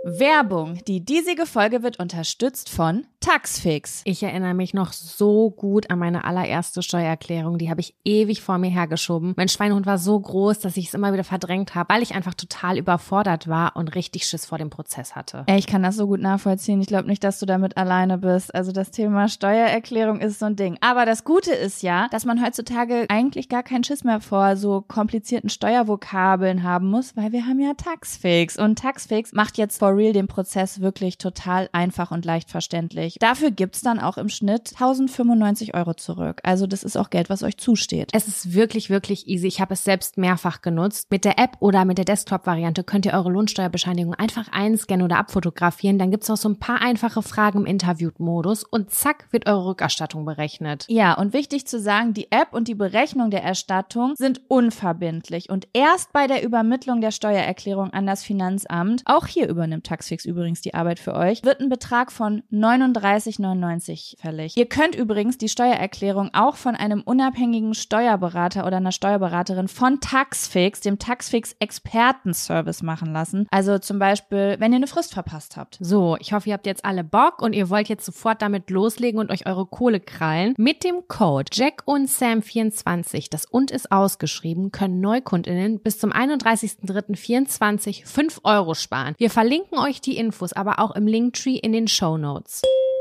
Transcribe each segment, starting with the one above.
Werbung. Die diesige Folge wird unterstützt von Taxfix. Ich erinnere mich noch so gut an meine allererste Steuererklärung. Die habe ich ewig vor mir hergeschoben. Mein Schweinehund war so groß, dass ich es immer wieder verdrängt habe, weil ich einfach total überfordert war und richtig Schiss vor dem Prozess hatte. Ich kann das so gut nachvollziehen. Ich glaube nicht, dass du damit alleine bist. Also das Thema Steuererklärung ist so ein Ding. Aber das Gute ist ja, dass man heutzutage eigentlich gar keinen Schiss mehr vor so komplizierten Steuervokabeln haben muss, weil wir haben ja Taxfix. Und Taxfix macht jetzt for real den Prozess wirklich total einfach und leicht verständlich. Dafür gibt's dann auch im Schnitt 1.095 € zurück. Also das ist auch Geld, was euch zusteht. Es ist wirklich, wirklich easy. Ich habe es selbst mehrfach genutzt. Mit der App oder mit der Desktop-Variante könnt ihr eure Lohnsteuerbescheinigung einfach einscannen oder abfotografieren. Dann gibt's noch so ein paar einfache Fragen im Interview-Modus und zack, wird eure Rückerstattung berechnet. Ja, und wichtig zu sagen, die App und die Berechnung der Erstattung sind unverbindlich. Und erst bei der Übermittlung der Steuererklärung an das Finanzamt, auch hier übernimmt Taxfix übrigens die Arbeit für euch, wird ein Betrag von 39,99 € fällig. Ihr könnt übrigens die Steuererklärung auch von einem unabhängigen Steuerberater oder einer Steuerberaterin von Taxfix, dem Taxfix Expertenservice machen lassen. Also zum Beispiel, wenn ihr eine Frist verpasst habt. So, ich hoffe, ihr habt jetzt alle Bock und ihr wollt jetzt sofort damit loslegen und euch eure Kohle krallen. Mit dem Code Jack und Sam 24, das und ist ausgeschrieben, können NeukundInnen bis zum 31.03.24 5 € sparen. Wir verlinken euch die Infos aber auch im Linktree in den Shownotes.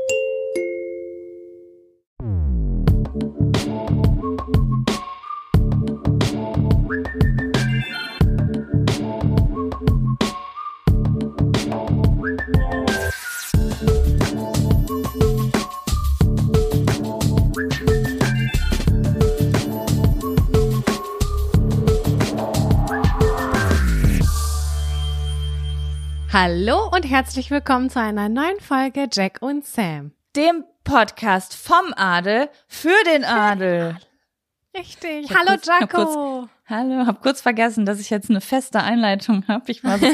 Hallo und herzlich willkommen zu einer neuen Folge Jack und Sam. Dem Podcast vom Adel für den Adel. Richtig. Hallo Jaco. Hallo, hab kurz vergessen, dass ich jetzt eine feste Einleitung habe. Ich war so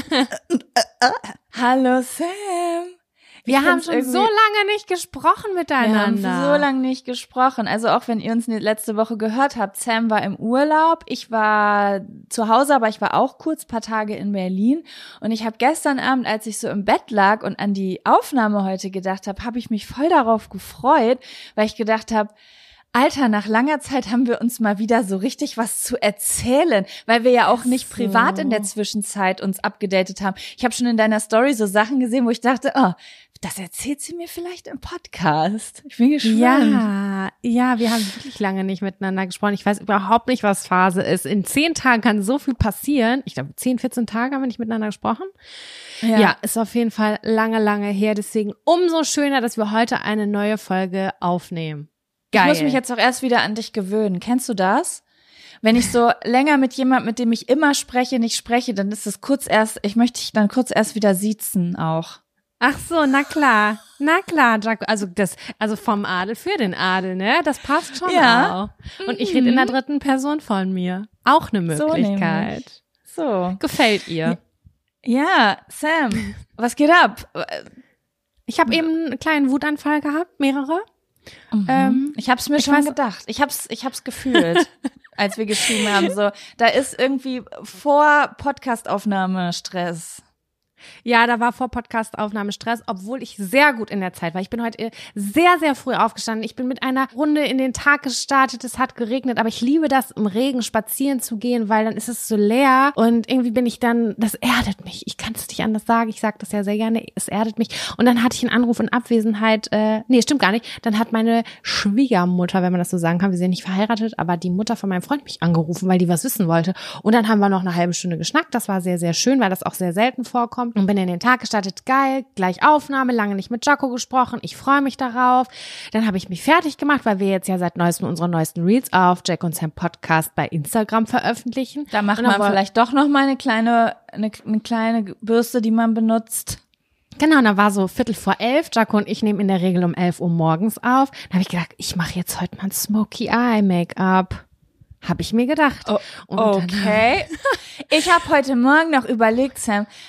Hallo Sam. Wir haben schon so lange nicht gesprochen miteinander. Wir haben so lange nicht gesprochen. Also auch wenn ihr uns letzte Woche gehört habt, Sam war im Urlaub, ich war zu Hause, aber ich war auch kurz ein paar Tage in Berlin. Und ich habe gestern Abend, als ich so im Bett lag und an die Aufnahme heute gedacht habe, habe ich mich voll darauf gefreut, weil ich gedacht habe, Alter, nach langer Zeit haben wir uns mal wieder so richtig was zu erzählen, weil wir ja auch nicht privat in der Zwischenzeit uns abgedatet haben. Ich habe schon in deiner Story so Sachen gesehen, wo ich dachte, oh, das erzählt sie mir vielleicht im Podcast. Ich bin gespannt. Ja, wir haben wirklich lange nicht miteinander gesprochen. Ich weiß überhaupt nicht, was Phase ist. In 10 Tagen kann so viel passieren. Ich glaube, 10, 14 Tage haben wir nicht miteinander gesprochen. Ja, ist auf jeden Fall lange, lange her. Deswegen umso schöner, dass wir heute eine neue Folge aufnehmen. Geil. Ich muss mich jetzt auch erst wieder an dich gewöhnen. Kennst du das? Wenn ich so länger mit jemandem, mit dem ich immer spreche, nicht spreche, dann ist es ich möchte dich dann kurz erst wieder siezen auch. Ach so, na klar, Jaco. Also vom Adel für den Adel, ne? Das passt schon auch. Und ich rede in der dritten Person von mir. Auch eine Möglichkeit. So. Gefällt ihr? Ja, Sam, was geht ab? Ich habe eben einen kleinen Wutanfall gehabt, mehrere. Ich hab's mir schon gedacht. Ich hab's gefühlt, als wir geschrieben haben. So, da ist irgendwie vor Podcastaufnahme Stress. Ja, da war vor Podcast-Aufnahme Stress, obwohl ich sehr gut in der Zeit war. Ich bin heute sehr, sehr früh aufgestanden. Ich bin mit einer Runde in den Tag gestartet. Es hat geregnet, aber ich liebe das, im Regen spazieren zu gehen, weil dann ist es so leer und irgendwie bin ich dann, das erdet mich. Ich kann es nicht anders sagen. Ich sage das ja sehr gerne. Es erdet mich. Und dann hatte ich einen Anruf in Abwesenheit. Nee, stimmt gar nicht. Dann hat meine Schwiegermutter, wenn man das so sagen kann, wir sind nicht verheiratet, aber die Mutter von meinem Freund mich angerufen, weil die was wissen wollte. Und dann haben wir noch eine halbe Stunde geschnackt. Das war sehr, sehr schön, weil das auch sehr selten vorkommt. Und bin in den Tag gestartet, geil, gleich Aufnahme, lange nicht mit Jaco gesprochen, ich freue mich darauf. Dann habe ich mich fertig gemacht, weil wir jetzt ja seit neuestem unsere neuesten Reels auf Jack und Sam Podcast bei Instagram veröffentlichen. Da macht man vielleicht doch noch mal eine kleine Bürste, die man benutzt. Genau, und da war so 11:45, Jaco und ich nehmen in der Regel um 11 Uhr morgens auf. Da habe ich gedacht, ich mache jetzt heute mal ein Smoky Eye Make-up. Habe ich mir gedacht. Oh, okay. Ich habe heute Morgen noch überlegt, Sam,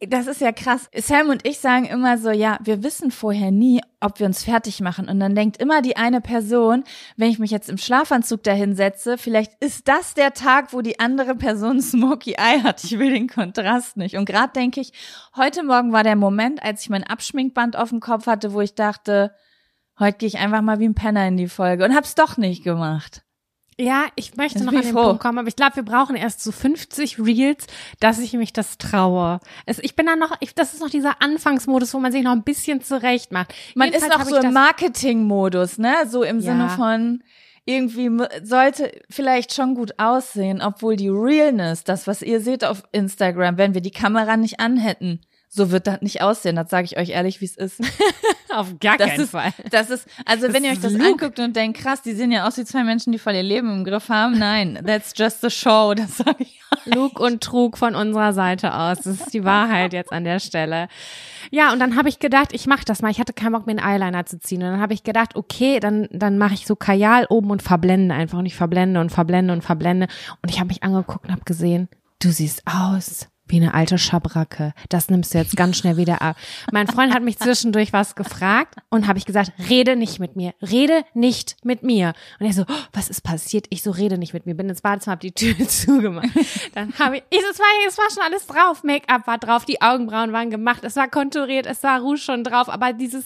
Das ist ja krass. Sam und ich sagen immer so, ja, wir wissen vorher nie, ob wir uns fertig machen. Und dann denkt immer die eine Person, wenn ich mich jetzt im Schlafanzug dahin setze, vielleicht ist das der Tag, wo die andere Person Smoky Eye hat. Ich will den Kontrast nicht. Und gerade denke ich, heute Morgen war der Moment, als ich mein Abschminkband auf dem Kopf hatte, wo ich dachte, heute gehe ich einfach mal wie ein Penner in die Folge und hab's doch nicht gemacht. Ja, ich möchte noch an den Punkt kommen, aber ich glaube, wir brauchen erst so 50 Reels, dass ich mich das traue. Ich bin dann noch, das ist noch dieser Anfangsmodus, wo man sich noch ein bisschen zurecht macht. Man ist noch so im Marketing-Modus, ne? So im Sinne von, irgendwie sollte vielleicht schon gut aussehen, obwohl die Realness, das, was ihr seht auf Instagram, wenn wir die Kamera nicht anhätten, so wird das nicht aussehen. Das sage ich euch ehrlich, wie es ist. Auf gar keinen Fall. Also wenn ihr euch das anguckt und denkt, krass, die sehen ja aus wie zwei Menschen, die voll ihr Leben im Griff haben. Nein, that's just a show, das sage ich euch. Lug und Trug von unserer Seite aus. Das ist die Wahrheit jetzt an der Stelle. Ja, und dann habe ich gedacht, ich mache das mal. Ich hatte keinen Bock, mir einen Eyeliner zu ziehen. Und dann habe ich gedacht, okay, dann mache ich so Kajal oben und verblende einfach. Und ich verblende und verblende und verblende. Und ich habe mich angeguckt und habe gesehen, du siehst aus wie eine alte Schabracke. Das nimmst du jetzt ganz schnell wieder ab. Mein Freund hat mich zwischendurch was gefragt und habe ich gesagt, rede nicht mit mir. Rede nicht mit mir. Und er so, oh, was ist passiert? Ich so, rede nicht mit mir. Bin ins Badezimmer, habe die Tür zugemacht. Dann habe es war schon alles drauf. Make-up war drauf, die Augenbrauen waren gemacht, es war konturiert, es war Rouge schon drauf. Aber diese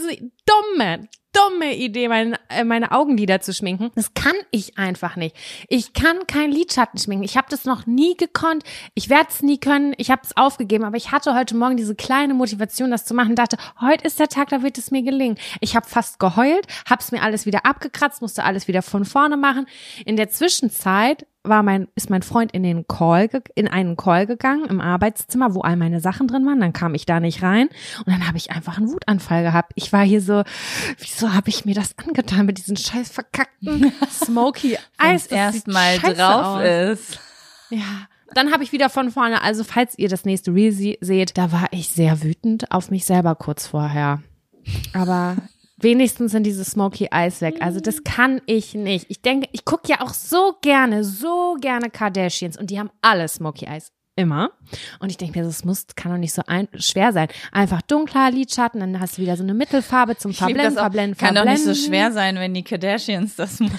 dumme Idee, meine Augenlider zu schminken. Das kann ich einfach nicht. Ich kann kein Lidschatten schminken. Ich habe das noch nie gekonnt. Ich werde es nie können. Ich habe es aufgegeben. Aber ich hatte heute Morgen diese kleine Motivation, das zu machen. Dachte, heute ist der Tag, da wird es mir gelingen. Ich habe fast geheult, habe es mir alles wieder abgekratzt, musste alles wieder von vorne machen. In der Zwischenzeit ist mein Freund in einen Call gegangen im Arbeitszimmer, wo all meine Sachen drin waren. Dann kam ich da nicht rein und dann habe ich einfach einen Wutanfall gehabt. Ich war hier so, wieso habe ich mir das angetan mit diesen scheiß verkackten Smoky Eyes, das erstmal drauf ist. Ja. Dann habe ich wieder von vorne, also falls ihr das nächste Reel seht, da war ich sehr wütend auf mich selber kurz vorher. Aber wenigstens sind diese Smoky Eyes weg. Also das kann ich nicht. Ich denke, ich gucke ja auch so gerne Kardashians und die haben alle Smoky Eyes. Immer. Und ich denke mir, das kann doch nicht so schwer sein. Einfach dunkler Lidschatten, dann hast du wieder so eine Mittelfarbe zum Verblenden. Kann doch nicht so schwer sein, wenn die Kardashians das machen.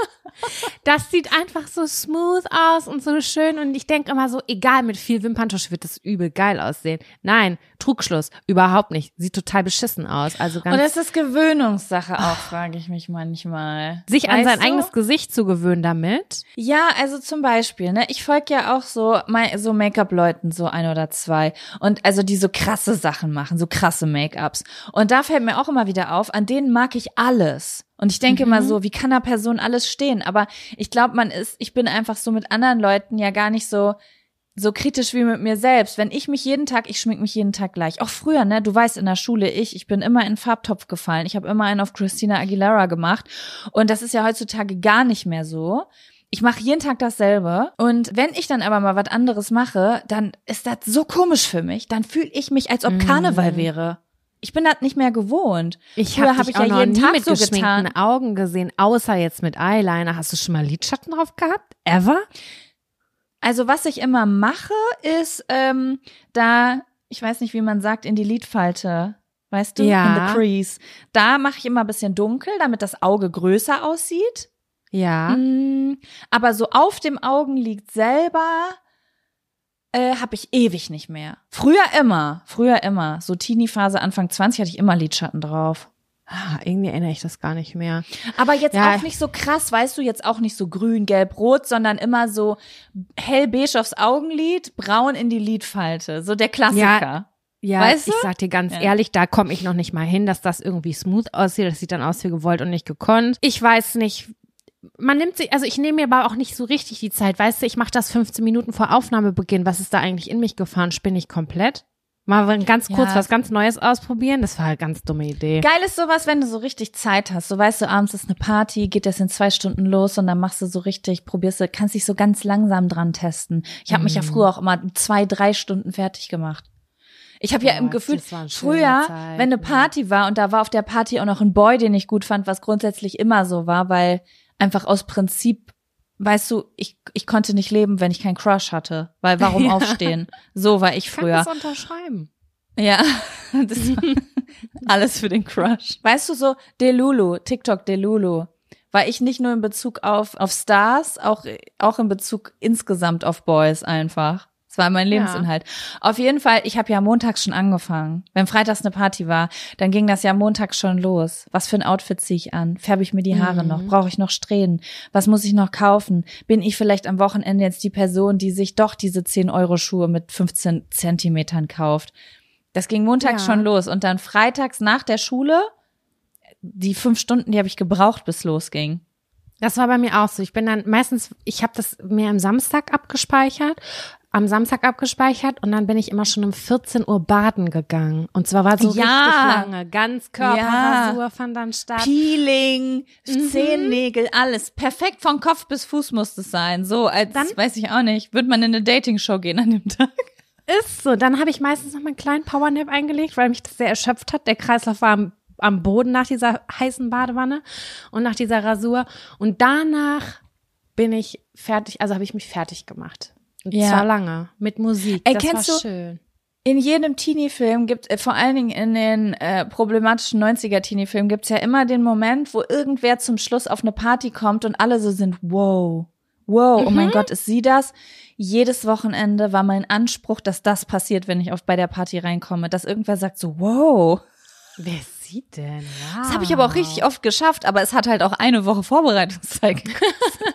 Das sieht einfach so smooth aus und so schön und ich denke immer so, egal, mit viel Wimperntusch wird das übel geil aussehen. Nein, Trugschluss, überhaupt nicht. Sieht total beschissen aus. Also ganz. Und das ist Gewöhnungssache auch, frage ich mich manchmal. Sich an sein eigenes Gesicht zu gewöhnen damit? Ja, also zum Beispiel, ne, ich folge ja auch so Make-up-Leuten, so ein oder zwei. Und also die so krasse Sachen machen, so krasse Make-ups. Und da fällt mir auch immer wieder auf, an denen mag ich alles. Und ich denke immer so, wie kann einer Person alles stehen? Aber ich glaube, ich bin einfach so mit anderen Leuten ja gar nicht so kritisch wie mit mir selbst. Wenn ich schmink mich jeden Tag gleich. Auch früher, ne, du weißt, in der Schule, ich bin immer in den Farbtopf gefallen. Ich habe immer einen auf Christina Aguilera gemacht. Und das ist ja heutzutage gar nicht mehr so. Ich mache jeden Tag dasselbe. Und wenn ich dann aber mal was anderes mache, dann ist das so komisch für mich. Dann fühle ich mich, als ob Karneval wäre. Ich bin das nicht mehr gewohnt. Früher habe ich ja jeden Tag mit so geschminkten Augen gesehen, außer jetzt mit Eyeliner. Hast du schon mal Lidschatten drauf gehabt? Ever? Also was ich immer mache, ist ich weiß nicht, wie man sagt, in die Lidfalte, weißt du? Ja. In the crease. Da mache ich immer ein bisschen dunkel, damit das Auge größer aussieht. Ja. Aber so auf dem Augenlid selber habe ich ewig nicht mehr. Früher immer. So Teenie-Phase, Anfang 20 hatte ich immer Lidschatten drauf. Irgendwie erinnere ich das gar nicht mehr. Aber jetzt auch nicht so krass, weißt du, jetzt auch nicht so grün, gelb, rot, sondern immer so hellbeige aufs Augenlid, braun in die Lidfalte. So der Klassiker. Ja, weißt du? Ich sag dir ganz ehrlich, da komme ich noch nicht mal hin, dass das irgendwie smooth aussieht. Das sieht dann aus wie gewollt und nicht gekonnt. Ich weiß nicht. Ich nehme mir aber auch nicht so richtig die Zeit, weißt du, ich mache das 15 Minuten vor Aufnahmebeginn, was ist da eigentlich in mich gefahren, spinne ich komplett? Mal ganz kurz was ganz Neues ausprobieren, das war eine ganz dumme Idee. Geil ist sowas, wenn du so richtig Zeit hast, so weißt du, abends ist eine Party, geht das in 2 Stunden los und dann machst du so richtig, kannst dich so ganz langsam dran testen. Ich habe mich ja früher auch immer 2-3 Stunden fertig gemacht. Ich habe ja im Gefühl, früher, wenn eine Party war und da war auf der Party auch noch ein Boy, den ich gut fand, was grundsätzlich immer so war, weil einfach aus Prinzip weißt du, ich konnte nicht leben, wenn ich keinen Crush hatte. Weil warum aufstehen? So war ich früher. Kann das unterschreiben. Ja, das war alles für den Crush. Weißt du so, Delulu, TikTok Delulu, war ich nicht nur in Bezug auf Stars, auch in Bezug insgesamt auf Boys einfach. Das war mein Lebensinhalt. Ja. Auf jeden Fall, ich habe ja montags schon angefangen. Wenn freitags eine Party war, dann ging das ja montags schon los. Was für ein Outfit ziehe ich an? Färbe ich mir die Haare noch? Brauche ich noch Strähnen? Was muss ich noch kaufen? Bin ich vielleicht am Wochenende jetzt die Person, die sich doch diese 10-Euro-Schuhe mit 15 Zentimetern kauft? Das ging montags schon los. Und dann freitags nach der Schule, die 5 Stunden, die habe ich gebraucht, bis losging. Das war bei mir auch so. Ich bin dann meistens, ich habe das mir am Samstag abgespeichert und dann bin ich immer schon um 14 Uhr baden gegangen. Und zwar war so richtig lange, Ganzkörperrasur fand dann statt. Peeling, Zehennägel, alles. Perfekt von Kopf bis Fuß muss es sein. So, als, dann, weiß ich auch nicht, würde man in eine Dating-Show gehen an dem Tag. Ist so. Dann habe ich meistens noch mal einen kleinen Powernap eingelegt, weil mich das sehr erschöpft hat. Der Kreislauf war am Boden nach dieser heißen Badewanne und nach dieser Rasur. Und danach bin ich fertig, also habe ich mich fertig gemacht. Und zwar lange, mit Musik. Das kennst war schön. In jedem Teenie-Film gibt, vor allen Dingen in den problematischen 90er-Teenie-Filmen gibt's ja immer den Moment, wo irgendwer zum Schluss auf eine Party kommt und alle so sind, wow, oh mein Gott, ist sie das? Jedes Wochenende war mein Anspruch, dass das passiert, wenn ich bei der Party reinkomme, dass irgendwer sagt so, wow. Wer ist sie denn? Wow. Das habe ich aber auch richtig oft geschafft, aber es hat halt auch eine Woche Vorbereitungszeit gekostet.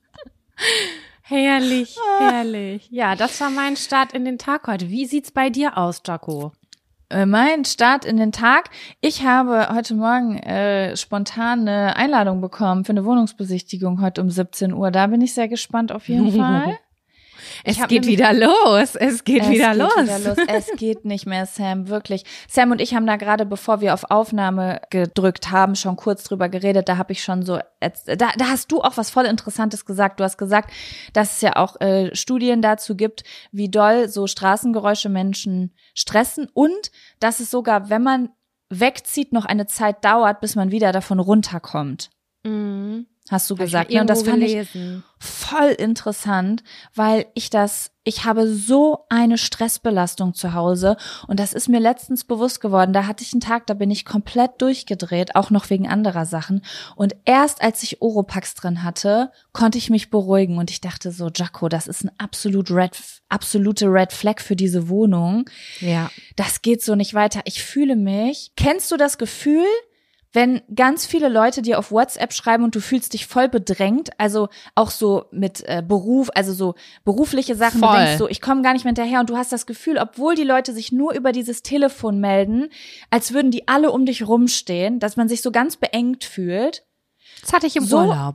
Herrlich, herrlich. Ja, das war mein Start in den Tag heute. Wie sieht's bei dir aus, Jaco? Mein Start in den Tag. Ich habe heute Morgen spontan eine Einladung bekommen für eine Wohnungsbesichtigung heute um 17 Uhr. Da bin ich sehr gespannt auf jeden Fall. Es geht wieder los. Es geht wieder los. Es geht nicht mehr, Sam, wirklich. Sam und ich haben da gerade, bevor wir auf Aufnahme gedrückt haben, schon kurz drüber geredet. Da habe ich schon so, da hast du auch was voll Interessantes gesagt. Du hast gesagt, dass es ja auch Studien dazu gibt, wie doll so Straßengeräusche Menschen stressen und dass es sogar, wenn man wegzieht, noch eine Zeit dauert, bis man wieder davon runterkommt. Mhm. Hast du gesagt, ne? Und das fand ich voll interessant, weil ich habe so eine Stressbelastung zu Hause und das ist mir letztens bewusst geworden. Da hatte ich einen Tag, da bin ich komplett durchgedreht, auch noch wegen anderer Sachen. Und erst als ich Oropax drin hatte, konnte ich mich beruhigen und ich dachte so, Jaco, das ist ein absolute Red Flag für diese Wohnung. Ja. Das geht so nicht weiter. Ich fühle mich, kennst du das Gefühl, wenn ganz viele Leute dir auf WhatsApp schreiben und du fühlst dich voll bedrängt, also auch so mit Beruf, also so berufliche Sachen, voll. Du denkst so, ich komme gar nicht mehr hinterher und du hast das Gefühl, obwohl die Leute sich nur über dieses Telefon melden, als würden die alle um dich rumstehen, dass man sich so ganz beengt fühlt. Das hatte ich im Urlaub.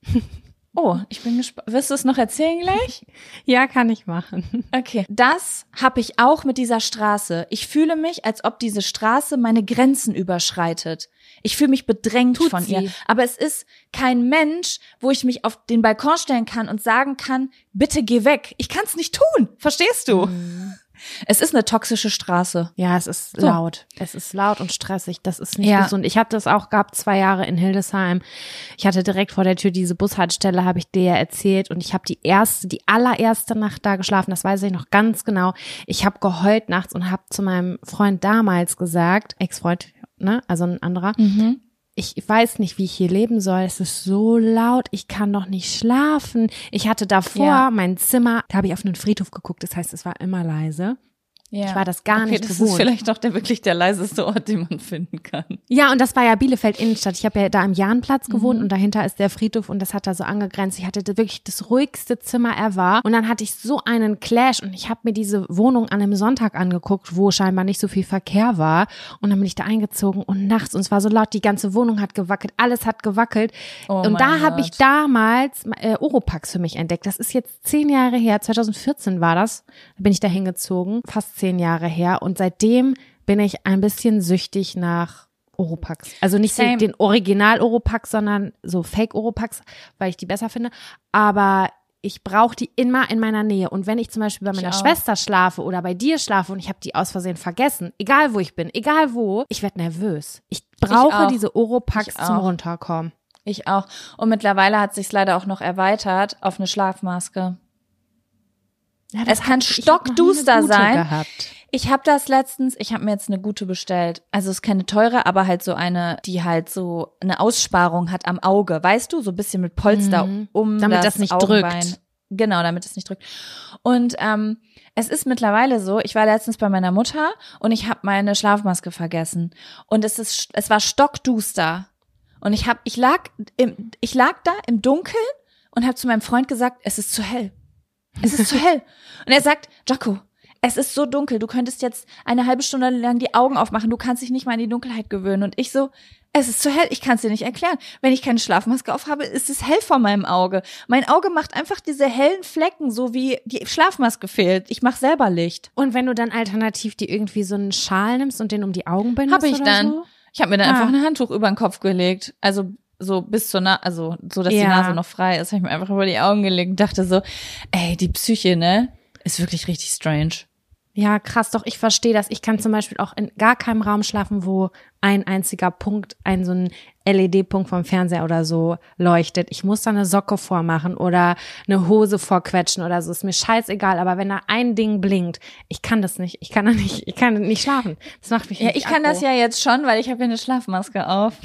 Oh, ich bin gespannt. Wirst du es noch erzählen gleich? Ja, kann ich machen. Okay. Das habe ich auch mit dieser Straße. Ich fühle mich, als ob diese Straße meine Grenzen überschreitet. Ich fühle mich bedrängt von ihr. Aber es ist kein Mensch, wo ich mich auf den Balkon stellen kann und sagen kann, bitte geh weg. Ich kann es nicht tun. Verstehst du? Es ist eine toxische Straße. Ja, es ist laut. Es ist laut und stressig. Das ist nicht gesund. Ich hatte es auch gehabt 2 Jahre in Hildesheim. Ich hatte direkt vor der Tür diese Bushaltestelle, habe ich dir ja erzählt. Und ich habe die allererste Nacht da geschlafen. Das weiß ich noch ganz genau. Ich habe geheult nachts und habe zu meinem Freund damals gesagt, Ex-Freund, ne, also ein anderer, ich weiß nicht, wie ich hier leben soll. Es ist so laut, ich kann doch nicht schlafen. Ich hatte davor mein Zimmer, da habe ich auf einen Friedhof geguckt, das heißt, es war immer leise. Ja. Ich war das gar nicht gewohnt. Das ist vielleicht auch wirklich der leiseste Ort, den man finden kann. Ja, und das war ja Bielefeld Innenstadt. Ich habe ja da am Jahnplatz gewohnt und dahinter ist der Friedhof und das hat da so angegrenzt. Ich hatte wirklich das ruhigste Zimmer ever und dann hatte ich so einen Clash und ich habe mir diese Wohnung an einem Sonntag angeguckt, wo scheinbar nicht so viel Verkehr war und dann bin ich da eingezogen und nachts und es war so laut, die ganze Wohnung hat gewackelt, alles hat gewackelt und da habe ich damals Oropax für mich entdeckt. Das ist jetzt 10 Jahre her, 2014 war das, da bin ich da hingezogen, fast 10 Jahre her und seitdem bin ich ein bisschen süchtig nach Oropax. Also nicht den Original Oropax, sondern so Fake Oropax, weil ich die besser finde. Aber ich brauche die immer in meiner Nähe. Und wenn ich zum Beispiel bei meiner Schwester schlafe oder bei dir schlafe und ich habe die aus Versehen vergessen, egal wo ich bin, egal wo, ich werde nervös. Ich brauche diese Oropax zum Runterkommen. Ich auch. Und mittlerweile hat sich's leider auch noch erweitert auf eine Schlafmaske. Ja, Es kann stockduster sein. Gehabt. Ich habe mir jetzt eine gute bestellt. Also es ist keine teure, aber halt so eine, die halt so eine Aussparung hat am Auge. Weißt du, so ein bisschen mit Polster damit das nicht Augenbein. drückt. Genau, damit es nicht drückt. Und es ist mittlerweile so, ich war letztens bei meiner Mutter und ich habe meine Schlafmaske vergessen. Und es war stockduster. Und ich lag da im Dunkeln und habe zu meinem Freund gesagt, es ist zu hell. Es ist zu hell. Und er sagt, Jaco, es ist so dunkel, du könntest jetzt eine halbe Stunde lang die Augen aufmachen, du kannst dich nicht mal an die Dunkelheit gewöhnen. Und ich so, es ist zu hell, ich kann es dir nicht erklären. Wenn ich keine Schlafmaske aufhabe, ist es hell vor meinem Auge. Mein Auge macht einfach diese hellen Flecken, so wie die Schlafmaske fehlt. Ich mache selber Licht. Und wenn du dann alternativ dir irgendwie so einen Schal nimmst und den um die Augen bindest Habe ich oder dann. so? Ich habe mir dann einfach ein Handtuch über den Kopf gelegt. Also so bis zur Nase, so dass die Nase noch frei ist, habe ich mir einfach über die Augen gelegt und dachte so, ey, die Psyche, ne, ist wirklich richtig strange. Ja, krass, doch, ich verstehe das. Ich kann zum Beispiel auch in gar keinem Raum schlafen, wo ein einziger Punkt, so ein LED-Punkt vom Fernseher oder so leuchtet. Ich muss da eine Socke vormachen oder eine Hose vorquetschen oder so. Ist mir scheißegal, aber wenn da ein Ding blinkt, ich kann das nicht. Ich kann nicht schlafen. Das macht mich ich kann das ja jetzt schon, weil ich habe ja eine Schlafmaske auf.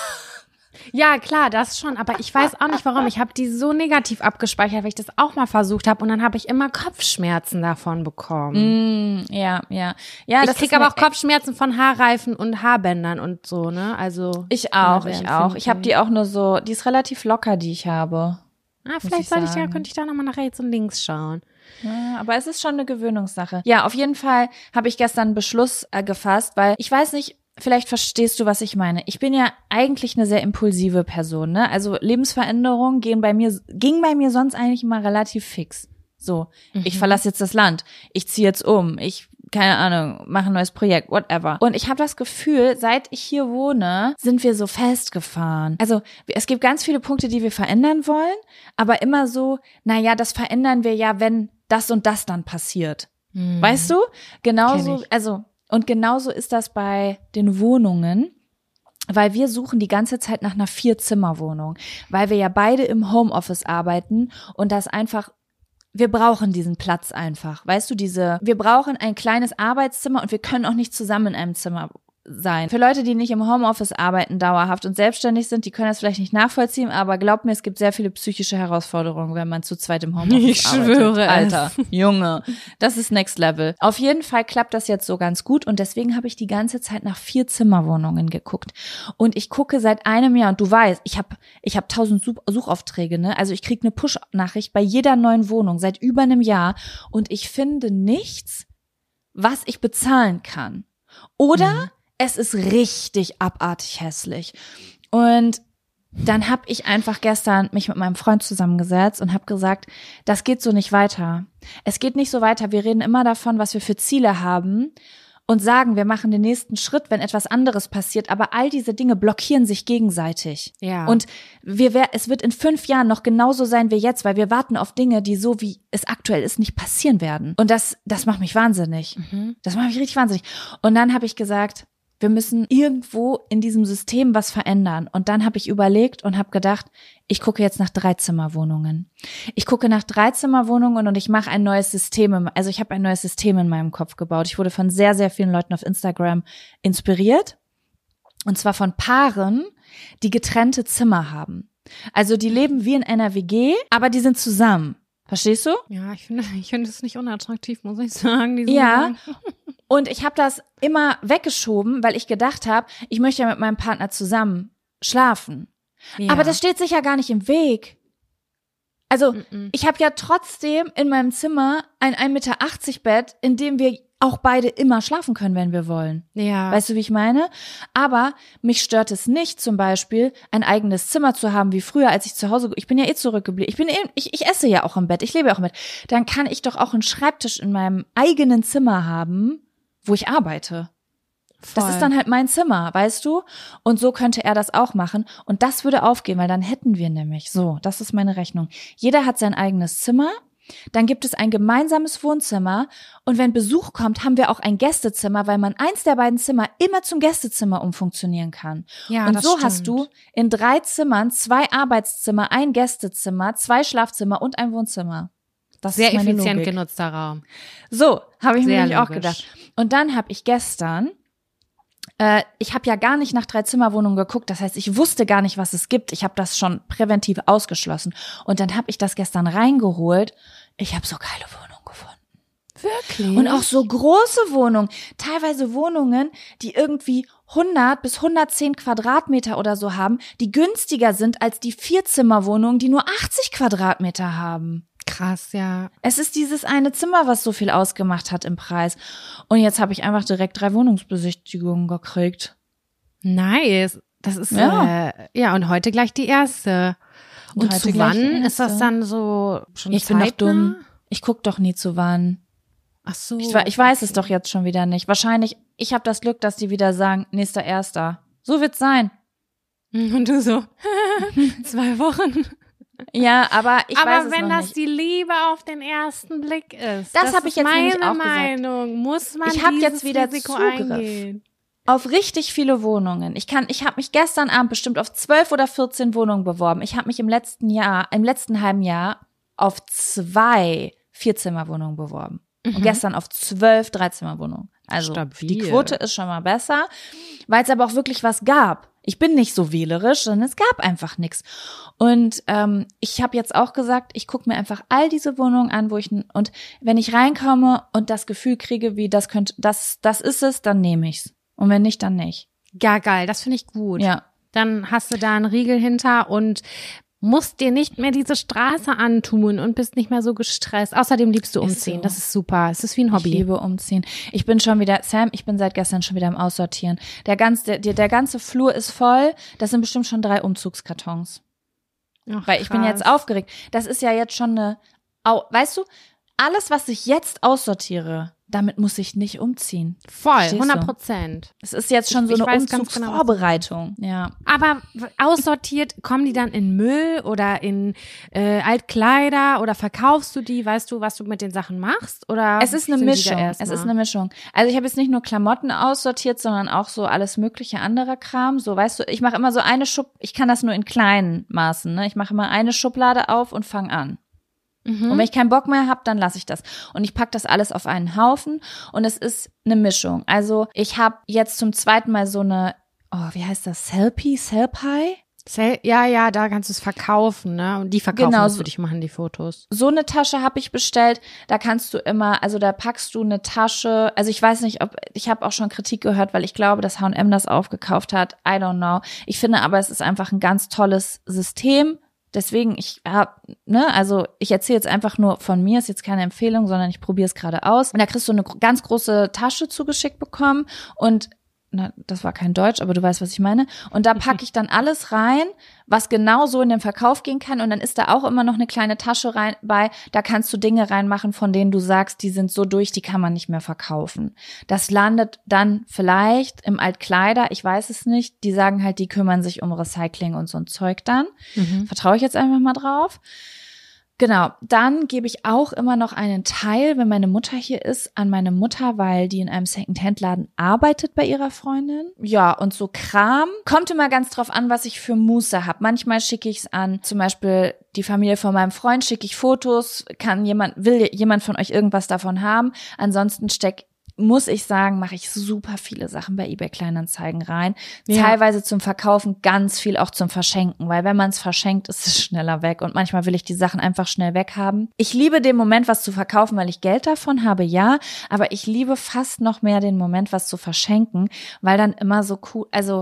Ja, klar, das schon, aber ich weiß auch nicht warum. Ich habe die so negativ abgespeichert, weil ich das auch mal versucht habe und dann habe ich immer Kopfschmerzen davon bekommen. Ja. Ich krieg aber auch Kopfschmerzen von Haarreifen und Haarbändern und so, ne? Also ich auch. Ich habe die auch nur so, die ist relativ locker, die ich habe. Vielleicht könnte ich da nochmal nach rechts und links schauen. Ja, aber es ist schon eine Gewöhnungssache. Ja, auf jeden Fall habe ich gestern einen Beschluss gefasst, weil ich weiß nicht, vielleicht verstehst du, was ich meine. Ich bin ja eigentlich eine sehr impulsive Person, ne? Also Lebensveränderungen ging bei mir sonst eigentlich immer relativ fix. So, ich verlasse jetzt das Land, ich ziehe jetzt um, keine Ahnung, mache ein neues Projekt, whatever. Und ich habe das Gefühl, seit ich hier wohne, sind wir so festgefahren. Also es gibt ganz viele Punkte, die wir verändern wollen, aber immer so, naja, das verändern wir ja, wenn das und das dann passiert. Weißt du? Genauso, und genauso ist das bei den Wohnungen, weil wir suchen die ganze Zeit nach einer 4-Zimmer-Wohnung, weil wir ja beide im Homeoffice arbeiten und das einfach, wir brauchen diesen Platz einfach, weißt du, wir brauchen ein kleines Arbeitszimmer und wir können auch nicht zusammen in einem Zimmer sein. Für Leute, die nicht im Homeoffice arbeiten dauerhaft und selbstständig sind, die können das vielleicht nicht nachvollziehen, aber glaub mir, es gibt sehr viele psychische Herausforderungen, wenn man zu zweit im Homeoffice arbeitet. Ich schwöre, Alter, Junge, das ist Next Level. Auf jeden Fall klappt das jetzt so ganz gut und deswegen habe ich die ganze Zeit nach 4-Zimmer-Wohnungen geguckt und ich gucke seit einem Jahr und du weißt, ich habe 1000 Suchaufträge, ne? Also ich kriege eine Push-Nachricht bei jeder neuen Wohnung seit über einem Jahr und ich finde nichts, was ich bezahlen kann. Oder es ist richtig abartig hässlich. Und dann habe ich einfach gestern mich mit meinem Freund zusammengesetzt und habe gesagt, das geht so nicht weiter. Es geht nicht so weiter. Wir reden immer davon, was wir für Ziele haben und sagen, wir machen den nächsten Schritt, wenn etwas anderes passiert. Aber all diese Dinge blockieren sich gegenseitig. Ja. Und es wird in 5 Jahren noch genauso sein wie jetzt, weil wir warten auf Dinge, die so wie es aktuell ist, nicht passieren werden. Und das macht mich wahnsinnig. Das macht mich richtig wahnsinnig. Und dann habe ich gesagt, wir müssen irgendwo in diesem System was verändern. Und dann habe ich überlegt und habe gedacht, ich gucke jetzt nach 3-Zimmer-Wohnungen. Ich gucke nach 3-Zimmer-Wohnungen und ich mache ein neues System. Also ich habe ein neues System in meinem Kopf gebaut. Ich wurde von sehr, sehr vielen Leuten auf Instagram inspiriert. Und zwar von Paaren, die getrennte Zimmer haben. Also die leben wie in einer WG, aber die sind zusammen. Verstehst du? Ja, ich finde es nicht unattraktiv, muss ich sagen. Ja, und ich habe das immer weggeschoben, weil ich gedacht habe, ich möchte ja mit meinem Partner zusammen schlafen. Ja. Aber das steht sich ja gar nicht im Weg. Also ich habe ja trotzdem in meinem Zimmer ein 1,80 Meter Bett, in dem wir auch beide immer schlafen können, wenn wir wollen. Ja. Weißt du, wie ich meine? Aber mich stört es nicht, zum Beispiel ein eigenes Zimmer zu haben, wie früher, als ich zu Hause, ich bin ja zurückgeblieben. Ich esse ja auch im Bett, ich lebe ja auch im Bett. Dann kann ich doch auch einen Schreibtisch in meinem eigenen Zimmer haben, wo ich arbeite. Voll. Das ist dann halt mein Zimmer, weißt du? Und so könnte er das auch machen. Und das würde aufgehen, weil dann hätten wir nämlich, so, das ist meine Rechnung. Jeder hat sein eigenes Zimmer. Dann gibt es ein gemeinsames Wohnzimmer und wenn Besuch kommt, haben wir auch ein Gästezimmer, weil man eins der beiden Zimmer immer zum Gästezimmer umfunktionieren kann. Ja, und das so stimmt. hast du in 3 Zimmern 2 Arbeitszimmer, ein Gästezimmer, 2 Schlafzimmer und ein Wohnzimmer. Das Sehr ist meine effizient Logik. genutzter Raum. So, habe ich mir Sehr nämlich auch logisch. gedacht. Und dann habe ich gestern, ich habe ja gar nicht nach 3-Zimmer-Wohnungen geguckt, das heißt, ich wusste gar nicht, was es gibt. Ich habe das schon präventiv ausgeschlossen. Und dann habe ich das gestern reingeholt. Ich habe so geile Wohnungen gefunden. Wirklich? Und auch so große Wohnungen, teilweise Wohnungen, die irgendwie 100 bis 110 Quadratmeter oder so haben, die günstiger sind als die 4-Zimmer-Wohnungen, die nur 80 Quadratmeter haben. Krass, ja. Es ist dieses eine Zimmer, was so viel ausgemacht hat im Preis. Und jetzt habe ich einfach direkt 3 Wohnungsbesichtigungen gekriegt. Nice. Das ist, Ja. ja, und heute gleich die erste. Und Heute zu gleich die wann ist das erste. dann so schon Ich bin doch zeitnah? dumm. Ich guck doch nie zu wann. Ach so. Ich weiß es doch jetzt schon wieder nicht. Wahrscheinlich, ich habe das Glück, dass die wieder sagen, nächster Erster. So wird's sein. Und du so, 2 Wochen. Ja, aber ich weiß Aber es wenn noch das nicht. die Liebe auf den ersten Blick ist, Das hab ich ist jetzt nämlich meine auch gesagt. Meinung, muss man Ich hab dieses jetzt wieder Risiko Zugriff. eingehen. Auf richtig viele Wohnungen. Ich habe mich gestern Abend bestimmt auf 12 oder 14 Wohnungen beworben. Ich habe mich im letzten halben Jahr auf 2 4-Zimmer-Wohnungen beworben. Und gestern auf 12 3-Zimmer-Wohnungen. Also Stabil. die Quote ist schon mal besser, weil es aber auch wirklich was gab. Ich bin nicht so wählerisch, sondern es gab einfach nichts. Und ich habe jetzt auch gesagt, ich gucke mir einfach all diese Wohnungen an, und wenn ich reinkomme und das Gefühl kriege, wie das ist es, dann nehme ich's. Und wenn nicht, dann nicht. Ja, geil, das finde ich gut. Ja. Dann hast du da einen Riegel hinter und musst dir nicht mehr diese Straße antun und bist nicht mehr so gestresst. Außerdem liebst du Ist umziehen. so. Das ist super. Es ist wie ein Ich Hobby. liebe umziehen. Ich bin seit gestern schon wieder am Aussortieren. Der ganze Flur ist voll. Das sind bestimmt schon 3 Umzugskartons. Ach, Weil ich bin krass. jetzt aufgeregt. Das ist ja jetzt schon weißt du, alles, was ich jetzt aussortiere, damit muss ich nicht umziehen. Voll, Verstehst du? 100%. Es ist jetzt schon so Ich eine weiß ganz genau, was du Umzugsvorbereitung. Ja. Aber aussortiert, kommen die dann in Müll oder in Altkleider oder verkaufst du die? Weißt du, was du mit den Sachen machst? Oder Es ist eine sind die da Mischung. erstmal? Es ist eine Mischung. Also ich habe jetzt nicht nur Klamotten aussortiert, sondern auch so alles mögliche anderer Kram. So, weißt du, ich mache immer so ich kann das nur in kleinen Maßen, ne? Ich mache immer eine Schublade auf und fange an. Und wenn ich keinen Bock mehr habe, dann lasse ich das. Und ich pack das alles auf einen Haufen und es ist eine Mischung. Also ich habe jetzt zum zweiten Mal so eine, wie heißt das, Selfie? Ja, da kannst du es verkaufen, ne? Und die verkaufen Genau, das so- für dich, machen die Fotos. So eine Tasche habe ich bestellt. Da kannst du immer, also da packst du eine Tasche. Also ich weiß nicht, ich habe auch schon Kritik gehört, weil ich glaube, dass H&M das aufgekauft hat. I don't know. Ich finde aber, es ist einfach ein ganz tolles System. Deswegen, also ich erzähle jetzt einfach nur von mir, ist jetzt keine Empfehlung, sondern ich probiere es gerade aus. Und da kriegst du eine ganz große Tasche zugeschickt bekommen und das war kein Deutsch, aber du weißt, was ich meine. Und da packe ich dann alles rein, was genau so in den Verkauf gehen kann. Und dann ist da auch immer noch eine kleine Tasche bei. Da kannst du Dinge reinmachen, von denen du sagst, die sind so durch, die kann man nicht mehr verkaufen. Das landet dann vielleicht im Altkleider, ich weiß es nicht. Die sagen halt, die kümmern sich um Recycling und so ein Zeug dann. Vertraue ich jetzt einfach mal drauf. Genau, dann gebe ich auch immer noch einen Teil, wenn meine Mutter hier ist, an meine Mutter, weil die in einem Secondhand-Laden arbeitet bei ihrer Freundin. Ja, und so Kram. Kommt immer ganz drauf an, was ich für Muße habe. Manchmal schicke ich es an, zum Beispiel die Familie von meinem Freund, schicke ich Fotos, will jemand von euch irgendwas davon haben? Ansonsten muss ich sagen, mache ich super viele Sachen bei eBay Kleinanzeigen rein. Ja. Teilweise zum Verkaufen, ganz viel auch zum Verschenken, weil wenn man es verschenkt, ist es schneller weg und manchmal will ich die Sachen einfach schnell weghaben. Ich liebe den Moment, was zu verkaufen, weil ich Geld davon habe, ja, aber ich liebe fast noch mehr den Moment, was zu verschenken, weil dann immer so cool,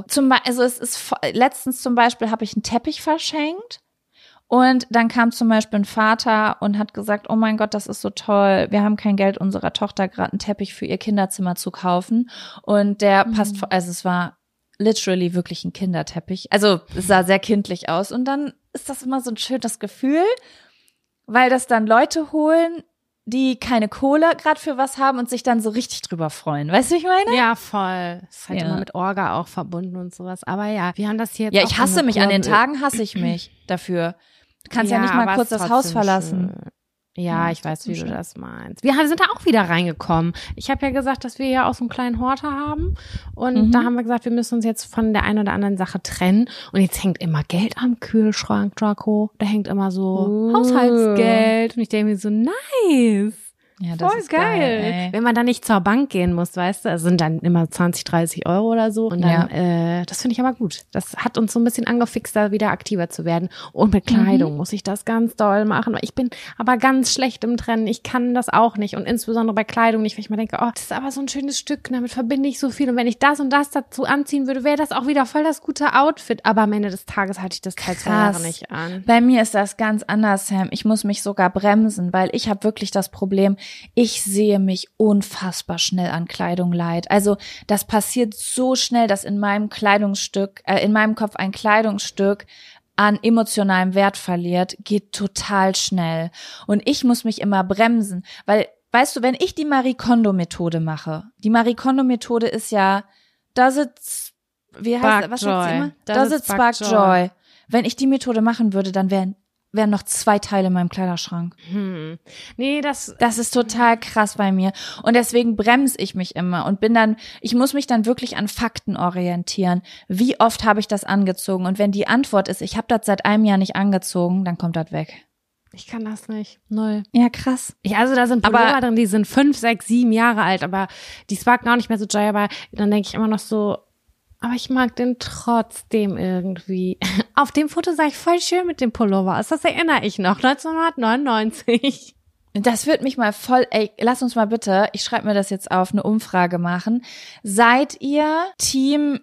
letztens zum Beispiel habe ich einen Teppich verschenkt. Und dann kam zum Beispiel ein Vater und hat gesagt, oh mein Gott, das ist so toll. Wir haben kein Geld, unserer Tochter gerade einen Teppich für ihr Kinderzimmer zu kaufen. Und der passt, also es war literally wirklich ein Kinderteppich. Also es sah sehr kindlich aus. Und dann ist das immer so ein schönes Gefühl, weil das dann Leute holen, die keine Kohle gerade für was haben und sich dann so richtig drüber freuen. Weißt du, wie ich meine? Ja, voll. Ist halt Ja. immer mit Orga auch verbunden und sowas. Aber ja, wir haben das hier jetzt Ja, auch ich hasse eine mich. An den Kurbel- Tagen hasse ich mich dafür. Du kannst ja nicht mal aber kurz ist das Haus trotzdem verlassen. schön. Ja, ich weiß, wie du das meinst. Wir sind da auch wieder reingekommen. Ich habe ja gesagt, dass wir ja auch so einen kleinen Horter haben. Und da haben wir gesagt, wir müssen uns jetzt von der einen oder anderen Sache trennen. Und jetzt hängt immer Geld am Kühlschrank, Draco. Da hängt immer so Haushaltsgeld. Und ich denke mir so, nice. Ja, das voll ist geil. Wenn man da nicht zur Bank gehen muss, weißt du, es sind dann immer 20, 30 Euro oder so. Und dann, das finde ich aber gut. Das hat uns so ein bisschen angefixt, da wieder aktiver zu werden. Und mit Kleidung muss ich das ganz doll machen. Ich bin aber ganz schlecht im Trennen. Ich kann das auch nicht. Und insbesondere bei Kleidung nicht, weil ich mir denke, oh, das ist aber so ein schönes Stück. Damit verbinde ich so viel. Und wenn ich das und das dazu anziehen würde, wäre das auch wieder voll das gute Outfit. Aber am Ende des Tages hatte ich das Teil 2 Jahre nicht an. Bei mir ist das ganz anders, Sam. Ich muss mich sogar bremsen, weil ich habe wirklich das Problem, ich sehe mich unfassbar schnell an Kleidung leid. Also das passiert so schnell, dass in meinem Kopf ein Kleidungsstück an emotionalem Wert verliert, geht total schnell. Und ich muss mich immer bremsen, weil, weißt du, wenn ich die Marie Kondo-Methode mache, die Marie Kondo-Methode ist ja, was sagt sie immer? Does it spark joy. Wenn ich die Methode machen würde, dann wären noch 2 Teile in meinem Kleiderschrank. Nee, das ist total krass bei mir. Und deswegen bremse ich mich immer und ich muss mich dann wirklich an Fakten orientieren. Wie oft habe ich das angezogen? Und wenn die Antwort ist, ich habe das seit einem Jahr nicht angezogen, dann kommt das weg. Ich kann das nicht. Null. Ja, krass. Also da sind Pullover drin, die sind 5, 6, 7 Jahre alt, aber die sparken auch nicht mehr so joy, aber dann denke ich immer noch so, aber ich mag den trotzdem irgendwie. Auf dem Foto sah ich voll schön mit dem Pullover aus. Das erinnere ich noch, 1999. Das wird mich mal lass uns mal bitte, ich schreibe mir das jetzt auf, eine Umfrage machen. Seid ihr Team,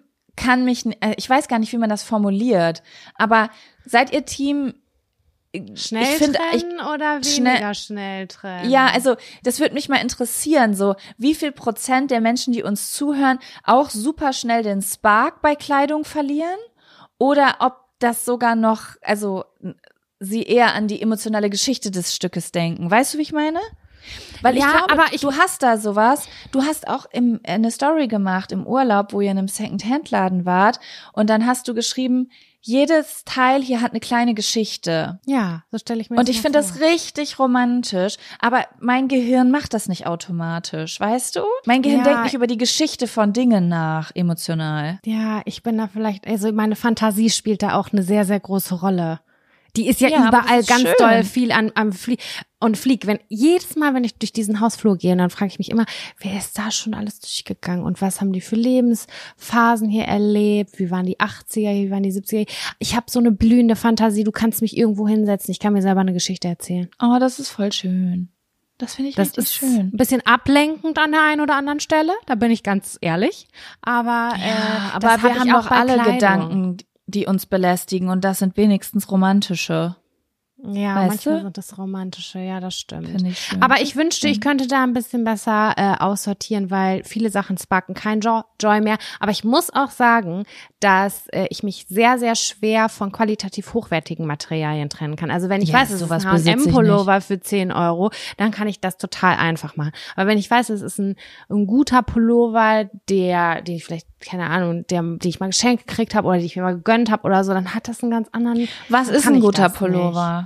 ich weiß gar nicht, wie man das formuliert, aber seid ihr Team schnell trennen oder weniger schnell trennen? Ja, also das würde mich mal interessieren, so wie viel % der Menschen, die uns zuhören, auch super schnell den Spark bei Kleidung verlieren oder ob das sogar noch, also sie eher an die emotionale Geschichte des Stückes denken. Weißt du, wie ich meine? Weil ich glaube, du hast da sowas, du hast auch eine Story gemacht im Urlaub, wo ihr in einem Second-Hand-Laden wart und dann hast du geschrieben, jedes Teil hier hat eine kleine Geschichte. Ja, so stelle ich mir das vor. Und ich finde das richtig romantisch, aber mein Gehirn macht das nicht automatisch, weißt du? Mein Gehirn denkt nicht über die Geschichte von Dingen nach, emotional. Ja, ich bin da vielleicht, also meine Fantasie spielt da auch eine sehr, sehr große Rolle. Die ist ja überall ganz schön. Doll viel am Flieg. Jedes Mal, wenn ich durch diesen Hausflur gehe, dann frage ich mich immer, wer ist da schon alles durchgegangen und was haben die für Lebensphasen hier erlebt? Wie waren die 80er, wie waren die 70er? Ich habe so eine blühende Fantasie, du kannst mich irgendwo hinsetzen, ich kann mir selber eine Geschichte erzählen. Oh, das ist voll schön. Das finde ich richtig schön. Ein bisschen ablenkend an der einen oder anderen Stelle, da bin ich ganz ehrlich. Aber wir haben doch alle Gedanken, die uns belästigen und das sind wenigstens romantische. Ja, weißt manchmal du? sind das romantische, ja, das stimmt. Finde ich schön. Aber ich wünschte, ich könnte da ein bisschen besser aussortieren, weil viele Sachen sparken kein Joy mehr. Aber ich muss auch sagen, dass ich mich sehr, sehr schwer von qualitativ hochwertigen Materialien trennen kann. Also wenn ich weiß, es ist ein H&M-Pullover für 10 Euro, dann kann ich das total einfach machen. Aber wenn ich weiß, es ist ein guter Pullover, den ich vielleicht, keine Ahnung, die ich mal geschenkt gekriegt habe oder die ich mir mal gegönnt habe oder so, dann hat das einen ganz anderen. Was ist ein guter Pullover?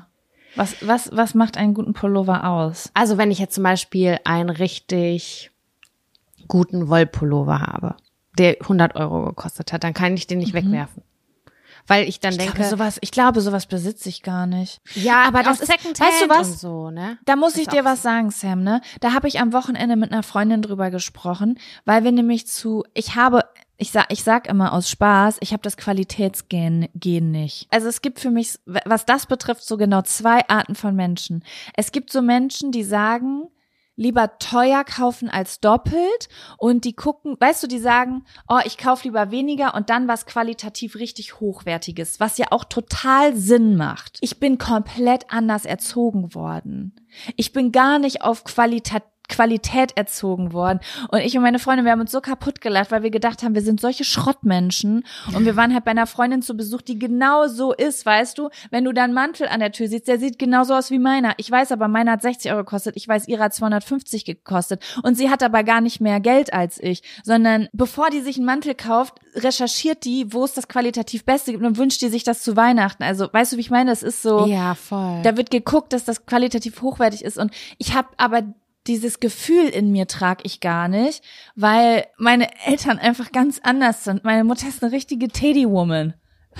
Was macht einen guten Pullover aus? Also wenn ich jetzt zum Beispiel einen richtig guten Wollpullover habe, der 100 Euro gekostet hat, dann kann ich den nicht wegwerfen. Weil ich dann denke, ich glaube, sowas besitze ich gar nicht. Ja, aber das ist Secondhand, weißt du was? Und so, ne? Da muss ich dir was sagen, Sam, ne? Da habe ich am Wochenende mit einer Freundin drüber gesprochen, weil wir nämlich ich sag immer aus Spaß, ich habe das Qualitätsgen nicht. Also es gibt für mich, was das betrifft, so genau 2 Arten von Menschen. Es gibt so Menschen, die sagen, lieber teuer kaufen als doppelt und die gucken, weißt du, die sagen, oh, ich kaufe lieber weniger und dann was qualitativ richtig Hochwertiges, was ja auch total Sinn macht. Ich bin komplett anders erzogen worden. Ich bin gar nicht auf Qualität erzogen worden. Und ich und meine Freundin, wir haben uns so kaputt gelacht, weil wir gedacht haben, wir sind solche Schrottmenschen. Und wir waren halt bei einer Freundin zu Besuch, die genau so ist, weißt du? Wenn du da einen Mantel an der Tür siehst, der sieht genauso aus wie meiner. Ich weiß aber, meiner hat 60 Euro gekostet. Ich weiß, ihrer hat 250 gekostet. Und sie hat aber gar nicht mehr Geld als ich. Sondern bevor die sich einen Mantel kauft, recherchiert die, wo es das qualitativ Beste gibt und wünscht die sich das zu Weihnachten. Also, weißt du, wie ich meine? Das ist so. Ja, voll. Da wird geguckt, dass das qualitativ hochwertig ist. Und ich habe aber dieses Gefühl in mir trage ich gar nicht, weil meine Eltern einfach ganz anders sind. Meine Mutter ist eine richtige Teddy-Woman.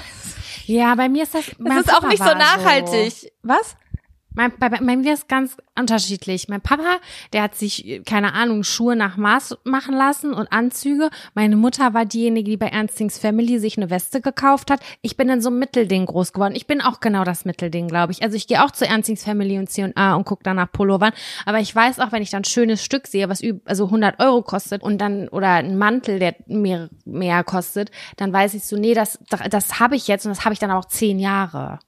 Ja, bei mir ist das ist auch nicht so nachhaltig. So. Was? Bei mir ist ganz unterschiedlich. Mein Papa, der hat sich, keine Ahnung, Schuhe nach Maß machen lassen und Anzüge. Meine Mutter war diejenige, die bei Ernstings Family sich eine Weste gekauft hat. Ich bin in so einem Mittelding groß geworden. Ich bin auch genau das Mittelding, glaube ich. Also ich gehe auch zu Ernstings Family und C&A und gucke dann nach Pullovern. Aber ich weiß auch, wenn ich dann ein schönes Stück sehe, was 100 Euro kostet und dann, oder ein Mantel, der mehr kostet, dann weiß ich so, nee, das habe ich jetzt und das habe ich dann auch 10 Jahre.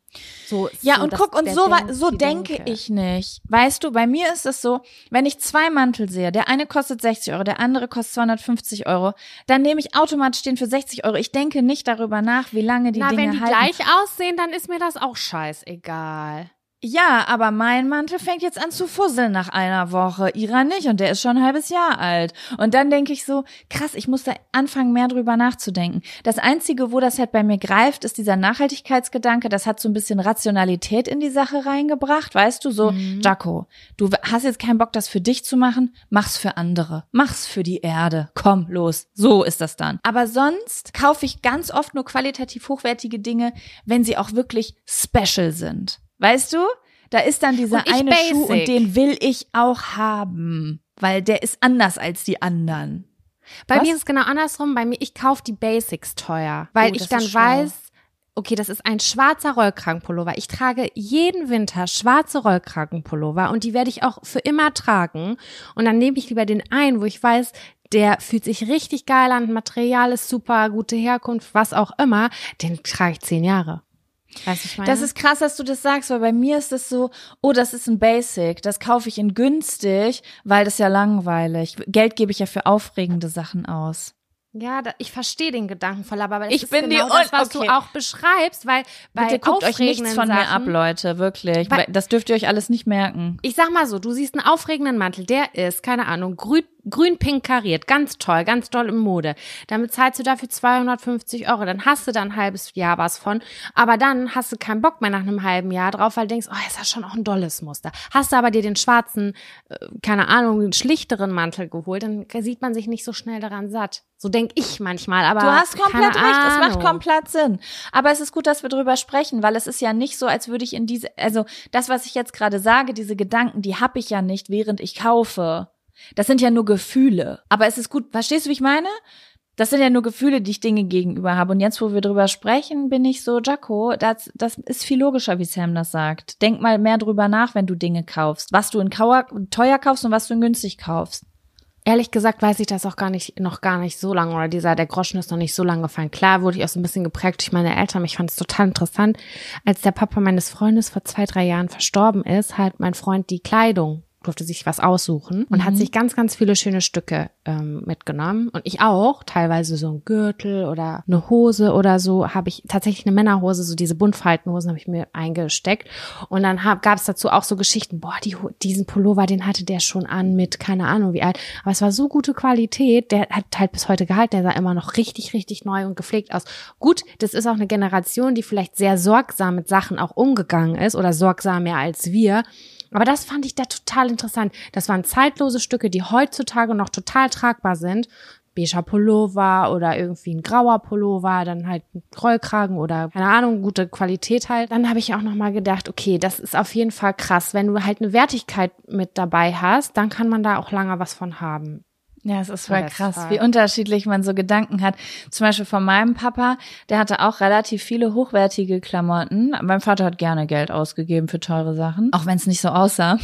So, ja, und guck, und so denke ich nicht. Weißt du, bei mir ist es so, wenn ich 2 Mantel sehe, der eine kostet 60 Euro, der andere kostet 250 Euro, dann nehme ich automatisch den für 60 Euro. Ich denke nicht darüber nach, wie lange die Dinge halten. Wenn die gleich aussehen, dann ist mir das auch scheißegal. Ja, aber mein Mantel fängt jetzt an zu fusseln nach einer Woche, ihrer nicht und der ist schon ein halbes Jahr alt. Und dann denke ich so, krass, ich muss da anfangen, mehr drüber nachzudenken. Das Einzige, wo das halt bei mir greift, ist dieser Nachhaltigkeitsgedanke, das hat so ein bisschen Rationalität in die Sache reingebracht, weißt du, so, Jaco, du hast jetzt keinen Bock, das für dich zu machen, mach's für andere, mach's für die Erde, komm, los, so ist das dann. Aber sonst kaufe ich ganz oft nur qualitativ hochwertige Dinge, wenn sie auch wirklich special sind. Weißt du, da ist dann dieser eine basic. Schuh und den will ich auch haben, weil der ist anders als die anderen. Bei mir ist es genau andersrum. Ich kaufe die Basics teuer, weil ich dann weiß, okay, das ist ein schwarzer Rollkragenpullover. Ich trage jeden Winter schwarze Rollkragenpullover und die werde ich auch für immer tragen. Und dann nehme ich lieber den einen, wo ich weiß, der fühlt sich richtig geil an, Material ist super, gute Herkunft, was auch immer. Den trage ich 10 Jahre. Weißt du, ich meine? Das ist krass, dass du das sagst, weil bei mir ist es so, oh, das ist ein Basic, das kaufe ich in günstig, weil das ist ja langweilig. Geld gebe ich ja für aufregende Sachen aus. Ja, ich verstehe den Gedanken voll, aber das ist genau das, was du auch beschreibst, weil bei bitte guckt euch nichts von mir ab, Leute, wirklich. Das dürft ihr euch alles nicht merken. Ich sag mal so, du siehst einen aufregenden Mantel, der ist, keine Ahnung, grün-pink kariert, ganz toll in Mode. Damit zahlst du dafür 250 Euro, dann hast du da ein halbes Jahr was von, aber dann hast du keinen Bock mehr nach einem halben Jahr drauf, weil du denkst, oh, ist das schon auch ein dolles Muster. Hast du aber dir den schwarzen, keine Ahnung, einen schlichteren Mantel geholt, dann sieht man sich nicht so schnell daran satt. So denke ich manchmal, aber du hast komplett recht, es macht Ahnung. komplett Sinn. Aber es ist gut, dass wir drüber sprechen, weil es ist ja nicht so, als würde ich also das, was ich jetzt gerade sage, diese Gedanken, die habe ich ja nicht, während ich kaufe. Das sind ja nur Gefühle. Aber es ist gut, verstehst du, wie ich meine? Das sind ja nur Gefühle, die ich Dinge gegenüber habe. Und jetzt, wo wir drüber sprechen, bin ich so, Jaco, das ist viel logischer, wie Sam das sagt. Denk mal mehr drüber nach, wenn du Dinge kaufst. Was du in teuer kaufst und was du in günstig kaufst. Ehrlich gesagt weiß ich das auch noch gar nicht so lange, oder der Groschen ist noch nicht so lange gefallen. Klar wurde ich auch so ein bisschen geprägt durch meine Eltern. Ich fand es total interessant. Als der Papa meines Freundes vor 2-3 Jahren verstorben ist, hat mein Freund die Kleidung, durfte sich was aussuchen und hat sich ganz, ganz viele schöne Stücke mitgenommen. Und ich auch, teilweise so ein Gürtel oder eine Hose oder so, habe ich tatsächlich eine Männerhose, so diese Buntfaltenhosen habe ich mir eingesteckt. Und dann gab es dazu auch so Geschichten, boah, diesen Pullover, den hatte der schon an mit keine Ahnung wie alt. Aber es war so gute Qualität, der hat halt bis heute gehalten, der sah immer noch richtig, richtig neu und gepflegt aus. Gut, das ist auch eine Generation, die vielleicht sehr sorgsam mit Sachen auch umgegangen ist oder sorgsamer als wir. Aber das fand ich da total interessant. Das waren zeitlose Stücke, die heutzutage noch total tragbar sind. Beiger Pullover oder irgendwie ein grauer Pullover, dann halt ein Rollkragen oder keine Ahnung, gute Qualität halt. Dann habe ich auch nochmal gedacht, okay, das ist auf jeden Fall krass. Wenn du halt eine Wertigkeit mit dabei hast, dann kann man da auch lange was von haben. Ja, es ist voll krass, wie unterschiedlich man so Gedanken hat. Zum Beispiel von meinem Papa, der hatte auch relativ viele hochwertige Klamotten. Mein Vater hat gerne Geld ausgegeben für teure Sachen, auch wenn es nicht so aussah.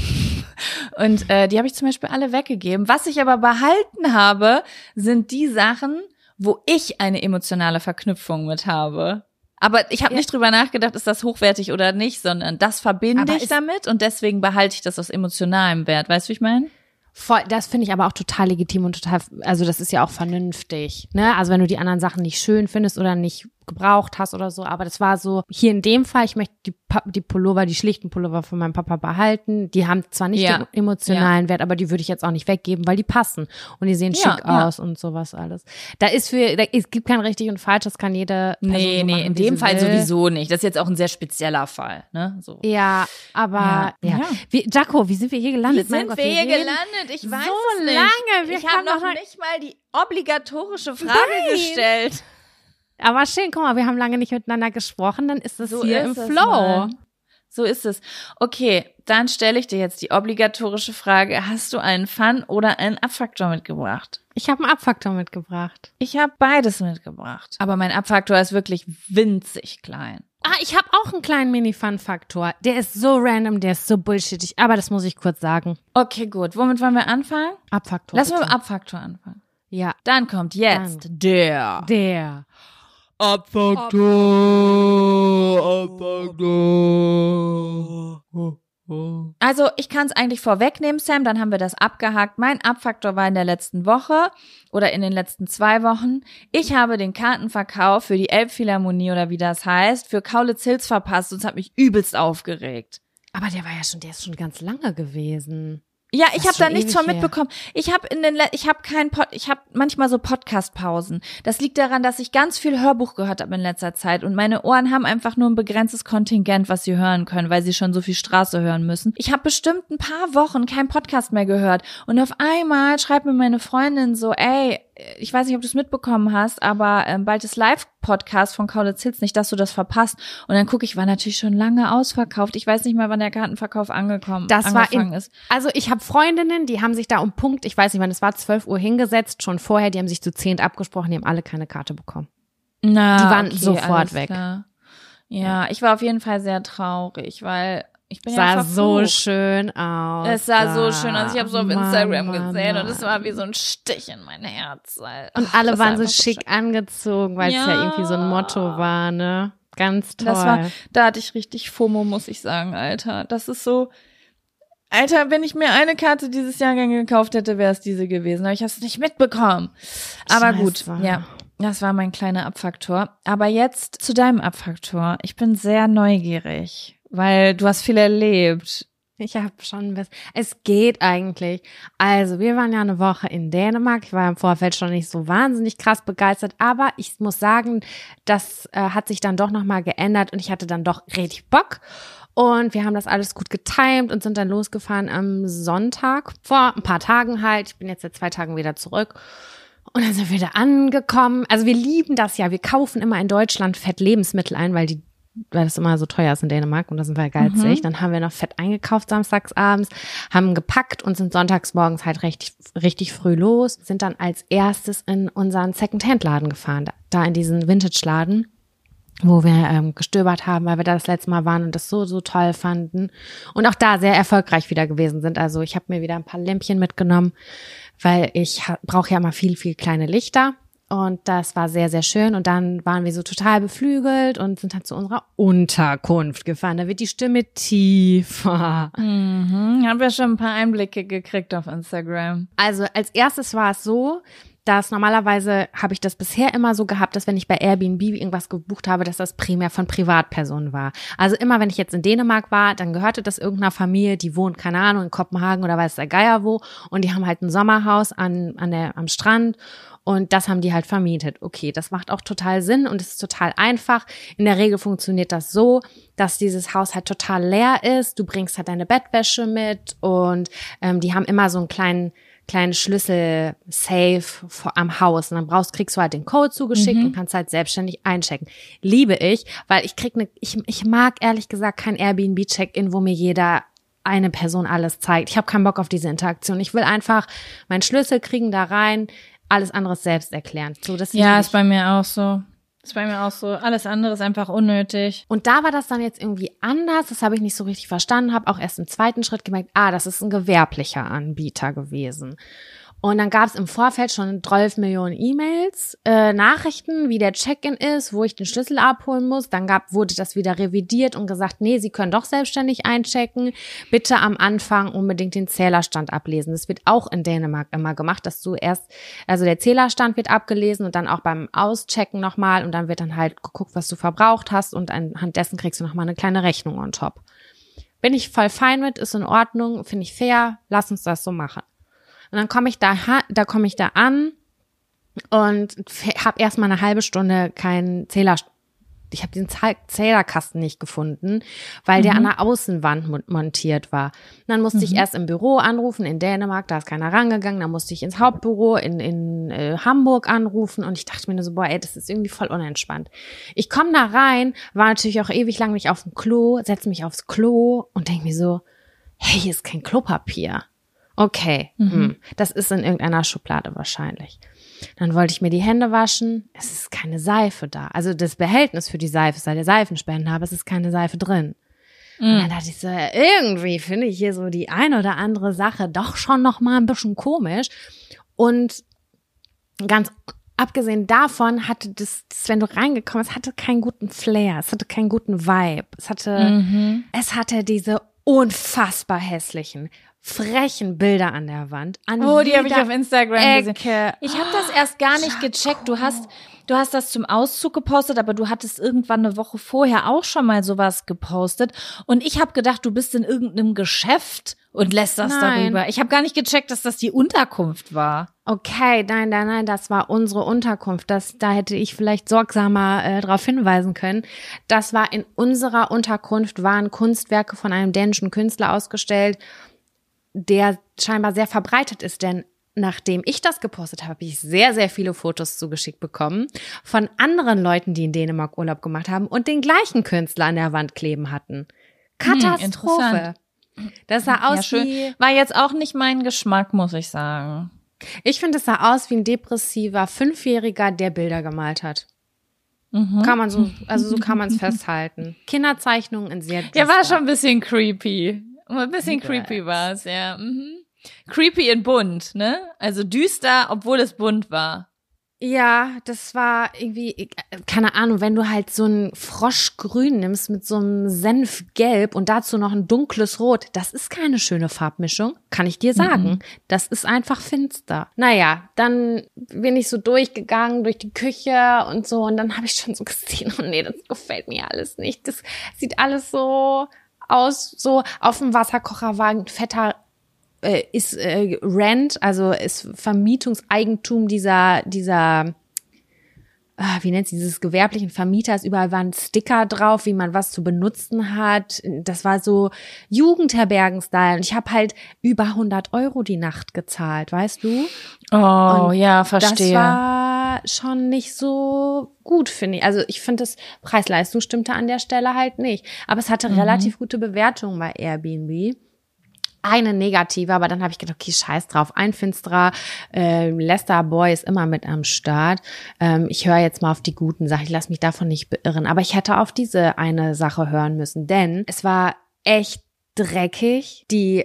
Und die habe ich zum Beispiel alle weggegeben. Was ich aber behalten habe, sind die Sachen, wo ich eine emotionale Verknüpfung mit habe. Aber ich habe nicht drüber nachgedacht, ist das hochwertig oder nicht, sondern das verbinde ich damit und deswegen behalte ich das aus emotionalem Wert. Weißt du, wie ich meine? Voll, das finde ich aber auch total legitim und total, also das ist ja auch vernünftig, ne? Also wenn du die anderen Sachen nicht schön findest oder nicht gebraucht hast oder so, aber das war so, hier in dem Fall, ich möchte die Pullover, die schlichten Pullover von meinem Papa behalten, die haben zwar nicht den emotionalen Wert, aber die würde ich jetzt auch nicht weggeben, weil die passen und die sehen schick aus und sowas alles. Es gibt kein richtig und falsch, das kann jede Person so machen, in dem Fall sowieso nicht. Das ist jetzt auch ein sehr spezieller Fall, ne? So. Ja, aber Jaco, wie sind wir hier gelandet? Wie sind wir hier gelandet? Ich weiß es nicht. Lange. Ich habe noch nicht mal die obligatorische Frage gestellt. Aber schön, guck mal, wir haben lange nicht miteinander gesprochen, dann ist es so hier im Flow. Mann. So ist es. Okay, dann stelle ich dir jetzt die obligatorische Frage. Hast du einen Fun- oder einen Abfaktor mitgebracht? Ich habe einen Abfaktor mitgebracht. Ich habe beides mitgebracht. Aber mein Abfaktor ist wirklich winzig klein. Ich habe auch einen kleinen Mini-Fun-Faktor. Der ist so random, der ist so bullshittig, aber das muss ich kurz sagen. Okay, gut. Womit wollen wir anfangen? Abfaktor. Lass mal mit dem Abfaktor anfangen. Ja. Dann kommt jetzt der Abfaktor. Also ich kann es eigentlich vorwegnehmen, Sam, dann haben wir das abgehakt. Mein Abfaktor war in der letzten Woche oder in den letzten 2 Wochen. Ich habe den Kartenverkauf für die Elbphilharmonie oder wie das heißt, für Kaulitz-Hills verpasst und es hat mich übelst aufgeregt. Aber der ist schon ganz lange gewesen. Ja, ich habe da nichts von mitbekommen. Ich habe manchmal so Podcast-Pausen. Das liegt daran, dass ich ganz viel Hörbuch gehört habe in letzter Zeit und meine Ohren haben einfach nur ein begrenztes Kontingent, was sie hören können, weil sie schon so viel Straße hören müssen. Ich habe bestimmt ein paar Wochen keinen Podcast mehr gehört und auf einmal schreibt mir meine Freundin so, ey, ich weiß nicht, ob du es mitbekommen hast, aber bald ist Live-Podcast von Kaulitz-Hills, nicht, dass du das verpasst. Und dann gucke ich, war natürlich schon lange ausverkauft. Ich weiß nicht mal, wann der Kartenverkauf angefangen ist. Also ich habe Freundinnen, die haben sich da um Punkt, ich weiß nicht wann, es war 12 Uhr hingesetzt, schon vorher, die haben sich zu 10 abgesprochen, die haben alle keine Karte bekommen. Die waren sofort weg. Klar. Ja, ich war auf jeden Fall sehr traurig, weil ich bin sah so schön aus. Es sah so schön aus. Ich habe es auf Instagram gesehen und es war wie so ein Stich in mein Herz. Und alle waren so schick angezogen, weil es ja irgendwie so ein Motto war, ne? Ganz toll. Da hatte ich richtig FOMO, muss ich sagen, Alter. Das ist so, Alter, wenn ich mir eine Karte dieses Jahrgang gekauft hätte, wäre es diese gewesen. Aber ich habe es nicht mitbekommen. Aber gut, ja. Das war mein kleiner Abfaktor. Aber jetzt zu deinem Abfaktor. Ich bin sehr neugierig. Weil du hast viel erlebt. Ich habe schon es geht eigentlich. Also, wir waren ja eine Woche in Dänemark. Ich war im Vorfeld schon nicht so wahnsinnig krass begeistert, aber ich muss sagen, das hat sich dann doch nochmal geändert und ich hatte dann doch richtig Bock. Und wir haben das alles gut getimt und sind dann losgefahren am Sonntag, vor ein paar Tagen halt. Ich bin jetzt seit 2 Tagen wieder zurück. Und dann sind wir da angekommen. Also wir lieben das ja. Wir kaufen immer in Deutschland fett Lebensmittel ein, weil das immer so teuer ist in Dänemark und da sind wir geizig. Dann haben wir noch fett eingekauft samstags abends, haben gepackt und sind sonntags morgens halt richtig früh los, sind dann als erstes in unseren Second-Hand-Laden gefahren, da in diesen Vintage-Laden, wo wir gestöbert haben, weil wir da das letzte Mal waren und das so toll fanden und auch da sehr erfolgreich wieder gewesen sind. Also ich habe mir wieder ein paar Lämpchen mitgenommen, weil ich brauche ja immer viel kleine Lichter. Und das war sehr, sehr schön. Und dann waren wir so total beflügelt und sind dann zu unserer Unterkunft gefahren. Da wird die Stimme tiefer. Haben wir schon ein paar Einblicke gekriegt auf Instagram. Also als erstes war es so, dass normalerweise habe ich das bisher immer so gehabt, dass wenn ich bei Airbnb irgendwas gebucht habe, dass das primär von Privatpersonen war. Also immer, wenn ich jetzt in Dänemark war, dann gehörte das irgendeiner Familie, die wohnt, keine Ahnung, in Kopenhagen oder weiß der Geier wo. Und die haben halt ein Sommerhaus am Strand. Und das haben die halt vermietet. Okay, das macht auch total Sinn und es ist total einfach. In der Regel funktioniert das so, dass dieses Haus halt total leer ist. Du bringst halt deine Bettwäsche mit und die haben immer so einen kleinen Schlüssel-Safe am Haus. Und dann kriegst du halt den Code zugeschickt und kannst halt selbstständig einchecken. Liebe ich, weil ich mag ehrlich gesagt kein Airbnb-Check-In, wo mir eine Person alles zeigt. Ich habe keinen Bock auf diese Interaktion. Ich will einfach meinen Schlüssel kriegen da rein, alles andere selbst erklären. So, das ist bei mir auch so. Alles andere ist einfach unnötig. Und da war das dann jetzt irgendwie anders. Das habe ich nicht so richtig verstanden. Habe auch erst im zweiten Schritt gemerkt, das ist ein gewerblicher Anbieter gewesen. Und dann gab es im Vorfeld schon 12 Millionen E-Mails, Nachrichten, wie der Check-in ist, wo ich den Schlüssel abholen muss. Dann wurde das wieder revidiert und gesagt, nee, Sie können doch selbstständig einchecken. Bitte am Anfang unbedingt den Zählerstand ablesen. Das wird auch in Dänemark immer gemacht, dass du also der Zählerstand wird abgelesen und dann auch beim Auschecken nochmal und dann wird dann halt geguckt, was du verbraucht hast und anhand dessen kriegst du nochmal eine kleine Rechnung on top. Bin ich voll fein mit, ist in Ordnung, finde ich fair, lass uns das so machen. Und dann komme ich da an und habe erstmal eine halbe Stunde keinen ich habe den Zählerkasten nicht gefunden, weil der an der Außenwand montiert war. Und dann musste ich erst im Büro anrufen in Dänemark, da ist keiner rangegangen. Dann musste ich ins Hauptbüro in Hamburg anrufen und ich dachte mir nur so, boah, ey, das ist irgendwie voll unentspannt. Ich komme da rein, war natürlich auch ewig lang nicht auf dem Klo, setze mich aufs Klo und denke mir so, hey, hier ist kein Klopapier. Okay, das ist in irgendeiner Schublade wahrscheinlich. Dann wollte ich mir die Hände waschen. Es ist keine Seife da. Also das Behältnis für die Seife ist der Seifenspender, aber es ist keine Seife drin. Und dann dachte ich so, irgendwie finde ich hier so die eine oder andere Sache doch schon noch mal ein bisschen komisch. Und ganz abgesehen davon hatte das, wenn du reingekommen bist, hatte keinen guten Flair. Es hatte keinen guten Vibe. Es hatte diese unfassbar hässlichen, frechen Bilder an der Wand. Die habe ich auf Instagram gesehen. Ich habe das erst gar nicht gecheckt. Du hast das zum Auszug gepostet, aber du hattest irgendwann eine Woche vorher auch schon mal sowas gepostet. Und ich habe gedacht, du bist in irgendeinem Geschäft und lässt das darüber. Ich habe gar nicht gecheckt, dass das die Unterkunft war. Okay, nein, das war unsere Unterkunft. Da hätte ich vielleicht sorgsamer darauf hinweisen können. Das war in unserer Unterkunft, waren Kunstwerke von einem dänischen Künstler ausgestellt, der scheinbar sehr verbreitet ist, denn nachdem ich das gepostet habe, habe ich sehr, sehr viele Fotos zugeschickt bekommen von anderen Leuten, die in Dänemark Urlaub gemacht haben und den gleichen Künstler an der Wand kleben hatten. Katastrophe. Das sah aus wie... War jetzt auch nicht mein Geschmack, muss ich sagen. Ich finde, es sah aus wie ein depressiver 5-Jähriger, der Bilder gemalt hat. Kann man so kann man es festhalten. Kinderzeichnungen in sehr düster. Ja, war schon ein bisschen creepy. Ein bisschen creepy war es, ja. Creepy in bunt, ne? Also düster, obwohl es bunt war. Ja, das war irgendwie, keine Ahnung, wenn du halt so ein Froschgrün nimmst mit so einem Senfgelb und dazu noch ein dunkles Rot, das ist keine schöne Farbmischung, kann ich dir sagen. Das ist einfach finster. Naja, dann bin ich so durchgegangen durch die Küche und so und dann habe ich schon so gesehen, oh nee, das gefällt mir alles nicht. Das sieht alles so aus, so auf dem Wasserkocher war ein fetter ist Rent, also ist Vermietungseigentum dieser wie nennt sie, dieses gewerblichen Vermieters, überall waren Sticker drauf, wie man was zu benutzen hat. Das war so Jugendherbergen-Style. Und ich habe halt über 100 € die Nacht gezahlt, weißt du? Oh, und ja, verstehe. Das war schon nicht so gut, finde ich. Also ich finde, das Preis-Leistung stimmte an der Stelle halt nicht. Aber es hatte relativ gute Bewertungen bei Airbnb. Eine negative, aber dann habe ich gedacht, okay, scheiß drauf. Ein finsterer Lester Boy ist immer mit am Start. Ich höre jetzt mal auf die guten Sachen. Ich lasse mich davon nicht beirren. Aber ich hätte auf diese eine Sache hören müssen, denn es war echt dreckig. Die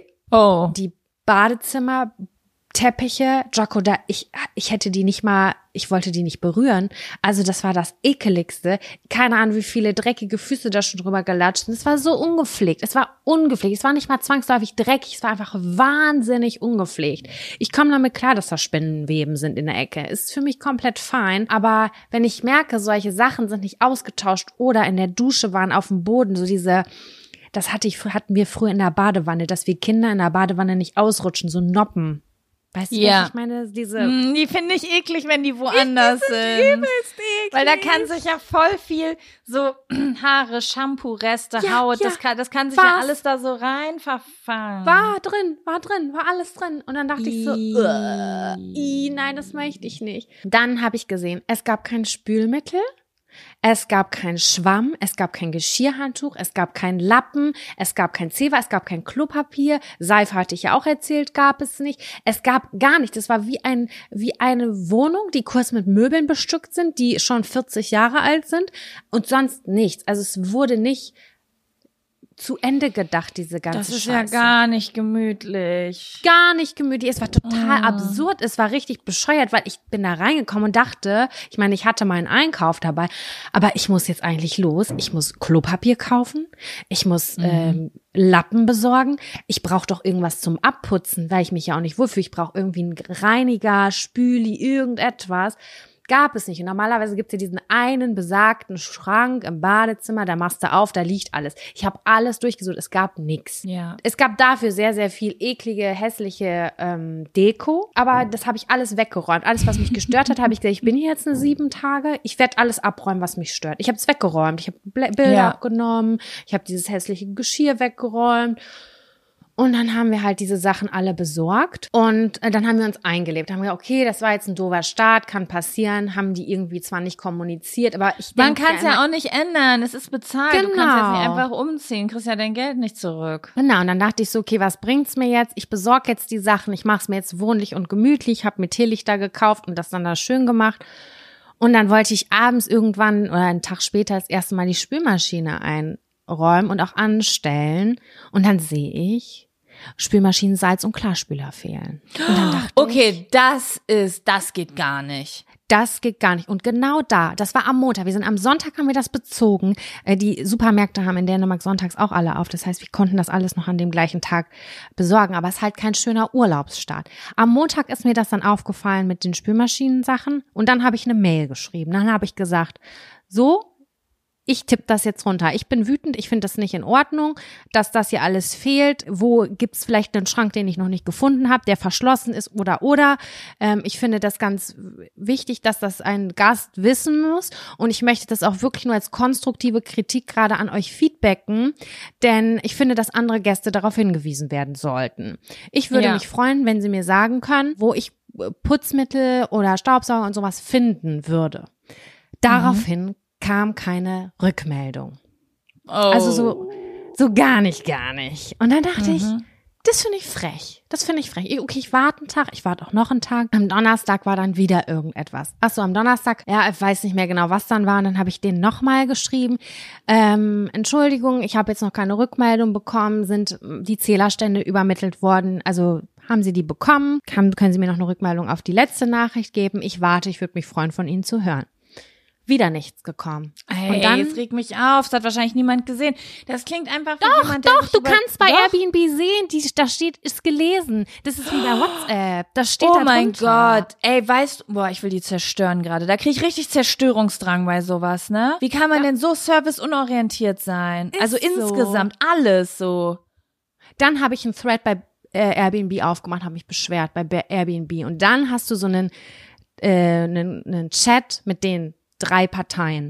Badezimmerteppiche, Jocko, ich hätte die nicht mal, ich wollte die nicht berühren. Also das war das Ekeligste. Keine Ahnung, wie viele dreckige Füße da schon drüber gelatscht sind. Es war so ungepflegt. Es war nicht mal zwangsläufig dreckig. Es war einfach wahnsinnig ungepflegt. Ich komme damit klar, dass da Spinnenweben sind in der Ecke. Ist für mich komplett fein. Aber wenn ich merke, solche Sachen sind nicht ausgetauscht oder in der Dusche waren auf dem Boden, so diese... Das hatten wir früher in der Badewanne, dass wir Kinder in der Badewanne nicht ausrutschen, so Noppen. Weißt du, was ich meine? Die finde ich eklig, wenn die woanders sind. Übelst eklig. Weil da kann sich ja voll viel so Haare, Shampoo-Reste, Haut, das kann sich ja alles da so rein verfangen. War alles drin. Und dann dachte ich so, nein, das möchte ich nicht. Dann habe ich gesehen, es gab kein Spülmittel. Es gab keinen Schwamm, es gab kein Geschirrhandtuch, es gab keinen Lappen, es gab kein Zewa, es gab kein Klopapier, Seife hatte ich ja auch erzählt, gab es nicht. Es gab gar nichts. Es war wie eine Wohnung, die kurz mit Möbeln bestückt sind, die schon 40 Jahre alt sind und sonst nichts. Also es wurde nicht zu Ende gedacht, diese ganze Das ist Scheiße. ja gar nicht gemütlich. Gar nicht gemütlich. Es war total absurd. Es war richtig bescheuert, weil ich bin da reingekommen und dachte, ich meine, ich hatte meinen Einkauf dabei, aber ich muss jetzt eigentlich los. Ich muss Klopapier kaufen. Ich muss Lappen besorgen. Ich brauche doch irgendwas zum Abputzen, weil ich mich ja auch nicht wohlfühle. Ich brauche irgendwie einen Reiniger, Spüli, irgendetwas. Gab es nicht. Und normalerweise gibt es ja diesen einen besagten Schrank im Badezimmer, da machst du auf, da liegt alles. Ich habe alles durchgesucht, es gab nichts. Ja. Es gab dafür sehr, sehr viel eklige, hässliche Deko, aber das habe ich alles weggeräumt. Alles, was mich gestört hat, habe ich gesagt, ich bin hier jetzt 7 Tage, ich werde alles abräumen, was mich stört. Ich habe es weggeräumt, ich habe Bilder abgenommen, ich habe dieses hässliche Geschirr weggeräumt. Und dann haben wir halt diese Sachen alle besorgt und dann haben wir uns eingelebt. Haben wir okay, das war jetzt ein doofer Start, kann passieren. Haben die irgendwie zwar nicht kommuniziert, aber ich denke, man kann es ja auch nicht ändern. Es ist bezahlt. Genau. Du kannst jetzt nicht einfach umziehen, kriegst ja dein Geld nicht zurück. Genau, und dann dachte ich so, okay, was bringt's mir jetzt? Ich besorge jetzt die Sachen, ich mache es mir jetzt wohnlich und gemütlich, habe mir Teelichter gekauft und das dann da schön gemacht. Und dann wollte ich abends irgendwann oder einen Tag später das erste Mal die Spülmaschine einräumen und auch anstellen. Und dann sehe ich, Spülmaschinen, Salz und Klarspüler fehlen. Und dann dachte ich, das geht gar nicht. das geht gar nicht. Und genau das war am Montag. Am Sonntag haben wir das bezogen. Die Supermärkte haben in Dänemark sonntags auch alle auf. Das heißt, wir konnten das alles noch an dem gleichen Tag besorgen. Aber es ist halt kein schöner Urlaubsstart. Am Montag ist mir das dann aufgefallen mit den Spülmaschinensachen. Und dann habe ich eine Mail geschrieben. Dann habe ich gesagt, so, ich tippe das jetzt runter. Ich bin wütend, ich finde das nicht in Ordnung, dass das hier alles fehlt. Wo gibt's vielleicht einen Schrank, den ich noch nicht gefunden habe, der verschlossen ist oder. Ich finde das ganz wichtig, dass das ein Gast wissen muss. Und ich möchte das auch wirklich nur als konstruktive Kritik gerade an euch feedbacken, denn ich finde, dass andere Gäste darauf hingewiesen werden sollten. Ich würde mich freuen, wenn sie mir sagen können, wo ich Putzmittel oder Staubsauger und sowas finden würde. Daraufhin kam keine Rückmeldung. Oh. Also so gar nicht. Und dann dachte ich, das finde ich frech. Okay, ich warte einen Tag, ich warte auch noch einen Tag. Am Donnerstag war dann wieder irgendetwas. Achso, am Donnerstag, ja, ich weiß nicht mehr genau, was dann war. Und dann habe ich denen nochmal geschrieben, Entschuldigung, ich habe jetzt noch keine Rückmeldung bekommen, sind die Zählerstände übermittelt worden, also haben Sie die bekommen? Können Sie mir noch eine Rückmeldung auf die letzte Nachricht geben? Ich warte, ich würde mich freuen, von Ihnen zu hören. Wieder nichts gekommen. Ey, und dann, jetzt regt mich auf, das hat wahrscheinlich niemand gesehen. Das klingt einfach wie jemand, Doch, du kannst bei Airbnb sehen, da steht, ist gelesen. Das ist wie bei WhatsApp, das steht da drunter. Oh mein Gott, ey, ich will die zerstören gerade. Da kriege ich richtig Zerstörungsdrang bei sowas, ne? Wie kann man denn so serviceunorientiert sein? Ist Also insgesamt alles so. Dann habe ich einen Thread bei Airbnb aufgemacht, habe mich beschwert bei Airbnb. Und dann hast du so einen Chat mit den 3 Parteien.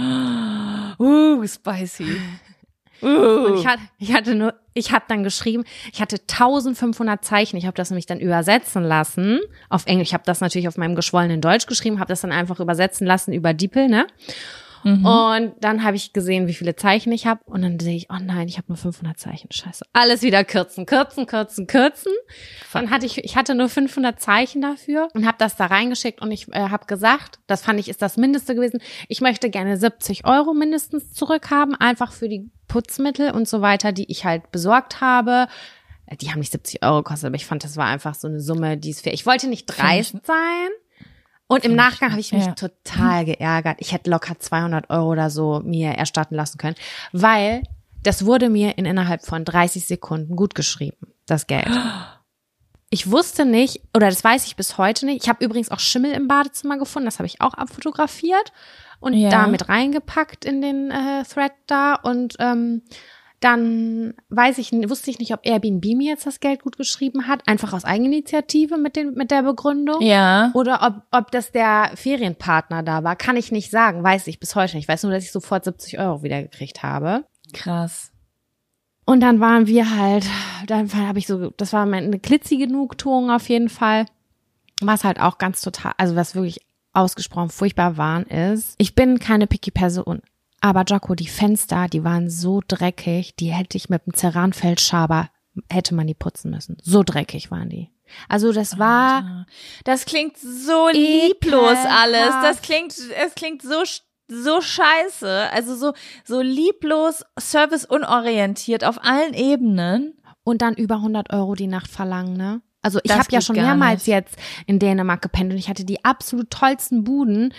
Spicy. Und ich habe dann geschrieben, ich hatte 1500 Zeichen, ich habe das nämlich dann übersetzen lassen auf Englisch. Ich habe das natürlich auf meinem geschwollenen Deutsch geschrieben, habe das dann einfach übersetzen lassen über DeepL, ne? Und dann habe ich gesehen, wie viele Zeichen ich habe und dann sehe ich, oh nein, ich habe nur 500 Zeichen, scheiße. Alles wieder kürzen. Dann ich hatte nur 500 Zeichen dafür und habe das da reingeschickt und ich habe gesagt, das fand ich ist das Mindeste gewesen, ich möchte gerne 70 € mindestens zurückhaben, einfach für die Putzmittel und so weiter, die ich halt besorgt habe. Die haben nicht 70 € gekostet, aber ich fand, das war einfach so eine Summe, die ist fair. Ich wollte nicht dreist sein. Und im Nachgang habe ich mich total geärgert. Ich hätte locker 200 € oder so mir erstatten lassen können, weil das wurde mir innerhalb von 30 Sekunden gut geschrieben, das Geld. Ich wusste nicht, oder das weiß ich bis heute nicht. Ich habe übrigens auch Schimmel im Badezimmer gefunden, das habe ich auch abfotografiert und da mit reingepackt in den Thread da und dann wusste ich nicht, ob Airbnb mir jetzt das Geld gut geschrieben hat, einfach aus Eigeninitiative mit der Begründung. Ja. Oder ob das der Ferienpartner da war, kann ich nicht sagen, weiß ich bis heute nicht. Ich weiß nur, dass ich sofort 70 € wieder gekriegt habe. Krass. Und dann waren wir halt, das war eine klitzige Genugtuung auf jeden Fall. Was halt auch ganz total, also was wirklich ausgesprochen furchtbar ist, ich bin keine picky Person. Aber Jocko, die Fenster, die waren so dreckig, die hätte ich mit dem Ceranfeldschaber, hätte man die putzen müssen. So dreckig waren die. Also das war... Das klingt so lieblos alles. Es klingt so so scheiße, also so lieblos, serviceunorientiert auf allen Ebenen. Und dann über 100 € die Nacht verlangen, ne? Also ich Das habe ja geht schon gar mehrmals nicht. jetzt in Dänemark gepennt und ich hatte die absolut tollsten Buden,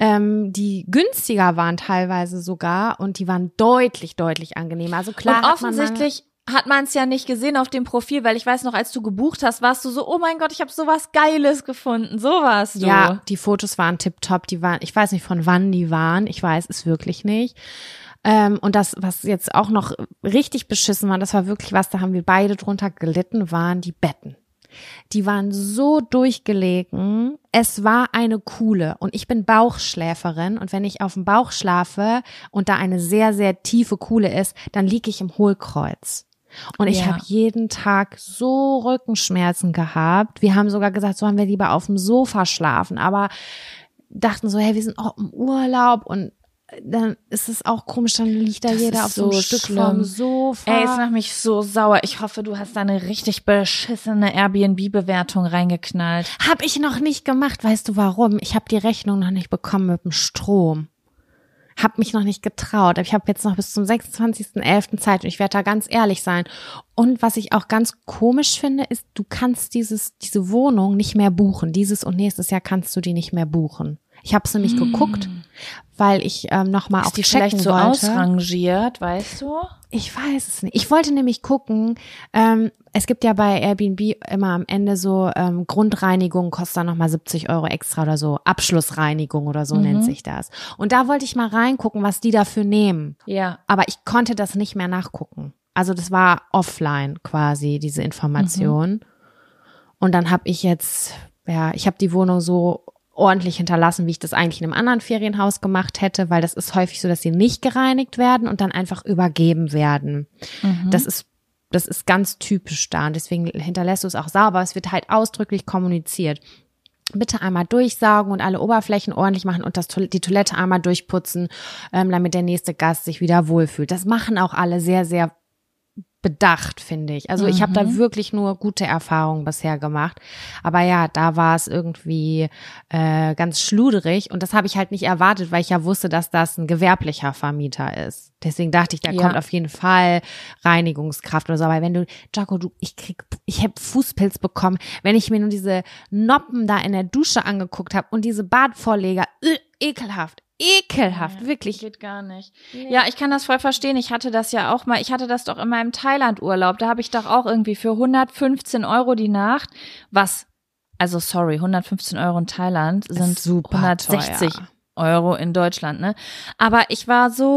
die günstiger waren teilweise sogar und die waren deutlich, deutlich angenehmer. Also klar. Und offensichtlich hat man es ja nicht gesehen auf dem Profil, weil ich weiß noch, als du gebucht hast, warst du so, oh mein Gott, ich habe sowas Geiles gefunden, so warst du. Ja, die Fotos waren tipptopp, die waren, ich weiß nicht von wann die waren, ich weiß es wirklich nicht. Und das, was jetzt auch noch richtig beschissen war, das war wirklich was, da haben wir beide drunter gelitten, waren die Betten. Die waren so durchgelegen. Es war eine Kuhle und ich bin Bauchschläferin und wenn ich auf dem Bauch schlafe und da eine sehr, sehr tiefe Kuhle ist, dann liege ich im Hohlkreuz. Und ich habe jeden Tag so Rückenschmerzen gehabt. Wir haben sogar gesagt, sollen wir lieber auf dem Sofa schlafen, aber dachten so, hey, wir sind auch im Urlaub und dann ist es auch komisch, dann liegt da Das jeder ist auf so einem Stück schlimm. vom Sofa. Ey, es macht mich so sauer. Ich hoffe, du hast da eine richtig beschissene Airbnb-Bewertung reingeknallt. Hab ich noch nicht gemacht. Weißt du warum? Ich habe die Rechnung noch nicht bekommen mit dem Strom. Hab mich noch nicht getraut. Ich habe jetzt noch bis zum 26.11. Zeit und ich werde da ganz ehrlich sein. Und was ich auch ganz komisch finde, ist, du kannst diese Wohnung nicht mehr buchen. Dieses und nächstes Jahr kannst du die nicht mehr buchen. Ich habe es nämlich geguckt, weil ich nochmal auch Ist die checken vielleicht so wollte. ausrangiert, weißt du? Ich weiß es nicht. Ich wollte nämlich gucken, es gibt ja bei Airbnb immer am Ende so Grundreinigung, kostet dann nochmal 70 € extra oder so. Abschlussreinigung oder so nennt sich das. Und da wollte ich mal reingucken, was die dafür nehmen. Ja. Aber ich konnte das nicht mehr nachgucken. Also das war offline quasi, diese Information. Und dann habe ich jetzt, ich habe die Wohnung so ordentlich hinterlassen, wie ich das eigentlich in einem anderen Ferienhaus gemacht hätte, weil das ist häufig so, dass sie nicht gereinigt werden und dann einfach übergeben werden. Das ist ganz typisch da und deswegen hinterlässt du es auch sauber. Es wird halt ausdrücklich kommuniziert. Bitte einmal durchsaugen und alle Oberflächen ordentlich machen und die Toilette einmal durchputzen, damit der nächste Gast sich wieder wohlfühlt. Das machen auch alle sehr, sehr bedacht, finde ich. Also ich habe da wirklich nur gute Erfahrungen bisher gemacht. Aber ja, da war es irgendwie ganz schluderig und das habe ich halt nicht erwartet, weil ich ja wusste, dass das ein gewerblicher Vermieter ist. Deswegen dachte ich, da kommt auf jeden Fall Reinigungskraft oder so. Aber wenn du, Jaco, ich habe Fußpilz bekommen, wenn ich mir nur diese Noppen da in der Dusche angeguckt habe und diese Badvorleger, ekelhaft. Ekelhaft, wirklich. Geht gar nicht. Nee. Ja, ich kann das voll verstehen. Ich hatte das ja auch mal, ich hatte das doch in meinem Thailand-Urlaub. Da habe ich doch auch irgendwie für 115 € die Nacht, 115 € in Thailand sind super 160 teuer. € in Deutschland, ne? Aber ich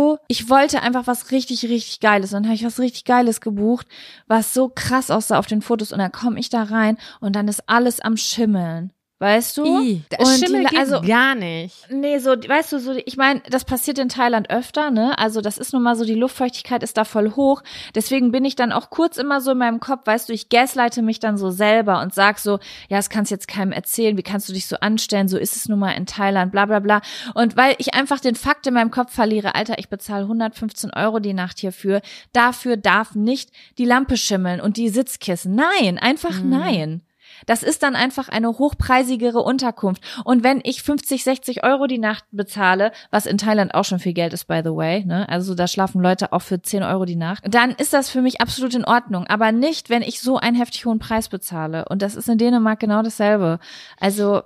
wollte einfach was richtig, richtig Geiles. Und dann habe ich was richtig Geiles gebucht, was so krass aussah auf den Fotos. Und dann komme ich da rein und dann ist alles am Schimmeln. Weißt du? Schimmel geht gar nicht. Nee, so, weißt du, so, ich meine, das passiert in Thailand öfter, ne? Also das ist nun mal so, die Luftfeuchtigkeit ist da voll hoch. Deswegen bin ich dann auch kurz immer so in meinem Kopf, weißt du, ich gaslighte mich dann so selber und sag so, ja, das kannst du jetzt keinem erzählen, wie kannst du dich so anstellen, so ist es nun mal in Thailand, bla bla bla. Und weil ich einfach den Fakt in meinem Kopf verliere, Alter, ich bezahle 115 € die Nacht hierfür, dafür darf nicht die Lampe schimmeln und die Sitzkissen. Nein, einfach nein. Das ist dann einfach eine hochpreisigere Unterkunft. Und wenn ich 50, 60 € die Nacht bezahle, was in Thailand auch schon viel Geld ist, by the way, ne? Also da schlafen Leute auch für 10 € die Nacht. Dann ist das für mich absolut in Ordnung. Aber nicht, wenn ich so einen heftig hohen Preis bezahle. Und das ist in Dänemark genau dasselbe. Also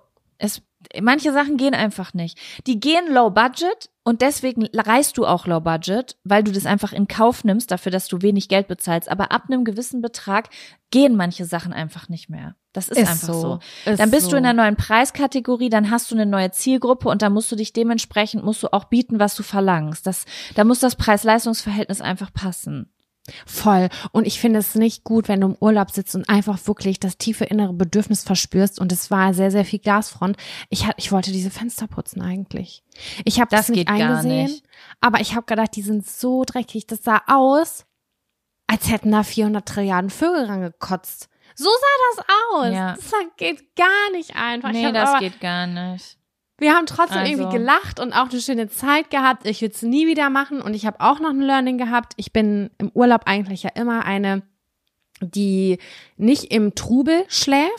manche Sachen gehen einfach nicht. Die gehen low budget und deswegen reist du auch low budget, weil du das einfach in Kauf nimmst dafür, dass du wenig Geld bezahlst. Aber ab einem gewissen Betrag gehen manche Sachen einfach nicht mehr. Das ist einfach so. Dann bist du in einer neuen Preiskategorie, dann hast du eine neue Zielgruppe und dann musst du dich dementsprechend, musst du auch bieten, was du verlangst. Da muss das Preis-Leistungs-Verhältnis einfach passen. Voll. Und ich finde es nicht gut, wenn du im Urlaub sitzt und einfach wirklich das tiefe innere Bedürfnis verspürst. Und es war sehr, sehr viel Glasfront. Ich wollte diese Fenster putzen eigentlich. Ich habe das nicht eingesehen, aber ich habe gedacht, die sind so dreckig. Das sah aus, als hätten da 400 Trilliarden Vögel rangekotzt. So sah das aus. Ja. Das geht gar nicht einfach. Nee, das geht gar nicht. Wir haben trotzdem irgendwie gelacht und auch eine schöne Zeit gehabt. Ich würde es nie wieder machen und ich habe auch noch ein Learning gehabt. Ich bin im Urlaub eigentlich ja immer eine, die nicht im Trubel schläft.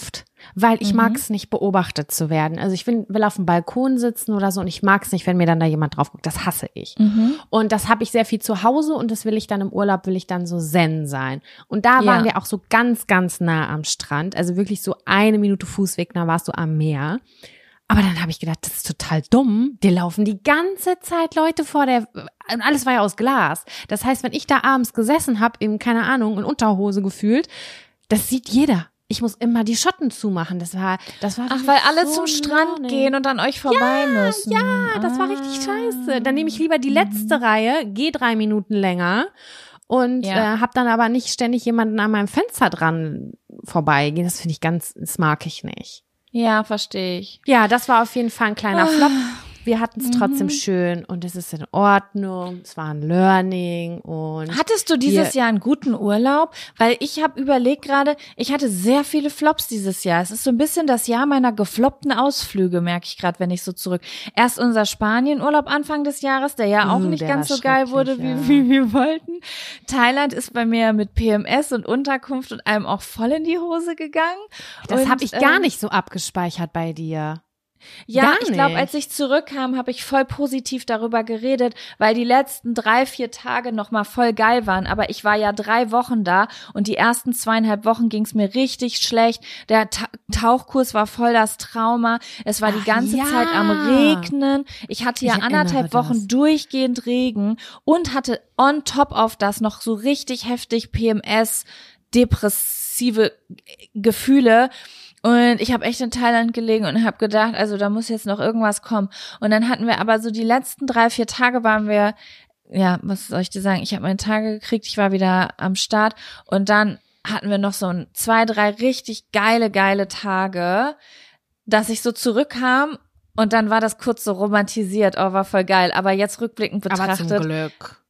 weil ich mag es nicht, beobachtet zu werden. Also ich will auf dem Balkon sitzen oder so und ich mag es nicht, wenn mir dann da jemand drauf guckt. Das hasse ich. Und das habe ich sehr viel zu Hause und das will ich dann im Urlaub, will ich dann so zen sein. Und da waren wir auch so ganz, ganz nah am Strand. Also wirklich so 1 Minute Fußweg, da warst du am Meer. Aber dann habe ich gedacht, das ist total dumm. Dir laufen die ganze Zeit Leute vor und alles war ja aus Glas. Das heißt, wenn ich da abends gesessen habe, eben, keine Ahnung, in Unterhose gefühlt, das sieht jeder. Ich muss immer die Schotten zumachen. Das war Ach, weil alle so zum Strand gehen und an euch vorbei müssen. Ja, das war richtig scheiße. Dann nehme ich lieber die letzte Reihe, gehe 3 Minuten länger und habe dann aber nicht ständig jemanden an meinem Fenster dran vorbeigehen. Das finde ich das mag ich nicht. Ja, verstehe ich. Ja, das war auf jeden Fall ein kleiner Flop. Wir hatten es trotzdem schön und es ist in Ordnung. Es war ein Learning und hattest du dieses Jahr einen guten Urlaub? Weil ich habe überlegt gerade, ich hatte sehr viele Flops dieses Jahr. Es ist so ein bisschen das Jahr meiner gefloppten Ausflüge, merke ich gerade, wenn ich so zurück. Erst unser Spanienurlaub Anfang des Jahres, der ja auch nicht ganz so geil wurde, wie wir wollten. Thailand ist bei mir mit PMS und Unterkunft und allem auch voll in die Hose gegangen. Das habe ich gar nicht so abgespeichert bei dir. Ja, ich glaube, als ich zurückkam, habe ich voll positiv darüber geredet, weil die letzten 3-4 Tage nochmal voll geil waren. Aber ich war ja 3 Wochen da und die ersten 2,5 Wochen ging es mir richtig schlecht. Der Tauchkurs war voll das Trauma. Es war die ganze Zeit am Regnen. Ich hatte ja 1,5 Wochen durchgehend Regen und hatte on top auf das noch so richtig heftig PMS, depressive Gefühle. Und ich habe echt in Thailand gelegen und habe gedacht, also da muss jetzt noch irgendwas kommen. Und dann hatten wir aber so die letzten 3-4 Tage waren wir, ja, was soll ich dir sagen, ich habe meine Tage gekriegt, ich war wieder am Start und dann hatten wir noch so 2-3 richtig geile Tage, dass ich so zurückkam und dann war das kurz so romantisiert, oh, war voll geil. Aber jetzt rückblickend betrachtet, aber zum Glück.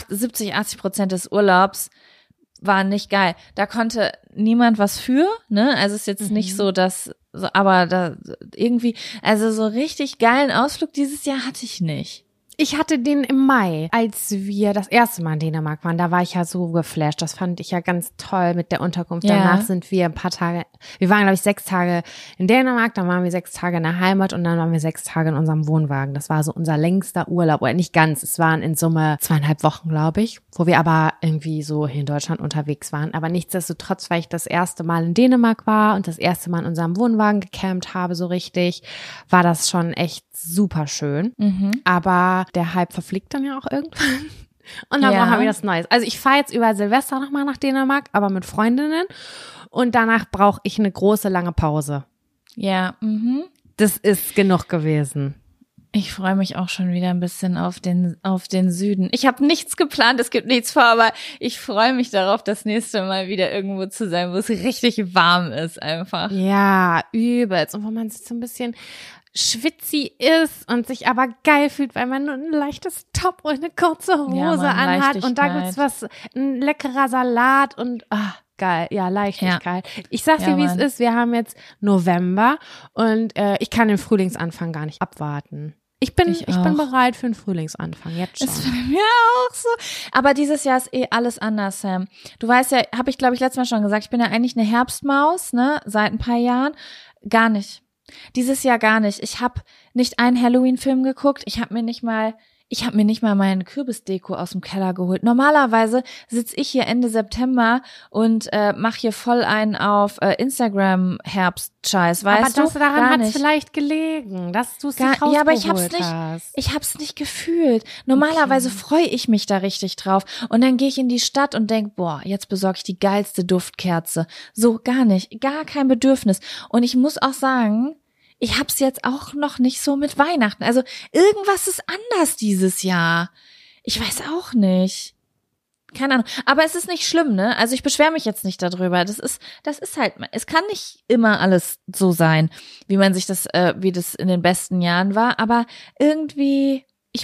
70-80% des Urlaubs war nicht geil. Da konnte niemand was für, ne? Also ist jetzt nicht so, dass, so, aber da irgendwie, also so richtig geilen Ausflug dieses Jahr hatte ich nicht. Ich hatte den im Mai, als wir das erste Mal in Dänemark waren. Da war ich ja so geflasht. Das fand ich ja ganz toll mit der Unterkunft. Ja. Danach sind wir ein paar Tage, wir waren, glaube ich, 6 Tage in Dänemark, dann waren wir 6 Tage in der Heimat und dann waren wir 6 Tage in unserem Wohnwagen. Das war so unser längster Urlaub. Oder nicht ganz, es waren in Summe 2,5 Wochen, glaube ich, wo wir aber irgendwie so hier in Deutschland unterwegs waren. Aber nichtsdestotrotz, weil ich das erste Mal in Dänemark war und das erste Mal in unserem Wohnwagen gecampt habe, so richtig, war das schon echt super schön. Aber der Hype verfliegt dann ja auch irgendwann. Und dann brauchen wir wieder was Neues. Also ich fahre jetzt über Silvester nochmal nach Dänemark, aber mit Freundinnen. Und danach brauche ich eine große, lange Pause. Ja, Das ist genug gewesen. Ich freue mich auch schon wieder ein bisschen auf den Süden. Ich habe nichts geplant, es gibt nichts vor, aber ich freue mich darauf, das nächste Mal wieder irgendwo zu sein, wo es richtig warm ist einfach. Ja, übelst. Und wo man sich so ein bisschen schwitzi ist und sich aber geil fühlt, weil man nur ein leichtes Top und eine kurze Hose anhat und da gibt's ein leckerer Salat und geil, ja, Leichtigkeit. Ja. Ich sag's dir, wie es ist, wir haben jetzt November und ich kann den Frühlingsanfang gar nicht abwarten. Ich bin bereit für den Frühlingsanfang, jetzt schon. Ist bei mir auch so. Aber dieses Jahr ist alles anders, Sam. Du weißt ja, habe ich glaube ich letztes Mal schon gesagt, ich bin ja eigentlich eine Herbstmaus, ne, seit ein paar Jahren. Gar nicht. Dieses Jahr gar nicht. Ich habe nicht einen Halloween-Film geguckt. Ich habe mir nicht mal meine Kürbisdeko aus dem Keller geholt. Normalerweise sitze ich hier Ende September und mache hier voll einen auf Instagram-Herbst-Scheiß, weißt du? Aber daran hat es vielleicht gelegen, dass du es nicht rausgeholt ja, aber hast. Ich hab's nicht gefühlt. Normalerweise freue ich mich da richtig drauf. Und dann gehe ich in die Stadt und denk, boah, jetzt besorge ich die geilste Duftkerze. So, gar nicht. Gar kein Bedürfnis. Und ich muss auch sagen, ich hab's jetzt auch noch nicht so mit Weihnachten. Also irgendwas ist anders dieses Jahr. Ich weiß auch nicht. Keine Ahnung. Aber es ist nicht schlimm, ne? Also ich beschwere mich jetzt nicht darüber. Das ist halt, es kann nicht immer alles so sein, wie man sich das, wie das in den besten Jahren war. Aber irgendwie, ich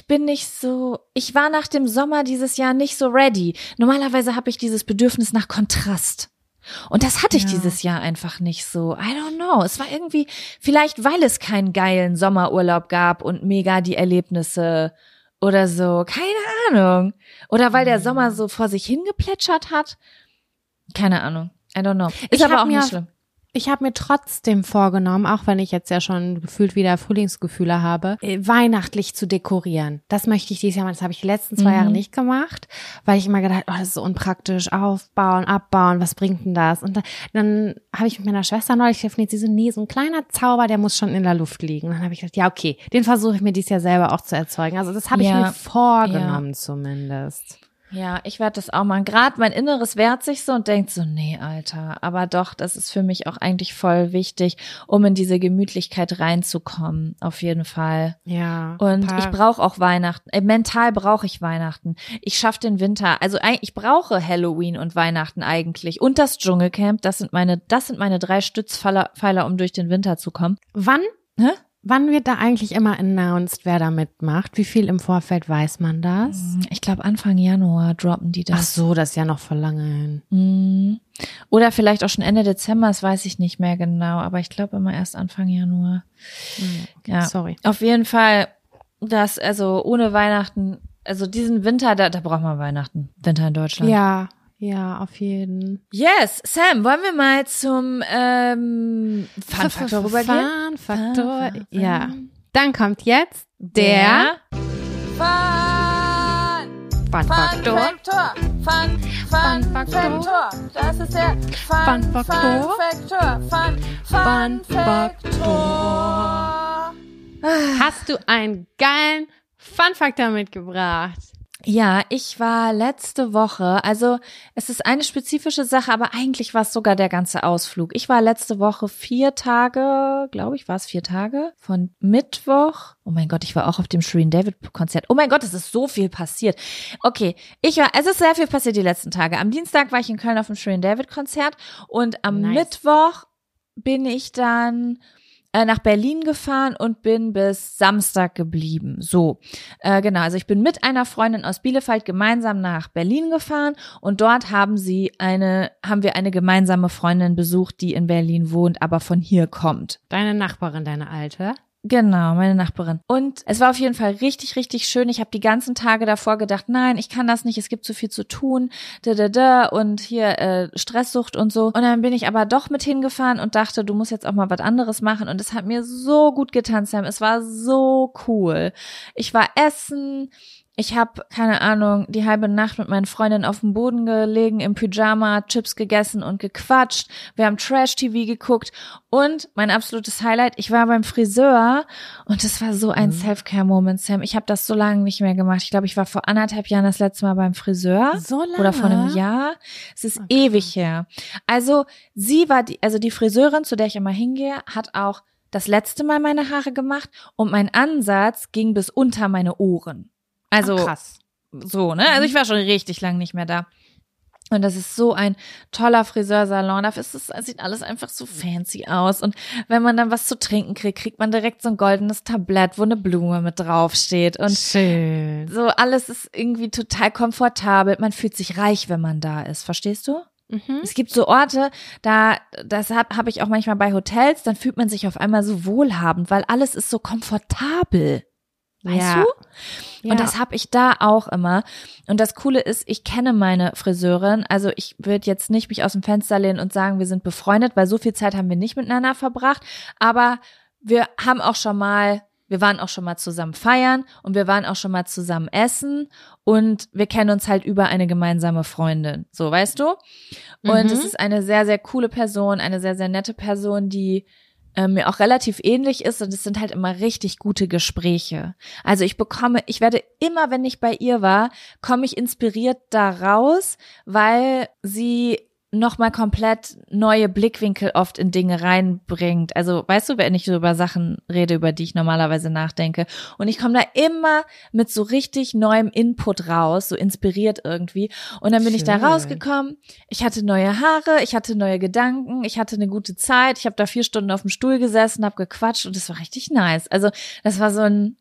war nach dem Sommer dieses Jahr nicht so ready. Normalerweise habe ich dieses Bedürfnis nach Kontrast. Und das hatte ich dieses Jahr einfach nicht so. I don't know. Es war irgendwie, vielleicht weil es keinen geilen Sommerurlaub gab und mega die Erlebnisse oder so. Keine Ahnung. Oder weil der Sommer so vor sich hingeplätschert hat. Keine Ahnung. I don't know. Ist aber auch nicht schlimm. Ich habe mir trotzdem vorgenommen, auch wenn ich jetzt ja schon gefühlt wieder Frühlingsgefühle habe, weihnachtlich zu dekorieren. Das möchte ich dieses Jahr machen. Das habe ich die letzten 2 Jahre nicht gemacht, weil ich immer gedacht, oh, das ist so unpraktisch. Aufbauen, abbauen, was bringt denn das? Und dann habe ich mit meiner Schwester neulich telefoniert. Sie so, nee, so ein kleiner Zauber, der muss schon in der Luft liegen. Und dann habe ich gedacht, ja, okay, den versuche ich mir dieses Jahr selber auch zu erzeugen. Also das habe ich mir vorgenommen zumindest. Ja, ich werde das auch machen. Gerade mein Inneres wehrt sich so und denkt so, nee, Alter. Aber doch, das ist für mich auch eigentlich voll wichtig, um in diese Gemütlichkeit reinzukommen. Auf jeden Fall. Ja. Und ich brauche auch Weihnachten. Mental brauche ich Weihnachten. Ich schaffe den Winter. Also ich brauche Halloween und Weihnachten eigentlich. Und das Dschungelcamp. Das sind meine 3 Stützpfeiler, um durch den Winter zu kommen. Wann? Wann wird da eigentlich immer announced, wer da mitmacht? Wie viel im Vorfeld weiß man das? Ich glaube Anfang Januar droppen die das. Ach so, das ist ja noch voll lange hin. Oder vielleicht auch schon Ende Dezember, das weiß ich nicht mehr genau. Aber ich glaube immer erst Anfang Januar. Okay, ja, sorry. Auf jeden Fall, also ohne Weihnachten, also diesen Winter, da braucht man Weihnachten. Winter in Deutschland. Ja, auf jeden. Yes, Sam, wollen wir mal zum Fun-Faktor rübergehen? Fun-Faktor, ja. Dann kommt jetzt der Fun-Faktor. Fun-Faktor. Das ist der Fun-Faktor. Fun-Faktor. Hast du einen geilen Fun-Faktor mitgebracht? Ja, ich war letzte Woche, also es ist eine spezifische Sache, aber eigentlich war es sogar der ganze Ausflug. Ich war letzte Woche 4 Tage, glaube ich, war es 4 Tage, von Mittwoch. Oh mein Gott, ich war auch auf dem Shirin David Konzert. Oh mein Gott, es ist so viel passiert. Okay, es ist sehr viel passiert die letzten Tage. Am Dienstag war ich in Köln auf dem Shirin David Konzert und am Mittwoch bin ich dann nach Berlin gefahren und bin bis Samstag geblieben. So, genau. Also ich bin mit einer Freundin aus Bielefeld gemeinsam nach Berlin gefahren und dort haben wir eine gemeinsame Freundin besucht, die in Berlin wohnt, aber von hier kommt. Deine Nachbarin, deine Alte? Genau, meine Nachbarin. Und es war auf jeden Fall richtig, richtig schön. Ich habe die ganzen Tage davor gedacht, nein, ich kann das nicht, es gibt so viel zu tun, und hier Stresssucht und so. Und dann bin ich aber doch mit hingefahren und dachte, du musst jetzt auch mal was anderes machen. Und es hat mir so gut getan, Sam. Es war so cool. Ich war essen. Ich habe, keine Ahnung, die halbe Nacht mit meinen Freundinnen auf dem Boden gelegen, im Pyjama, Chips gegessen und gequatscht. Wir haben Trash-TV geguckt und mein absolutes Highlight, ich war beim Friseur und das war so ein Self-Care-Moment, Sam. Ich habe das so lange nicht mehr gemacht. Ich glaube, ich war vor 1,5 Jahren das letzte Mal beim Friseur. So lange? Oder vor einem Jahr. Es ist ewig her. Also sie war die Friseurin, zu der ich immer hingehe, hat auch das letzte Mal meine Haare gemacht und mein Ansatz ging bis unter meine Ohren. Also, krass. So, ne? Also ich war schon richtig lang nicht mehr da. Und das ist so ein toller Friseursalon. Da sieht alles einfach so fancy aus. Und wenn man dann was zu trinken kriegt, kriegt man direkt so ein goldenes Tablett, wo eine Blume mit draufsteht. Und schön. So alles ist irgendwie total komfortabel. Man fühlt sich reich, wenn man da ist. Verstehst du? Mhm. Es gibt so Orte, das habe ich auch manchmal bei Hotels, dann fühlt man sich auf einmal so wohlhabend, weil alles ist so komfortabel. Weißt du? Ja. Und das habe ich da auch immer. Und das Coole ist, ich kenne meine Friseurin. Also ich würde jetzt nicht mich aus dem Fenster lehnen und sagen, wir sind befreundet, weil so viel Zeit haben wir nicht miteinander verbracht. Aber wir waren auch schon mal zusammen feiern und wir waren auch schon mal zusammen essen und wir kennen uns halt über eine gemeinsame Freundin. So, weißt du? Und es ist eine sehr, sehr coole Person, eine sehr, sehr nette Person, die mir auch relativ ähnlich ist und es sind halt immer richtig gute Gespräche. Also ich werde immer, wenn ich bei ihr war, komme ich inspiriert da raus, weil sie nochmal komplett neue Blickwinkel oft in Dinge reinbringt. Also weißt du, wenn ich so über Sachen rede, über die ich normalerweise nachdenke. Und ich komme da immer mit so richtig neuem Input raus, so inspiriert irgendwie. Und dann bin ich da rausgekommen. Ich hatte neue Haare, ich hatte neue Gedanken, ich hatte eine gute Zeit. Ich habe da 4 Stunden auf dem Stuhl gesessen, habe gequatscht und das war richtig nice. Also das war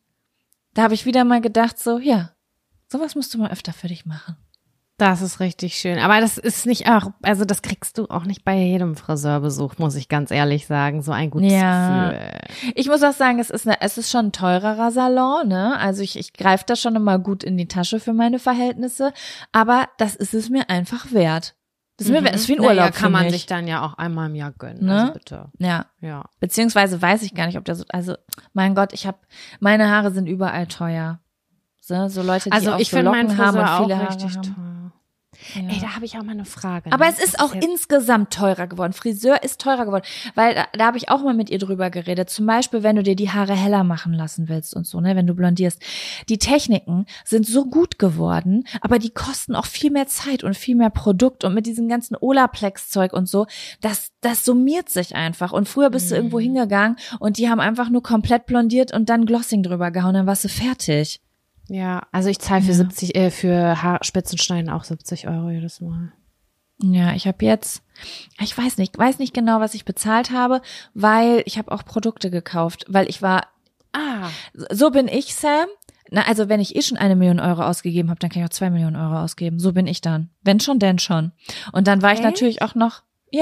da habe ich wieder mal gedacht so, ja, sowas musst du mal öfter für dich machen. Das ist richtig schön. Aber das ist nicht auch, also das kriegst du auch nicht bei jedem Friseurbesuch, muss ich ganz ehrlich sagen, so ein gutes Gefühl. Ich muss auch sagen, es ist schon ein teurerer Salon, ne? Also ich greife da schon immer gut in die Tasche für meine Verhältnisse, aber das ist es mir einfach wert. Das ist wie ein Urlaub für kann man mich. sich dann ja auch einmal im Jahr gönnen, Ne? also bitte. Ja. Beziehungsweise weiß ich gar nicht, ob der so, also mein Gott, meine Haare sind überall teuer. So Leute, die Also auch ich so finde Locken meinen haben Friseur und viele auch Haare richtig haben. teuer. Ja. Ey, da habe ich auch mal eine Frage. Aber ne? es ist auch insgesamt teurer geworden. Friseur ist teurer geworden, weil da habe ich auch mal mit ihr drüber geredet. Zum Beispiel, wenn du dir die Haare heller machen lassen willst und so, ne, wenn du blondierst. Die Techniken sind so gut geworden, aber die kosten auch viel mehr Zeit und viel mehr Produkt und mit diesem ganzen Olaplex-Zeug und so, das summiert sich einfach. Und früher bist du irgendwo hingegangen und die haben einfach nur komplett blondiert und dann Glossing drüber gehauen, dann warst du fertig. Ja, also ich zahle für Haarspitzenschneiden auch 70 € jedes Mal. Ja, ich weiß nicht genau, was ich bezahlt habe, weil ich habe auch Produkte gekauft, weil ich war, so bin ich, Sam. Na, also wenn ich schon 1 Million Euro ausgegeben habe, dann kann ich auch 2 Millionen Euro ausgeben. So bin ich dann. Wenn schon, denn schon. Und dann war ich natürlich auch noch,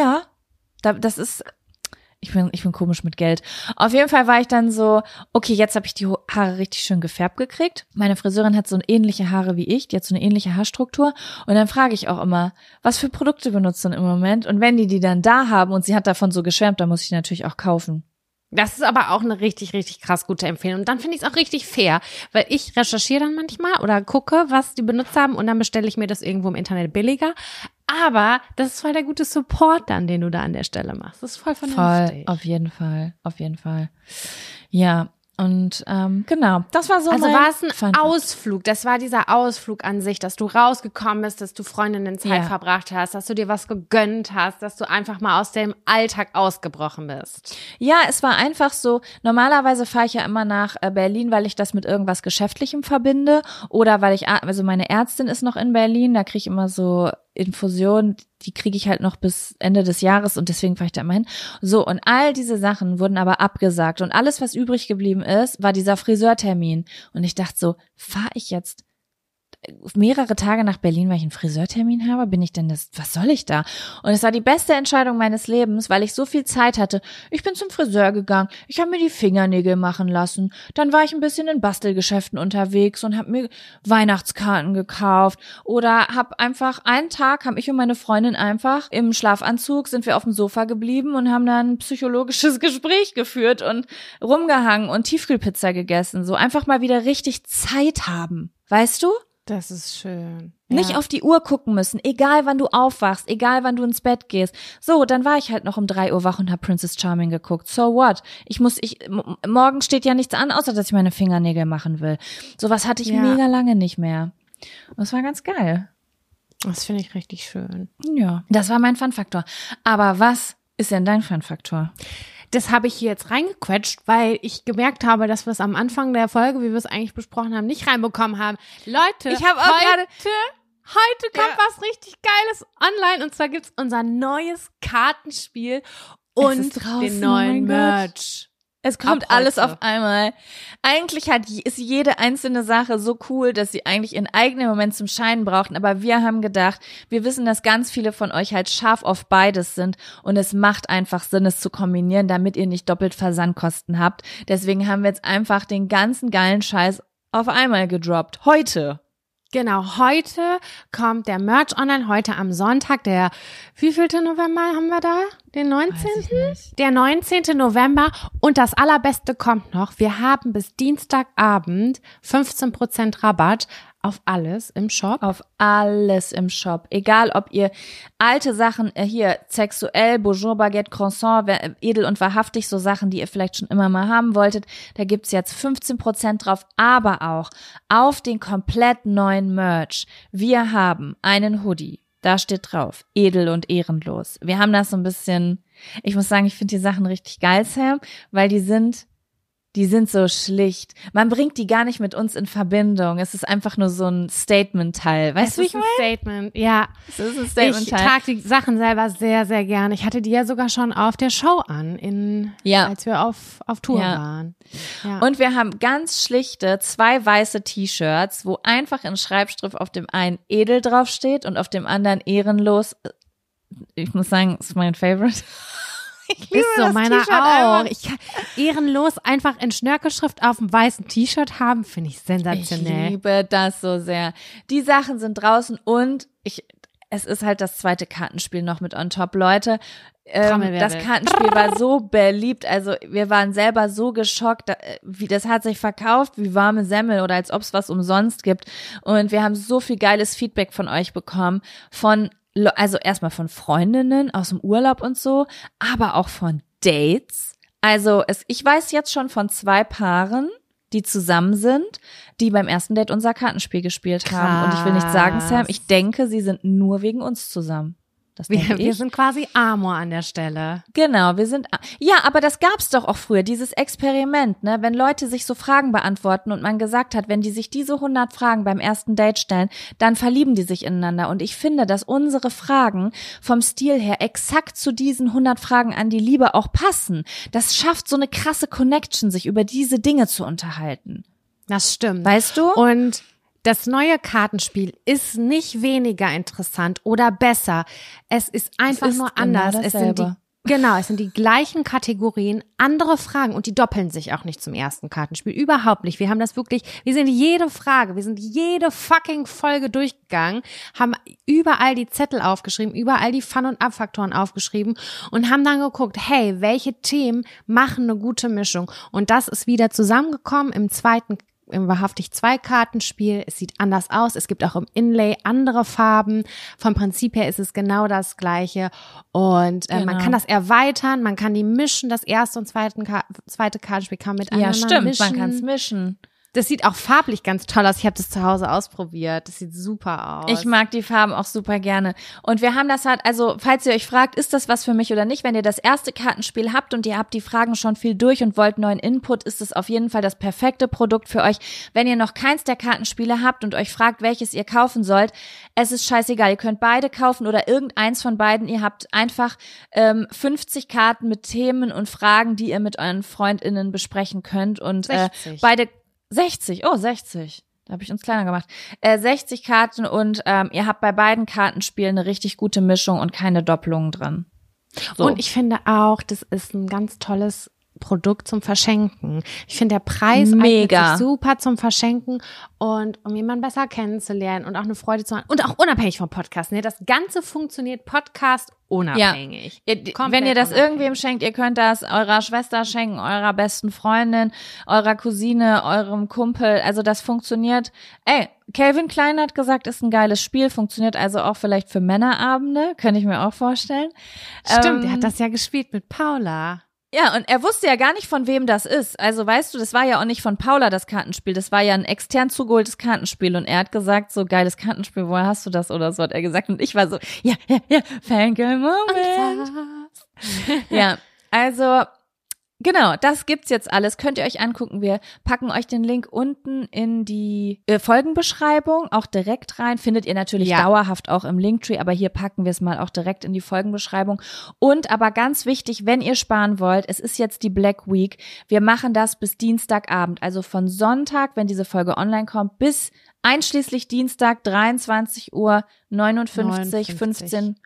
ich bin komisch mit Geld. Auf jeden Fall war ich dann so, okay, jetzt habe ich die Haare richtig schön gefärbt gekriegt. Meine Friseurin hat so ähnliche Haare wie ich, die hat so eine ähnliche Haarstruktur. Und dann frage ich auch immer, was für Produkte benutzt du denn im Moment? Und wenn die dann da haben und sie hat davon so geschwärmt, dann muss ich die natürlich auch kaufen. Das ist aber auch eine richtig, richtig krass gute Empfehlung. Und dann finde ich es auch richtig fair, weil ich recherchiere dann manchmal oder gucke, was die benutzt haben und dann bestelle ich mir das irgendwo im Internet billiger. Aber das ist voll der gute Support dann, den du da an der Stelle machst. Das ist voll vernünftig. Voll, auf jeden Fall. Ja, und genau, das war so Also mein war es ein Fun Fact. Ausflug, das war dieser Ausflug an sich, dass du rausgekommen bist, dass du Freundinnen Zeit Ja. verbracht hast, dass du dir was gegönnt hast, dass du einfach mal aus dem Alltag ausgebrochen bist. Ja, es war einfach so, normalerweise fahre ich ja immer nach Berlin, weil ich das mit irgendwas Geschäftlichem verbinde oder weil also meine Ärztin ist noch in Berlin, da kriege ich immer so Infusionen, die kriege ich halt noch bis Ende des Jahres und deswegen fahre ich da immer hin. So, und all diese Sachen wurden aber abgesagt und alles, was übrig geblieben ist, war dieser Friseurtermin. Und ich dachte so, fahre ich jetzt mehrere Tage nach Berlin, weil ich einen Friseurtermin habe? Was soll ich da? Und es war die beste Entscheidung meines Lebens, weil ich so viel Zeit hatte. Ich bin zum Friseur gegangen, ich habe mir die Fingernägel machen lassen, dann war ich ein bisschen in Bastelgeschäften unterwegs und habe mir Weihnachtskarten gekauft oder einen Tag haben ich und meine Freundin einfach im Schlafanzug sind wir auf dem Sofa geblieben und haben dann ein psychologisches Gespräch geführt und rumgehangen und Tiefkühlpizza gegessen. So einfach mal wieder richtig Zeit haben. Weißt du? Das ist schön. Nicht auf die Uhr gucken müssen, egal wann du aufwachst, egal wann du ins Bett gehst. So, dann war ich halt noch um 3 Uhr wach und hab Princess Charming geguckt. So what? Morgen steht ja nichts an, außer dass ich meine Fingernägel machen will. Sowas hatte ich mega lange nicht mehr. Und das war ganz geil. Das finde ich richtig schön. Ja, das war mein Fun-Faktor. Aber was ist denn dein Fun-Faktor? Das habe ich hier jetzt reingequetscht, weil ich gemerkt habe, dass wir es am Anfang der Folge, wie wir es eigentlich besprochen haben, nicht reinbekommen haben. Leute, Ich habe auch gerade heute kommt was richtig Geiles online und zwar gibt's unser neues Kartenspiel und draußen, den neuen oh mein Merch. Es kommt Ab alles heute. auf einmal. Eigentlich ist jede einzelne Sache so cool, dass sie eigentlich ihren eigenen Moment zum Scheinen brauchten. Aber wir haben gedacht, wir wissen, dass ganz viele von euch halt scharf auf beides sind. Und es macht einfach Sinn, es zu kombinieren, damit ihr nicht doppelt Versandkosten habt. Deswegen haben wir jetzt einfach den ganzen geilen Scheiß auf einmal gedroppt. Heute. Genau, heute kommt der Merch online, heute am Sonntag, der wievielte November haben wir da? Den 19.? Der 19. November und das Allerbeste kommt noch, wir haben bis Dienstagabend 15% Rabatt auf alles im Shop. Auf alles im Shop. Egal, ob ihr alte Sachen, hier, sexuell, Bonjour, Baguette, Croissant, edel und wahrhaftig, so Sachen, die ihr vielleicht schon immer mal haben wolltet, da gibt's jetzt 15% drauf, aber auch auf den komplett neuen Merch. Wir haben einen Hoodie. Da steht drauf, edel und ehrenlos. Wir haben das so ein bisschen, ich muss sagen, ich finde die Sachen richtig geil, Sam, weil die sind so schlicht. Man bringt die gar nicht mit uns in Verbindung. Es ist einfach nur so ein Statement-Teil. Weißt du, wie ich meine? Statement, ja. Es ist ein Statement-Teil. Ich trage die Sachen selber sehr, sehr gerne. Ich hatte die ja sogar schon auf der Show an, als wir auf Tour waren. Ja. Und wir haben ganz schlichte 2 weiße T-Shirts, wo einfach in Schreibschrift auf dem einen edel draufsteht und auf dem anderen ehrenlos. Ich muss sagen, es ist mein Favorite. Ich liebe ist so, das meiner T-Shirt auch. einfach. Ich kann ehrenlos einfach in Schnörkelschrift auf dem weißen T-Shirt haben, finde ich sensationell. Ich liebe das so sehr. Die Sachen sind draußen und es ist halt das zweite Kartenspiel noch mit on top, Leute. Trommelwirbel. Das Kartenspiel war so beliebt, also wir waren selber so geschockt, wie das hat sich verkauft wie warme Semmel oder als ob es was umsonst gibt. Und wir haben so viel geiles Feedback von euch bekommen, also erstmal von Freundinnen aus dem Urlaub und so, aber auch von Dates. Also ich weiß jetzt schon von 2 Paaren, die zusammen sind, die beim ersten Date unser Kartenspiel gespielt haben. Und ich will nicht sagen, Sam, ich denke, sie sind nur wegen uns zusammen. Das denke Wir sind quasi Amor an der Stelle. Genau, ja, aber das gab's doch auch früher, dieses Experiment, ne, wenn Leute sich so Fragen beantworten und man gesagt hat, wenn die sich diese 100 Fragen beim ersten Date stellen, dann verlieben die sich ineinander und ich finde, dass unsere Fragen vom Stil her exakt zu diesen 100 Fragen an die Liebe auch passen. Das schafft so eine krasse Connection, sich über diese Dinge zu unterhalten. Das stimmt. Weißt du? Und das neue Kartenspiel ist nicht weniger interessant oder besser. Es ist einfach nur anders. Es sind die gleichen Kategorien, andere Fragen und die doppeln sich auch nicht zum ersten Kartenspiel. Überhaupt nicht. Wir sind jede fucking Folge durchgegangen, haben überall die Zettel aufgeschrieben, überall die Fun- und Abfaktoren aufgeschrieben und haben dann geguckt, hey, welche Themen machen eine gute Mischung? Und das ist wieder zusammengekommen im wahrhaftig 2-Kartenspiel. Es sieht anders aus. Es gibt auch im Inlay andere Farben. Vom Prinzip her ist es genau das Gleiche. Und man kann das erweitern, man kann die mischen. Das erste und zweite Kartenspiel kann man miteinander mischen. Ja, stimmt, man kann es mischen. Das sieht auch farblich ganz toll aus. Ich habe das zu Hause ausprobiert. Das sieht super aus. Ich mag die Farben auch super gerne. Und wir haben das halt, also falls ihr euch fragt, ist das was für mich oder nicht, wenn ihr das erste Kartenspiel habt und ihr habt die Fragen schon viel durch und wollt neuen Input, ist es auf jeden Fall das perfekte Produkt für euch. Wenn ihr noch keins der Kartenspiele habt und euch fragt, welches ihr kaufen sollt, es ist scheißegal. Ihr könnt beide kaufen oder irgendeins von beiden. Ihr habt einfach 50 Karten mit Themen und Fragen, die ihr mit euren FreundInnen besprechen könnt. Und 60. Beide 60. Da habe ich uns kleiner gemacht. 60 Karten und ihr habt bei beiden Kartenspielen eine richtig gute Mischung und keine Doppelungen drin. So. Und ich finde auch, das ist ein ganz tolles Produkt zum Verschenken. Ich finde, der Preis eignet sich super zum Verschenken und um jemanden besser kennenzulernen und auch eine Freude zu haben. Und auch unabhängig vom Podcast. Ne? Das Ganze funktioniert Podcast unabhängig. Ja. Wenn ihr das irgendwem schenkt, ihr könnt das eurer Schwester schenken, eurer besten Freundin, eurer Cousine, eurem Kumpel. Also das funktioniert. Calvin Klein hat gesagt, ist ein geiles Spiel, funktioniert also auch vielleicht für Männerabende, könnte ich mir auch vorstellen. Stimmt, er hat das ja gespielt mit Paula. Ja, und er wusste ja gar nicht, von wem das ist. Also weißt du, das war ja auch nicht von Paula das Kartenspiel, das war ja ein extern zugeholtes Kartenspiel und er hat gesagt, so geiles Kartenspiel, woher hast du das oder so, hat er gesagt und ich war so, ja, Fangirl-Moment. Ja, also genau, das gibt's jetzt alles. Könnt ihr euch angucken. Wir packen euch den Link unten in die Folgenbeschreibung auch direkt rein. Findet ihr natürlich dauerhaft auch im Linktree, aber hier packen wir es mal auch direkt in die Folgenbeschreibung. Und aber ganz wichtig, wenn ihr sparen wollt, es ist jetzt die Black Week. Wir machen das bis Dienstagabend, also von Sonntag, wenn diese Folge online kommt, bis einschließlich Dienstag 23:59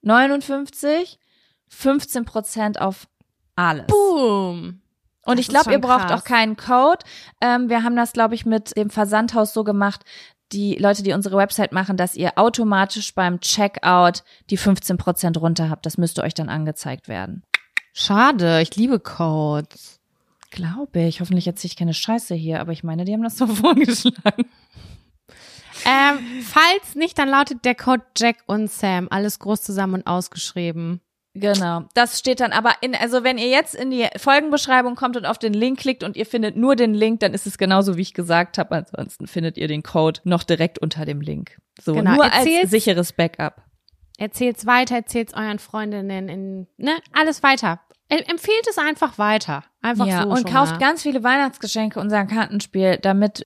15% auf alles. Boom. Und ich glaube, ihr braucht auch keinen Code. Wir haben das, glaube ich, mit dem Versandhaus so gemacht, die Leute, die unsere Website machen, dass ihr automatisch beim Checkout die 15% runter habt. Das müsste euch dann angezeigt werden. Schade, ich liebe Codes. Glaube ich. Hoffentlich erzähle ich keine Scheiße hier, aber ich meine, die haben das so vorgeschlagen. Falls nicht, dann lautet der Code Jack und Sam. Alles groß zusammen und ausgeschrieben. Genau, das steht dann aber also wenn ihr jetzt in die Folgenbeschreibung kommt und auf den Link klickt und ihr findet nur den Link, dann ist es genauso, wie ich gesagt habe. Ansonsten findet ihr den Code noch direkt unter dem Link. So, genau, nur als sicheres Backup. Erzählt's weiter, erzählt's euren Freundinnen, alles weiter. Empfehlt es einfach weiter. Einfach ja, so. Und kauft ganz viele Weihnachtsgeschenke unser Kartenspiel, damit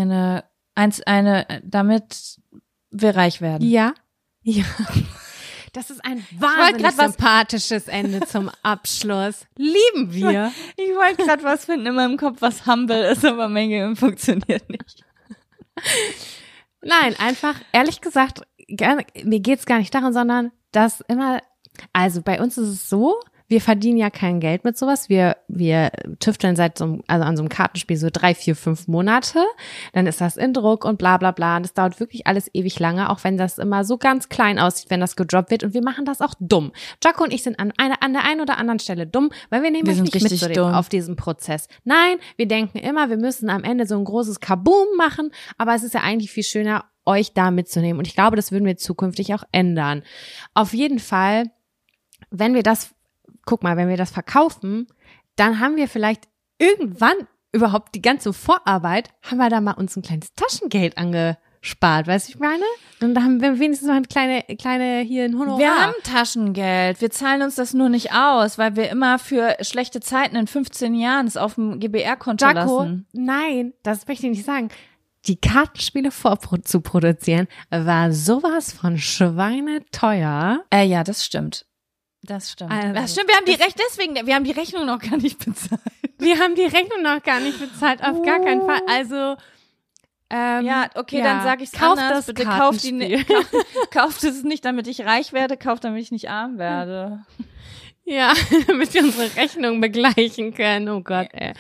damit wir reich werden. Ja. Ja. Das ist ein wahnsinnig sympathisches Ende zum Abschluss. Lieben wir. Ich wollte gerade was finden in meinem Kopf, was humble ist, aber mein Gehirn funktioniert nicht. Nein, einfach, ehrlich gesagt, mir geht's gar nicht darum, sondern dass immer, also bei uns ist es so, wir verdienen ja kein Geld mit sowas. Wir tüfteln an so einem Kartenspiel so 3, 4, 5 Monate. Dann ist das in Druck und bla bla bla. Und das dauert wirklich alles ewig lange, auch wenn das immer so ganz klein aussieht, wenn das gedroppt wird. Und wir machen das auch dumm. Jaco und ich sind an der einen oder anderen Stelle dumm, weil wir nehmen euch nicht mit auf diesen Prozess. Nein, wir denken immer, wir müssen am Ende so ein großes Kaboom machen, aber es ist ja eigentlich viel schöner, euch da mitzunehmen. Und ich glaube, das würden wir zukünftig auch ändern. Auf jeden Fall, wenn wir das verkaufen, dann haben wir vielleicht irgendwann überhaupt die ganze Vorarbeit, haben wir da mal uns ein kleines Taschengeld angespart, weißt du, ich meine? Und da haben wir wenigstens noch eine kleine hier ein Honorar. Wir haben Taschengeld. Wir zahlen uns das nur nicht aus, weil wir immer für schlechte Zeiten in 15 Jahren es auf dem GBR-Konto lassen. Nein, das möchte ich nicht sagen. Die Kartenspiele vorzuproduzieren war sowas von schweineteuer. Ja, das stimmt. Das stimmt. Also, das stimmt, wir haben die Rechnung noch gar nicht bezahlt. Wir haben die Rechnung noch gar nicht bezahlt, auf gar keinen Fall. Also, ja, okay, dann sag ich's anders. Bitte kauft es nicht, damit ich reich werde, kauft, damit ich nicht arm werde. Ja, damit wir unsere Rechnung begleichen können. Oh Gott, ey.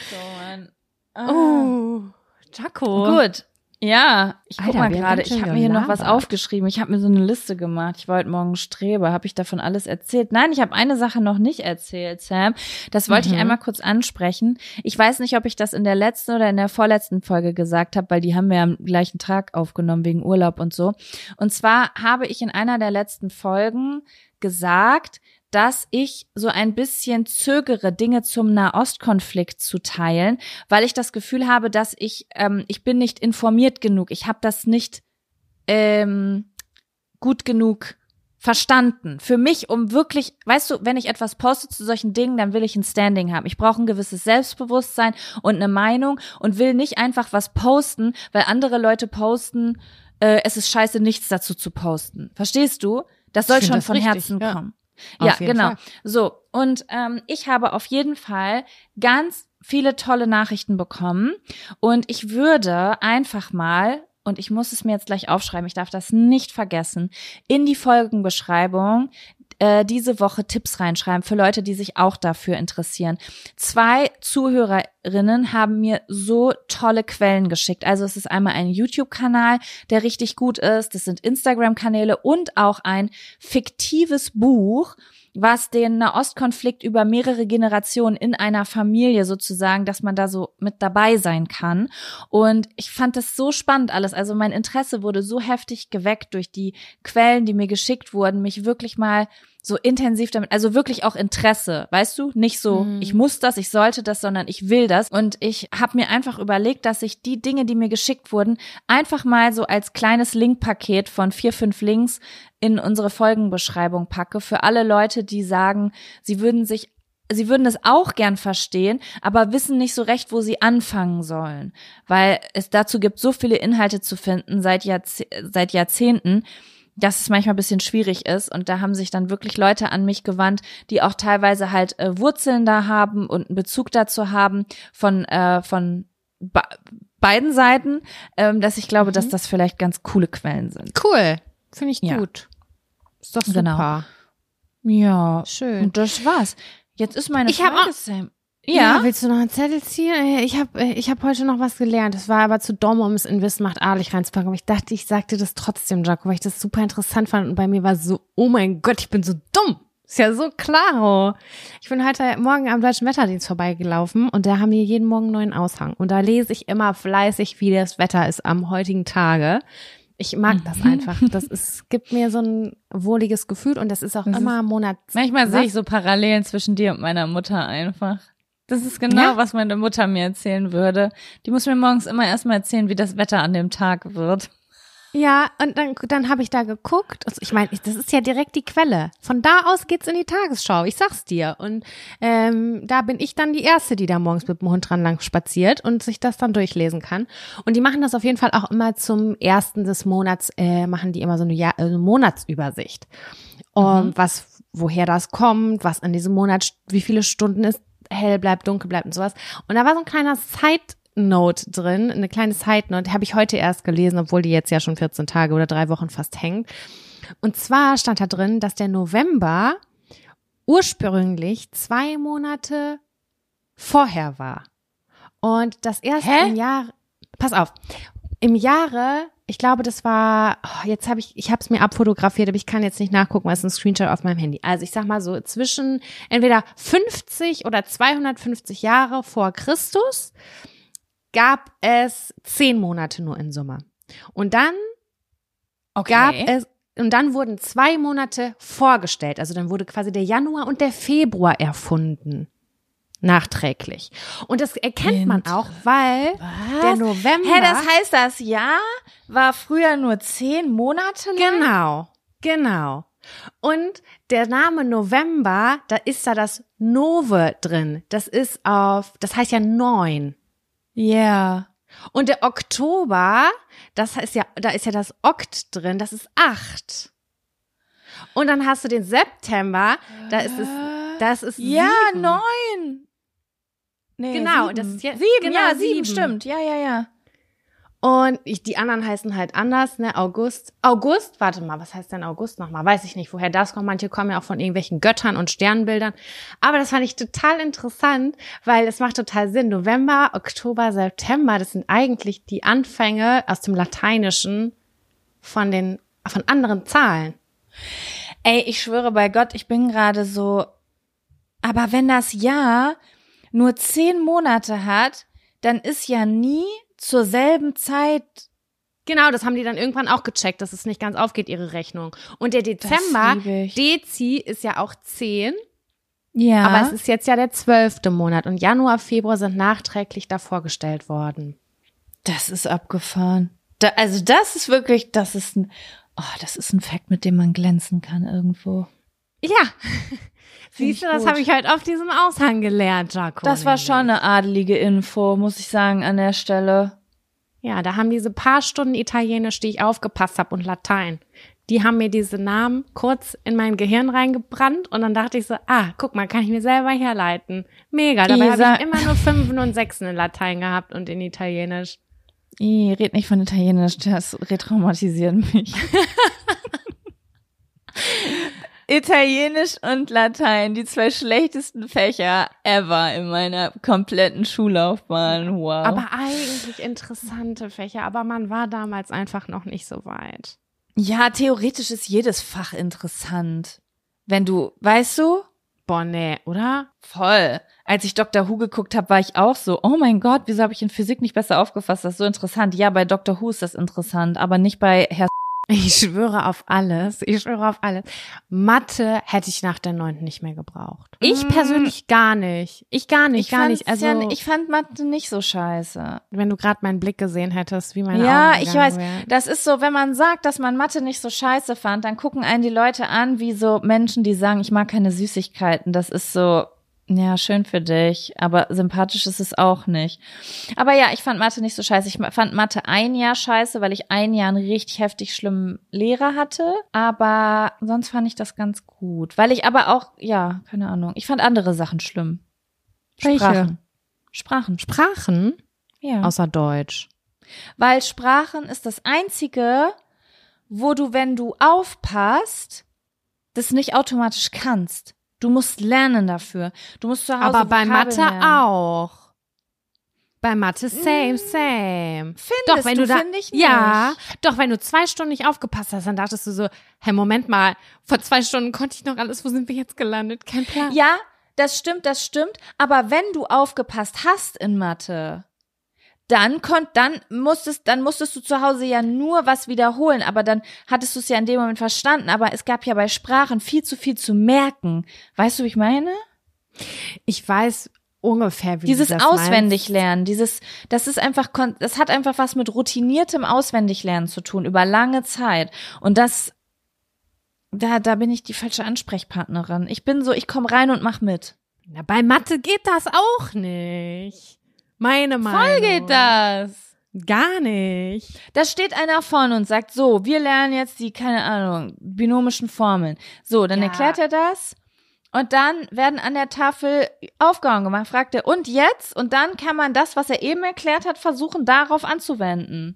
Jaco. Gut. Ja, ich guck mal gerade, ich habe mir hier noch was aufgeschrieben. Ich habe mir so eine Liste gemacht. Ich wollte morgen Strebe. Habe ich davon alles erzählt? Nein, ich habe eine Sache noch nicht erzählt, Sam. Das wollte ich einmal kurz ansprechen. Ich weiß nicht, ob ich das in der letzten oder in der vorletzten Folge gesagt habe, weil die haben wir am gleichen Tag aufgenommen wegen Urlaub und so. Und zwar habe ich in einer der letzten Folgen gesagt, dass ich so ein bisschen zögere, Dinge zum Nahostkonflikt zu teilen, weil ich das Gefühl habe, dass ich bin nicht informiert genug. Ich habe das nicht gut genug verstanden. Für mich, um wirklich, weißt du, wenn ich etwas poste zu solchen Dingen, dann will ich ein Standing haben. Ich brauche ein gewisses Selbstbewusstsein und eine Meinung und will nicht einfach was posten, weil andere Leute posten, es ist scheiße, nichts dazu zu posten. Verstehst du? Das soll schon von Herzen kommen. Ja, genau. Fall. So, und ich habe auf jeden Fall ganz viele tolle Nachrichten bekommen und ich würde einfach mal, und ich muss es mir jetzt gleich aufschreiben, ich darf das nicht vergessen, in die Folgenbeschreibung diese Woche Tipps reinschreiben für Leute, die sich auch dafür interessieren. 2 Zuhörerinnen haben mir so tolle Quellen geschickt. Also es ist einmal ein YouTube-Kanal, der richtig gut ist. Das sind Instagram-Kanäle und auch ein fiktives Buch, was den Nahostkonflikt über mehrere Generationen in einer Familie sozusagen, dass man da so mit dabei sein kann. Und ich fand das so spannend alles. Also mein Interesse wurde so heftig geweckt durch die Quellen, die mir geschickt wurden, mich wirklich mal so intensiv damit, also wirklich auch Interesse, weißt du? Nicht so, ich muss das, ich sollte das, sondern ich will das. Und ich habe mir einfach überlegt, dass ich die Dinge, die mir geschickt wurden, einfach mal so als kleines Linkpaket von 4, 5 Links in unsere Folgenbeschreibung packe. Für alle Leute, die sagen, sie würden es auch gern verstehen, aber wissen nicht so recht, wo sie anfangen sollen. Weil es dazu gibt, so viele Inhalte zu finden seit Jahrzehnten, dass es manchmal ein bisschen schwierig ist. Und da haben sich dann wirklich Leute an mich gewandt, die auch teilweise halt Wurzeln da haben und einen Bezug dazu haben von beiden Seiten, dass ich glaube, dass das vielleicht ganz coole Quellen sind. Cool, finde ich gut. Ist doch super. Genau. Ja, schön. Und das war's. Jetzt ist meine Frage, Sam. Ja, willst du noch einen Zettel ziehen? Ich hab heute noch was gelernt. Das war aber zu dumm, um es in Wismacht adelig reinzupacken. Aber ich dachte, ich sagte das trotzdem, Jaco, weil ich das super interessant fand. Und bei mir war so, oh mein Gott, ich bin so dumm. Ist ja so klar. Ich bin heute Morgen am Deutschen Wetterdienst vorbeigelaufen und da haben die jeden Morgen einen neuen Aushang. Und da lese ich immer fleißig, wie das Wetter ist am heutigen Tage. Ich mag das einfach. Gibt mir so ein wohliges Gefühl und das ist auch immer Monats. Manchmal sehe ich so Parallelen zwischen dir und meiner Mutter einfach. Das ist genau, was meine Mutter mir erzählen würde. Die muss mir morgens immer erstmal erzählen, wie das Wetter an dem Tag wird. Ja, und dann habe ich da geguckt. Also ich meine, das ist ja direkt die Quelle. Von da aus geht's in die Tagesschau, ich sag's dir. Und da bin ich dann die Erste, die da morgens mit dem Hund dran lang spaziert und sich das dann durchlesen kann. Und die machen das auf jeden Fall auch immer zum 1. des Monats, machen die immer so eine Monatsübersicht. Woher das kommt, was an diesem Monat, wie viele Stunden es hell bleibt, dunkel bleibt und sowas. Und da war so ein kleiner Side-Note drin, eine kleine Side-Note, habe ich heute erst gelesen, obwohl die jetzt ja schon 14 Tage oder 3 Wochen fast hängt. Und zwar stand da drin, dass der November ursprünglich 2 Monate vorher war. Und das erst im Jahr, pass auf, im Jahre, ich glaube, das war, ich habe es mir abfotografiert, aber ich kann jetzt nicht nachgucken, weil es ist ein Screenshot auf meinem Handy. Also ich sag mal so, zwischen entweder 50 oder 250 Jahre vor Christus gab es 10 Monate nur in Summe. Und dann dann wurden 2 Monate vorgestellt. Also dann wurde quasi der Januar und der Februar erfunden. Nachträglich. Und das erkennt man auch, weil der November. Das heißt, das Jahr war früher nur 10 Monate lang? Genau. Und der Name November, da ist da das Nove drin. Das heißt ja 9. Ja. Yeah. Und der Oktober, da ist ja das Okt drin, das ist 8. Und dann hast du den September, das ist 7. Ja, 9. Nee, genau, 7. das ist ja 7, genau, ja, 7, stimmt. Ja. Und die anderen heißen halt anders, ne? August, warte mal, was heißt denn August nochmal? Weiß ich nicht, woher das kommt. Manche kommen ja auch von irgendwelchen Göttern und Sternbildern. Aber das fand ich total interessant, weil es macht total Sinn. November, Oktober, September, das sind eigentlich die Anfänge aus dem Lateinischen von anderen Zahlen. Ey, ich schwöre bei Gott, ich bin gerade so, aber wenn das Jahr nur 10 Monate hat, dann ist ja nie zur selben Zeit. Genau, das haben die dann irgendwann auch gecheckt, dass es nicht ganz aufgeht, ihre Rechnung. Und der Dezember, Dezi ist ja auch 10. Ja. Aber es ist jetzt ja der 12. Monat und Januar, Februar sind nachträglich da vorgestellt worden. Das ist abgefahren. Das ist wirklich, das ist ein Fact, mit dem man glänzen kann irgendwo. Ja. Siehst du, das habe ich halt auf diesem Aushang gelernt, Jaco. Das war schon eine adelige Info, muss ich sagen, an der Stelle. Ja, da haben diese paar Stunden Italienisch, die ich aufgepasst habe, und Latein, die haben mir diese Namen kurz in mein Gehirn reingebrannt und dann dachte ich so, guck mal, kann ich mir selber herleiten. Mega, dabei habe ich immer nur 5 und 6 in Latein gehabt und in Italienisch. Red nicht von Italienisch, das retraumatisiert mich. Italienisch und Latein, die 2 schlechtesten Fächer ever in meiner kompletten Schullaufbahn. Wow. Aber eigentlich interessante Fächer, aber man war damals einfach noch nicht so weit. Ja, theoretisch ist jedes Fach interessant. Wenn du, weißt du? Boah, nee, oder? Voll. Als ich Dr. Who geguckt habe, war ich auch so, oh mein Gott, wieso habe ich in Physik nicht besser aufgefasst? Das ist so interessant. Ja, bei Dr. Who ist das interessant, aber nicht bei Herr. Ich schwöre auf alles. Mathe hätte ich nach der 9. nicht mehr gebraucht. Ich persönlich gar nicht. Ich Also ich fand Mathe nicht so scheiße. Wenn du gerade meinen Blick gesehen hättest, wie meine Augen Ja, ich weiß. wären. Das ist so, wenn man sagt, dass man Mathe nicht so scheiße fand, dann gucken einen die Leute an wie so Menschen, die sagen, ich mag keine Süßigkeiten. Das ist so, ja, schön für dich, aber sympathisch ist es auch nicht. Aber ja, ich fand Mathe nicht so scheiße. Ich fand Mathe 1 Jahr scheiße, weil ich 1 Jahr einen richtig heftig schlimmen Lehrer hatte. Aber sonst fand ich das ganz gut. Weil ich aber auch, ja, keine Ahnung, ich fand andere Sachen schlimm. Welche? Sprachen? Ja. Außer Deutsch. Weil Sprachen ist das Einzige, wo du, wenn du aufpasst, das nicht automatisch kannst. Du musst lernen dafür. Du musst zu Hause aber bei Vokabeln Mathe lernen. Auch. Bei Mathe same. Findest wenn du, da, finde ich nicht. Ja, doch, wenn du 2 Stunden nicht aufgepasst hast, dann dachtest du so, hey, Moment mal, vor 2 Stunden konnte ich noch alles, wo sind wir jetzt gelandet? Kein Plan. Ja, das stimmt. Aber wenn du aufgepasst hast in Mathe, dann musstest du zu Hause ja nur was wiederholen, aber dann hattest du es ja in dem Moment verstanden. Aber es gab ja bei Sprachen viel zu merken. Weißt du, wie ich meine? Ich weiß ungefähr, wie dieses du das Auswendiglernen, das hat einfach was mit routiniertem Auswendiglernen zu tun über lange Zeit. Und da bin ich die falsche Ansprechpartnerin. Ich komme rein und mach mit. Na, bei Mathe geht das auch nicht. Meine Meinung. Voll geht das. Gar nicht. Da steht einer vorne und sagt, so, wir lernen jetzt die, keine Ahnung, binomischen Formeln. So, dann erklärt er das und dann werden an der Tafel Aufgaben gemacht, fragt er, und jetzt? Und dann kann man das, was er eben erklärt hat, versuchen, darauf anzuwenden.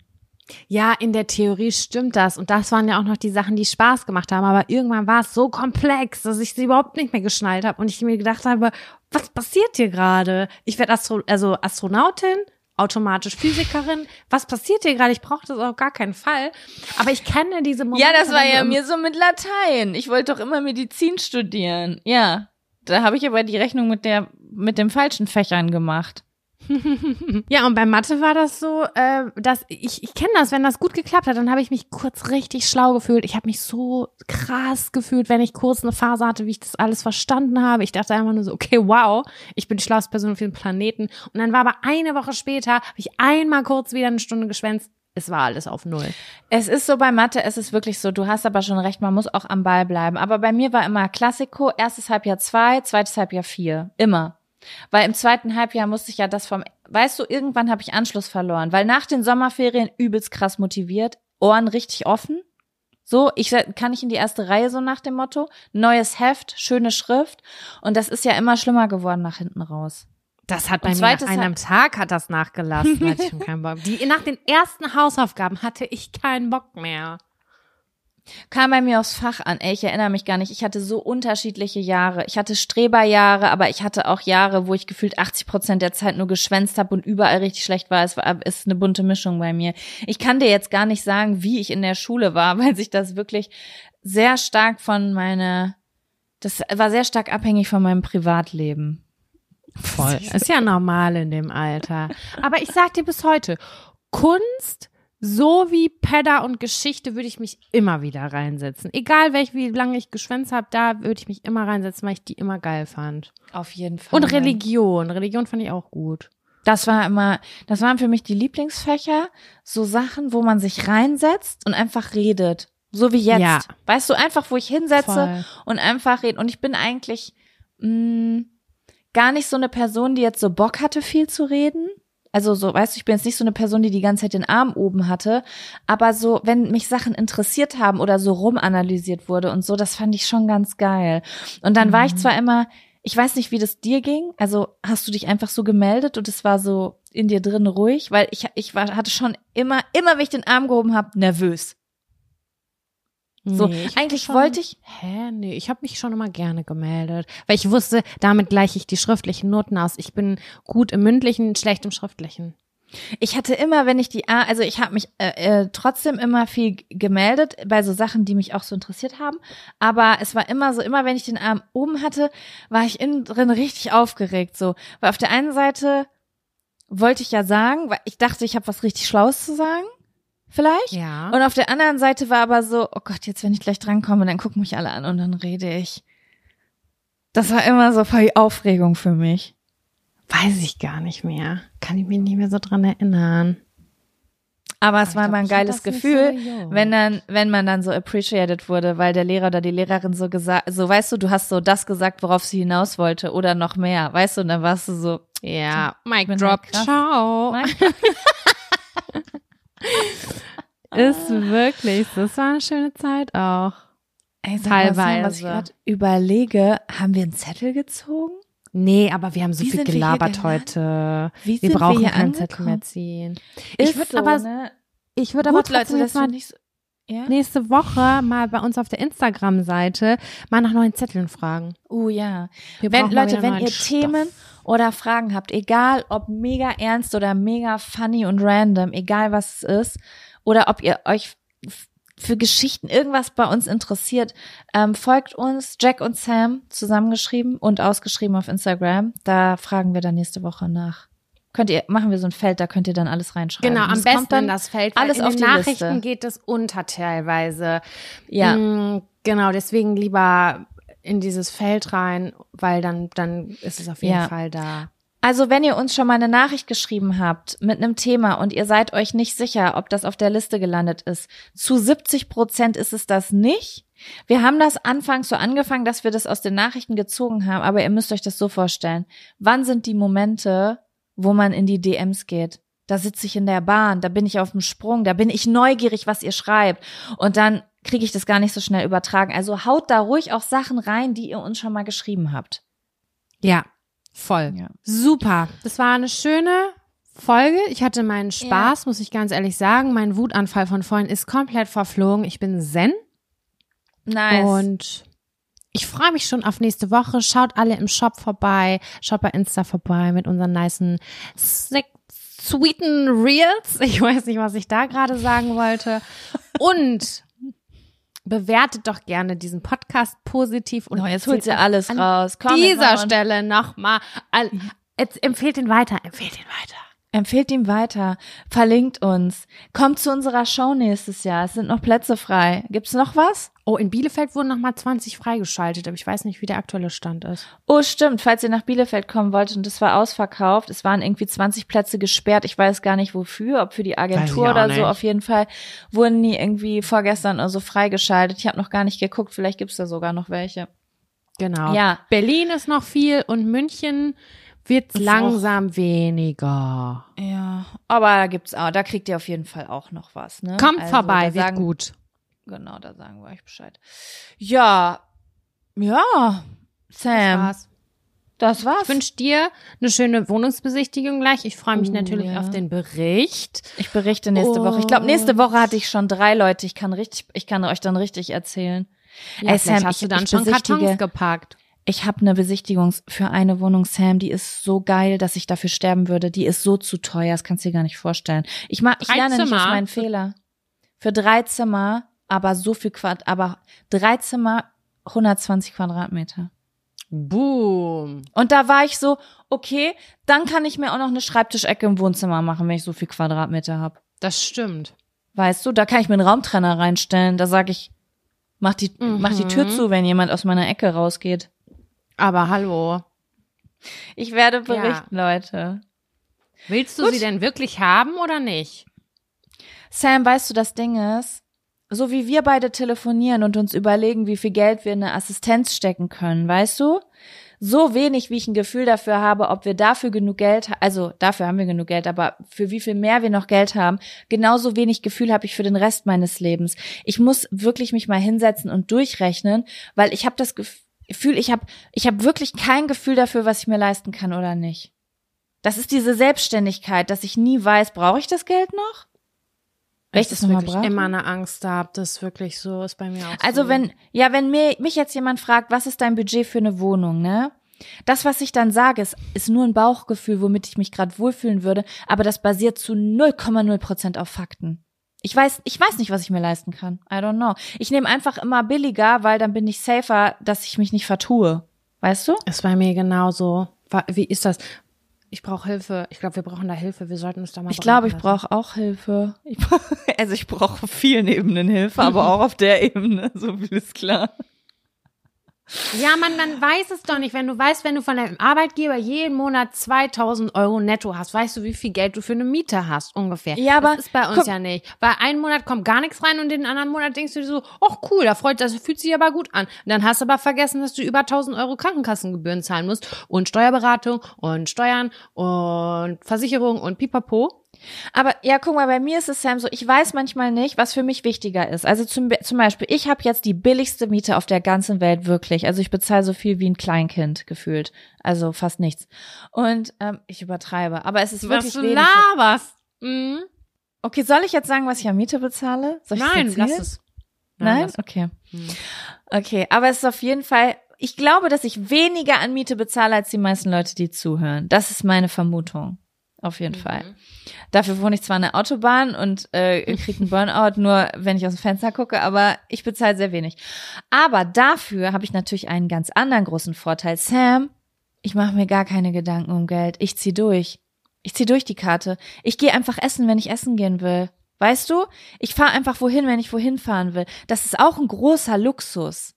Ja, in der Theorie stimmt das. Und das waren ja auch noch die Sachen, die Spaß gemacht haben. Aber irgendwann war es so komplex, dass ich sie überhaupt nicht mehr geschnallt habe und ich mir gedacht habe, was passiert hier gerade? Ich werde Astronautin, automatisch Physikerin. Was passiert hier gerade? Ich brauche das auf gar keinen Fall. Aber ich kenne diese Momente. Ja, das war ja mir so mit Latein. Ich wollte doch immer Medizin studieren. Ja, da habe ich aber die Rechnung mit den falschen Fächern gemacht. Ja, und bei Mathe war das so, dass ich kenne das, wenn das gut geklappt hat, dann habe ich mich kurz richtig schlau gefühlt. Ich habe mich so krass gefühlt, wenn ich kurz eine Phase hatte, wie ich das alles verstanden habe. Ich dachte einfach nur so, okay, wow, ich bin die schlauste Person auf dem Planeten. Und dann war aber eine Woche später, habe ich einmal kurz wieder eine Stunde geschwänzt. Es war alles auf Null. Es ist so bei Mathe, es ist wirklich so, du hast aber schon recht, man muss auch am Ball bleiben. Aber bei mir war immer Klassiko, erstes Halbjahr 2, zweites Halbjahr 4. Immer. Weil im zweiten Halbjahr musste ich ja weißt du, irgendwann habe ich Anschluss verloren, weil nach den Sommerferien übelst krass motiviert, Ohren richtig offen. So, kann ich in die erste Reihe so nach dem Motto, neues Heft, schöne Schrift und das ist ja immer schlimmer geworden nach hinten raus. Das hat bei mir nach einem Tag hat das nachgelassen, hatte ich schon keinen Bock. Nach den ersten Hausaufgaben hatte ich keinen Bock mehr. Kam bei mir aufs Fach an. Ich erinnere mich gar nicht. Ich hatte so unterschiedliche Jahre. Ich hatte Streberjahre, aber ich hatte auch Jahre, wo ich gefühlt 80% der Zeit nur geschwänzt habe und überall richtig schlecht war. Ist eine bunte Mischung bei mir. Ich kann dir jetzt gar nicht sagen, wie ich in der Schule war, weil sich das wirklich sehr stark das war sehr stark abhängig von meinem Privatleben. Voll. Ist ja normal in dem Alter. Aber ich sag dir bis heute, Kunst, so wie Pedda und Geschichte würde ich mich immer wieder reinsetzen. Egal wie lange ich geschwänzt habe, da würde ich mich immer reinsetzen, weil ich die immer geil fand. Auf jeden Fall. Und Religion. Religion fand ich auch gut. Das waren für mich die Lieblingsfächer, so Sachen, wo man sich reinsetzt und einfach redet. So wie jetzt. Ja. Weißt du, einfach, wo ich hinsetze Voll. Und einfach rede. Und ich bin eigentlich gar nicht so eine Person, die jetzt so Bock hatte, viel zu reden. Also so, weißt du, ich bin jetzt nicht so eine Person, die ganze Zeit den Arm oben hatte, aber so, wenn mich Sachen interessiert haben oder so rumanalysiert wurde und so, das fand ich schon ganz geil. Und dann war ich zwar immer, ich weiß nicht, wie das dir ging, also hast du dich einfach so gemeldet und es war so in dir drin ruhig, weil hatte schon immer, wenn ich den Arm gehoben habe, nervös. So, nee, eigentlich wollte ich. Nee, ich habe mich schon immer gerne gemeldet, weil ich wusste, damit gleiche ich die schriftlichen Noten aus. Ich bin gut im Mündlichen, schlecht im Schriftlichen. Ich hatte immer, wenn ich ich habe mich trotzdem immer viel gemeldet bei so Sachen, die mich auch so interessiert haben. Aber es war immer so, immer wenn ich den Arm oben hatte, war ich innen drin richtig aufgeregt. So, weil auf der einen Seite wollte ich ja sagen, weil ich dachte, ich habe was richtig Schlaues zu sagen. Vielleicht. Ja. Und auf der anderen Seite war aber so, oh Gott, jetzt wenn ich gleich drankomme, dann gucken mich alle an und dann rede ich. Das war immer so voll die Aufregung für mich. Weiß ich gar nicht mehr. Kann ich mich nicht mehr so dran erinnern. Aber es war immer ein geiles Gefühl, wenn man dann so appreciated wurde, weil der Lehrer oder die Lehrerin so gesagt, so weißt du hast so das gesagt, worauf sie hinaus wollte oder noch mehr, weißt du, und dann warst du so, ja, Mic drop, ciao. Ist wirklich, das war eine schöne Zeit auch. Ey, teilweise. Was ich gerade überlege, haben wir einen Zettel gezogen? Nee, aber wir haben so viel gelabert heute. Wir brauchen keinen Zettel mehr ziehen. Ich würde aber trotzdem jetzt mal nächste Woche mal bei uns auf der Instagram-Seite mal nach neuen Zetteln fragen. Ja. Wenn ihr Themen oder Fragen habt, egal ob mega ernst oder mega funny und random, egal was es ist, oder ob ihr euch für Geschichten irgendwas bei uns interessiert, folgt uns, Jack und Sam, zusammengeschrieben und ausgeschrieben auf Instagram. Da fragen wir dann nächste Woche nach. Machen wir so ein Feld, da könnt ihr dann alles reinschreiben. Genau, am besten in das Feld, weil alles in auf den die Nachrichten Liste. geht es unter teilweise. Ja. Genau, deswegen lieber in dieses Feld rein, weil dann ist es auf jeden Fall da. Also wenn ihr uns schon mal eine Nachricht geschrieben habt mit einem Thema und ihr seid euch nicht sicher, ob das auf der Liste gelandet ist, zu 70% ist es das nicht. Wir haben das anfangs so angefangen, dass wir das aus den Nachrichten gezogen haben, aber ihr müsst euch das so vorstellen. Wann sind die Momente, wo man in die DMs geht? Da sitze ich in der Bahn, da bin ich auf dem Sprung, da bin ich neugierig, was ihr schreibt. Und dann kriege ich das gar nicht so schnell übertragen. Also haut da ruhig auch Sachen rein, die ihr uns schon mal geschrieben habt. Ja. Voll. Ja. Super. Das war eine schöne Folge. Ich hatte meinen Spaß, muss ich ganz ehrlich sagen. Mein Wutanfall von vorhin ist komplett verflogen. Ich bin zen. Nice. Und ich freue mich schon auf nächste Woche. Schaut alle im Shop vorbei. Schaut bei Insta vorbei mit unseren nicen, sweeten Reels. Ich weiß nicht, was ich da gerade sagen wollte. Und bewertet doch gerne diesen Podcast positiv. Und jetzt holt sie alles raus. An dieser Stelle nochmal. Empfehlt ihn weiter. Empfehlt ihm weiter, verlinkt uns, kommt zu unserer Show nächstes Jahr, es sind noch Plätze frei. Gibt's noch was? Oh, in Bielefeld wurden nochmal 20 freigeschaltet, aber ich weiß nicht, wie der aktuelle Stand ist. Oh, stimmt, falls ihr nach Bielefeld kommen wollt und es war ausverkauft, es waren irgendwie 20 Plätze gesperrt, ich weiß gar nicht wofür, ob für die Agentur oder so, auf jeden Fall wurden die irgendwie vorgestern oder so freigeschaltet. Ich habe noch gar nicht geguckt, vielleicht gibt's da sogar noch welche. Genau. Ja. Berlin ist noch viel und München wird langsam weniger. Ja, aber da kriegt ihr auf jeden Fall auch noch was, ne? Kommt vorbei, wird gut. Genau, da sagen wir euch Bescheid. Ja, Sam. Das war's. Ich wünsche dir eine schöne Wohnungsbesichtigung gleich. Ich freue mich natürlich auf den Bericht. Ich berichte nächste Woche. Ich glaube, nächste Woche hatte ich schon 3 Leute. Ich kann euch dann richtig erzählen. Ja, ey, Sam, hast du dann schon Kartons gepackt? Ich habe eine Besichtigung für eine Wohnung, Sam, die ist so geil, dass ich dafür sterben würde. Die ist so zu teuer, das kannst du dir gar nicht vorstellen. Ich lerne nicht aus meinen Fehler. Für 3 Zimmer, aber 3 Zimmer, 120 Quadratmeter. Boom. Und da war ich so, okay, dann kann ich mir auch noch eine Schreibtischecke im Wohnzimmer machen, wenn ich so viel Quadratmeter habe. Das stimmt. Weißt du, da kann ich mir einen Raumtrenner reinstellen. Da sage ich, mach die Tür zu, wenn jemand aus meiner Ecke rausgeht. Aber hallo. Ich werde berichten, Leute. Willst du sie denn wirklich haben oder nicht? Sam, weißt du, das Ding ist, so wie wir beide telefonieren und uns überlegen, wie viel Geld wir in eine Assistenz stecken können, weißt du? So wenig, wie ich ein Gefühl dafür habe, ob wir dafür genug Geld haben, also dafür haben wir genug Geld, aber für wie viel mehr wir noch Geld haben, genauso wenig Gefühl habe ich für den Rest meines Lebens. Ich muss wirklich mich mal hinsetzen und durchrechnen, weil ich habe das Gefühl, ich habe wirklich kein Gefühl dafür, was ich mir leisten kann oder nicht. Das ist diese Selbstständigkeit, dass ich nie weiß, brauche ich das Geld noch? Wenn ich das nochmal brauche? Ich immer eine Angst habe, das ist wirklich so, ist bei mir auch so. Also wenn mich jetzt jemand fragt, was ist dein Budget für eine Wohnung, ne? Das, was ich dann sage, ist nur ein Bauchgefühl, womit ich mich gerade wohlfühlen würde, aber das basiert zu 0,0% auf Fakten. Ich weiß nicht, was ich mir leisten kann. I don't know. Ich nehme einfach immer billiger, weil dann bin ich safer, dass ich mich nicht vertue. Weißt du? Ist bei mir genauso. Wie ist das? Ich brauche Hilfe. Ich glaube, wir brauchen da Hilfe. Wir sollten uns da mal Ich glaube, ich brauche auch Hilfe. Ich brauche auf vielen Ebenen Hilfe, aber auch auf der Ebene, so viel ist klar. Ja, man weiß es doch nicht. Wenn du von deinem Arbeitgeber jeden Monat 2.000 € netto hast, weißt du, wie viel Geld du für eine Miete hast ungefähr. Ja, aber das ist bei uns ja nicht. Weil einen Monat kommt gar nichts rein und den anderen Monat denkst du dir so, ach cool, das fühlt sich aber gut an. Und dann hast du aber vergessen, dass du über 1.000 € Krankenkassengebühren zahlen musst und Steuerberatung und Steuern und Versicherung und Pipapo. Aber ja, guck mal, bei mir ist es, Sam, so, ich weiß manchmal nicht, was für mich wichtiger ist. Also zum Beispiel, ich habe jetzt die billigste Miete auf der ganzen Welt, wirklich. Also ich bezahle so viel wie ein Kleinkind gefühlt. Also fast nichts. Und ich übertreibe, aber es ist wirklich wenig. Was du laberst? Mhm. Okay, soll ich jetzt sagen, was ich an Miete bezahle? Soll ich Nein, das lass es. Nein? Okay. Okay, aber es ist auf jeden Fall, ich glaube, dass ich weniger an Miete bezahle als die meisten Leute, die zuhören. Das ist meine Vermutung. Auf jeden Fall. Dafür wohne ich zwar an der Autobahn und kriege einen Burnout, nur wenn ich aus dem Fenster gucke, aber ich bezahle sehr wenig. Aber dafür habe ich natürlich einen ganz anderen großen Vorteil. Sam, ich mache mir gar keine Gedanken um Geld. Ich zieh durch. Ich zieh durch die Karte. Ich gehe einfach essen, wenn ich essen gehen will. Weißt du? Ich fahre einfach wohin, wenn ich wohin fahren will. Das ist auch ein großer Luxus.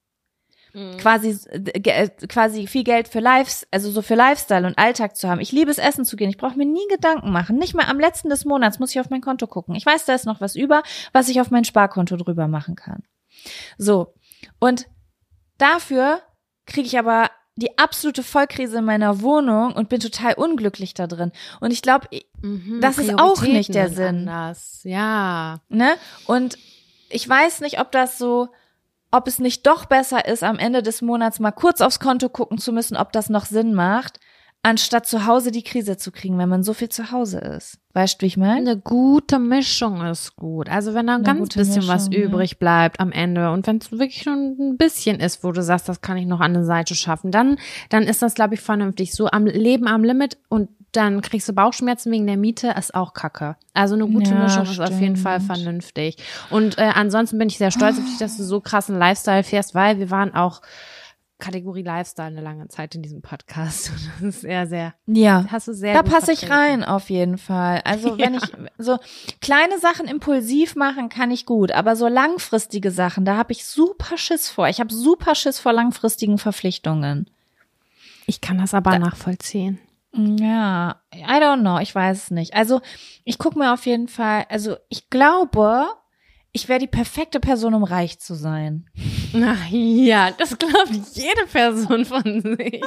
Quasi viel Geld für für Lifestyle und Alltag zu haben. Ich liebe es, essen zu gehen. Ich brauche mir nie Gedanken machen. Nicht mal am letzten des Monats muss ich auf mein Konto gucken. Ich weiß, da ist noch was über, was ich auf mein Sparkonto drüber machen kann. So. Und dafür kriege ich aber die absolute Vollkrise in meiner Wohnung und bin total unglücklich da drin. Und ich glaube, das ist auch nicht der Sinn. Anders. Ja. Ne? Und ich weiß nicht, ob es nicht doch besser ist, am Ende des Monats mal kurz aufs Konto gucken zu müssen, ob das noch Sinn macht, anstatt zu Hause die Krise zu kriegen, wenn man so viel zu Hause ist. Weißt du, wie ich meine? Eine gute Mischung ist gut. Also wenn da ein ganz bisschen was übrig bleibt am Ende und wenn es wirklich schon ein bisschen ist, wo du sagst, das kann ich noch an der Seite schaffen, dann ist das, glaube ich, vernünftig. So am Leben am Limit und dann kriegst du Bauchschmerzen wegen der Miete, ist auch Kacke. Also eine gute Mischung ist auf jeden Fall vernünftig. Und ansonsten bin ich sehr stolz auf dich, dass du so krassen Lifestyle fährst, weil wir waren auch Kategorie Lifestyle eine lange Zeit in diesem Podcast. Das ist sehr, ja. Hast du sehr da gut passe ich vertreten. rein auf jeden Fall. Also wenn ich so kleine Sachen impulsiv machen, kann ich gut, aber so langfristige Sachen, da habe ich super Schiss vor. Ich habe super Schiss vor langfristigen Verpflichtungen. Ich kann das aber nachvollziehen. Ja, I don't know, ich weiß es nicht. Also ich gucke mir auf jeden Fall, also ich glaube, ich wäre die perfekte Person, um reich zu sein. Na ja, das glaubt jede Person von sich.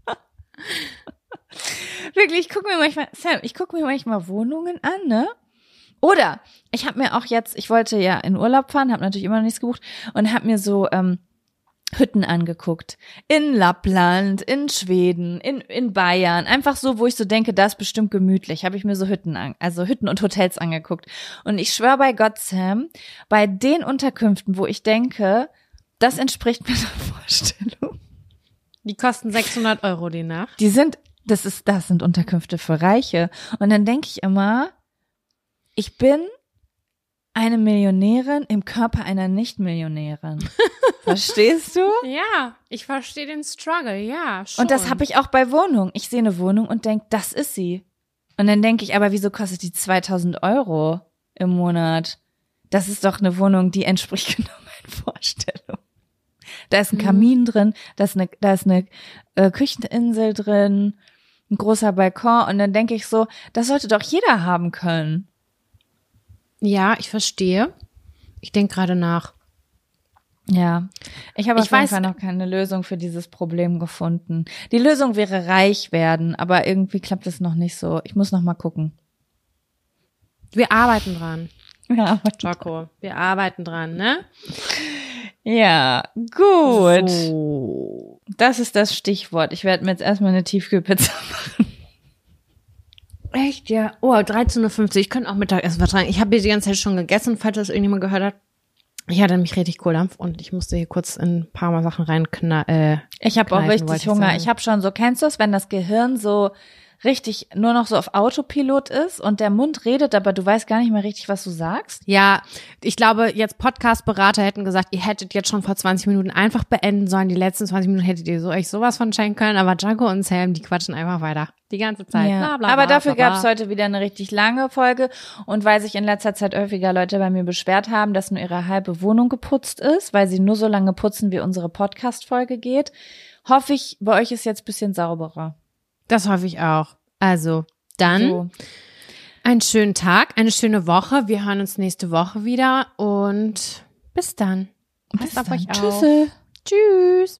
Wirklich, ich gucke mir manchmal Wohnungen an, ne? Oder ich habe mir auch jetzt, ich wollte ja in Urlaub fahren, habe natürlich immer noch nichts gebucht und habe mir so Hütten angeguckt. In Lappland, in Schweden, in Bayern. Einfach so, wo ich so denke, das ist bestimmt gemütlich. Habe ich mir so Hütten und Hotels angeguckt. Und ich schwöre bei Gott, Sam, bei den Unterkünften, wo ich denke, das entspricht meiner Vorstellung. Die kosten 600 € die Nacht. Das sind Unterkünfte für Reiche. Und dann denke ich immer, ich bin eine Millionärin im Körper einer Nicht-Millionärin. Verstehst du? Ja, ich verstehe den Struggle, ja, schon. Und das habe ich auch bei Wohnungen. Ich sehe eine Wohnung und denke, das ist sie. Und dann denke ich, aber wieso kostet die 2.000 € im Monat? Das ist doch eine Wohnung, die entspricht genau meinen Vorstellungen. Da ist ein Kamin drin, da ist eine Kücheninsel drin, ein großer Balkon. Und dann denke ich so, das sollte doch jeder haben können. Ja, ich verstehe. Ich denke gerade nach. Ja, ich habe auf jeden Fall noch keine Lösung für dieses Problem gefunden. Die Lösung wäre reich werden, aber irgendwie klappt es noch nicht so. Ich muss noch mal gucken. Wir arbeiten dran. Ja, Jaco, wir arbeiten dran, ne? Ja, gut. So. Das ist das Stichwort. Ich werde mir jetzt erstmal eine Tiefkühlpizza machen. Echt, ja. Oh, 13:50 Uhr. Ich könnte auch Mittagessen vertragen. Ich habe hier die ganze Zeit schon gegessen, falls das irgendjemand gehört hat. Ich hatte nämlich richtig Kohldampf und ich musste hier kurz in ein paar Mal Sachen reinknallen. Ich habe auch richtig Hunger. Ich habe schon so, kennst du es, wenn das Gehirn so richtig nur noch so auf Autopilot ist und der Mund redet, aber du weißt gar nicht mehr richtig, was du sagst? Ja, ich glaube, jetzt Podcast-Berater hätten gesagt, ihr hättet jetzt schon vor 20 Minuten einfach beenden sollen. Die letzten 20 Minuten hättet ihr euch sowas von schenken können, aber Jaco und Sam, die quatschen einfach weiter. Die ganze Zeit. Ja. Bla, bla, aber bla, dafür bla, gab es heute wieder eine richtig lange Folge und weil sich in letzter Zeit häufiger Leute bei mir beschwert haben, dass nur ihre halbe Wohnung geputzt ist, weil sie nur so lange putzen, wie unsere Podcast-Folge geht, hoffe ich, bei euch ist jetzt ein bisschen sauberer. Das hoffe ich auch. Also, dann einen schönen Tag, eine schöne Woche. Wir hören uns nächste Woche wieder und bis dann. Passt auf euch auf. Tschüss. Tschüss.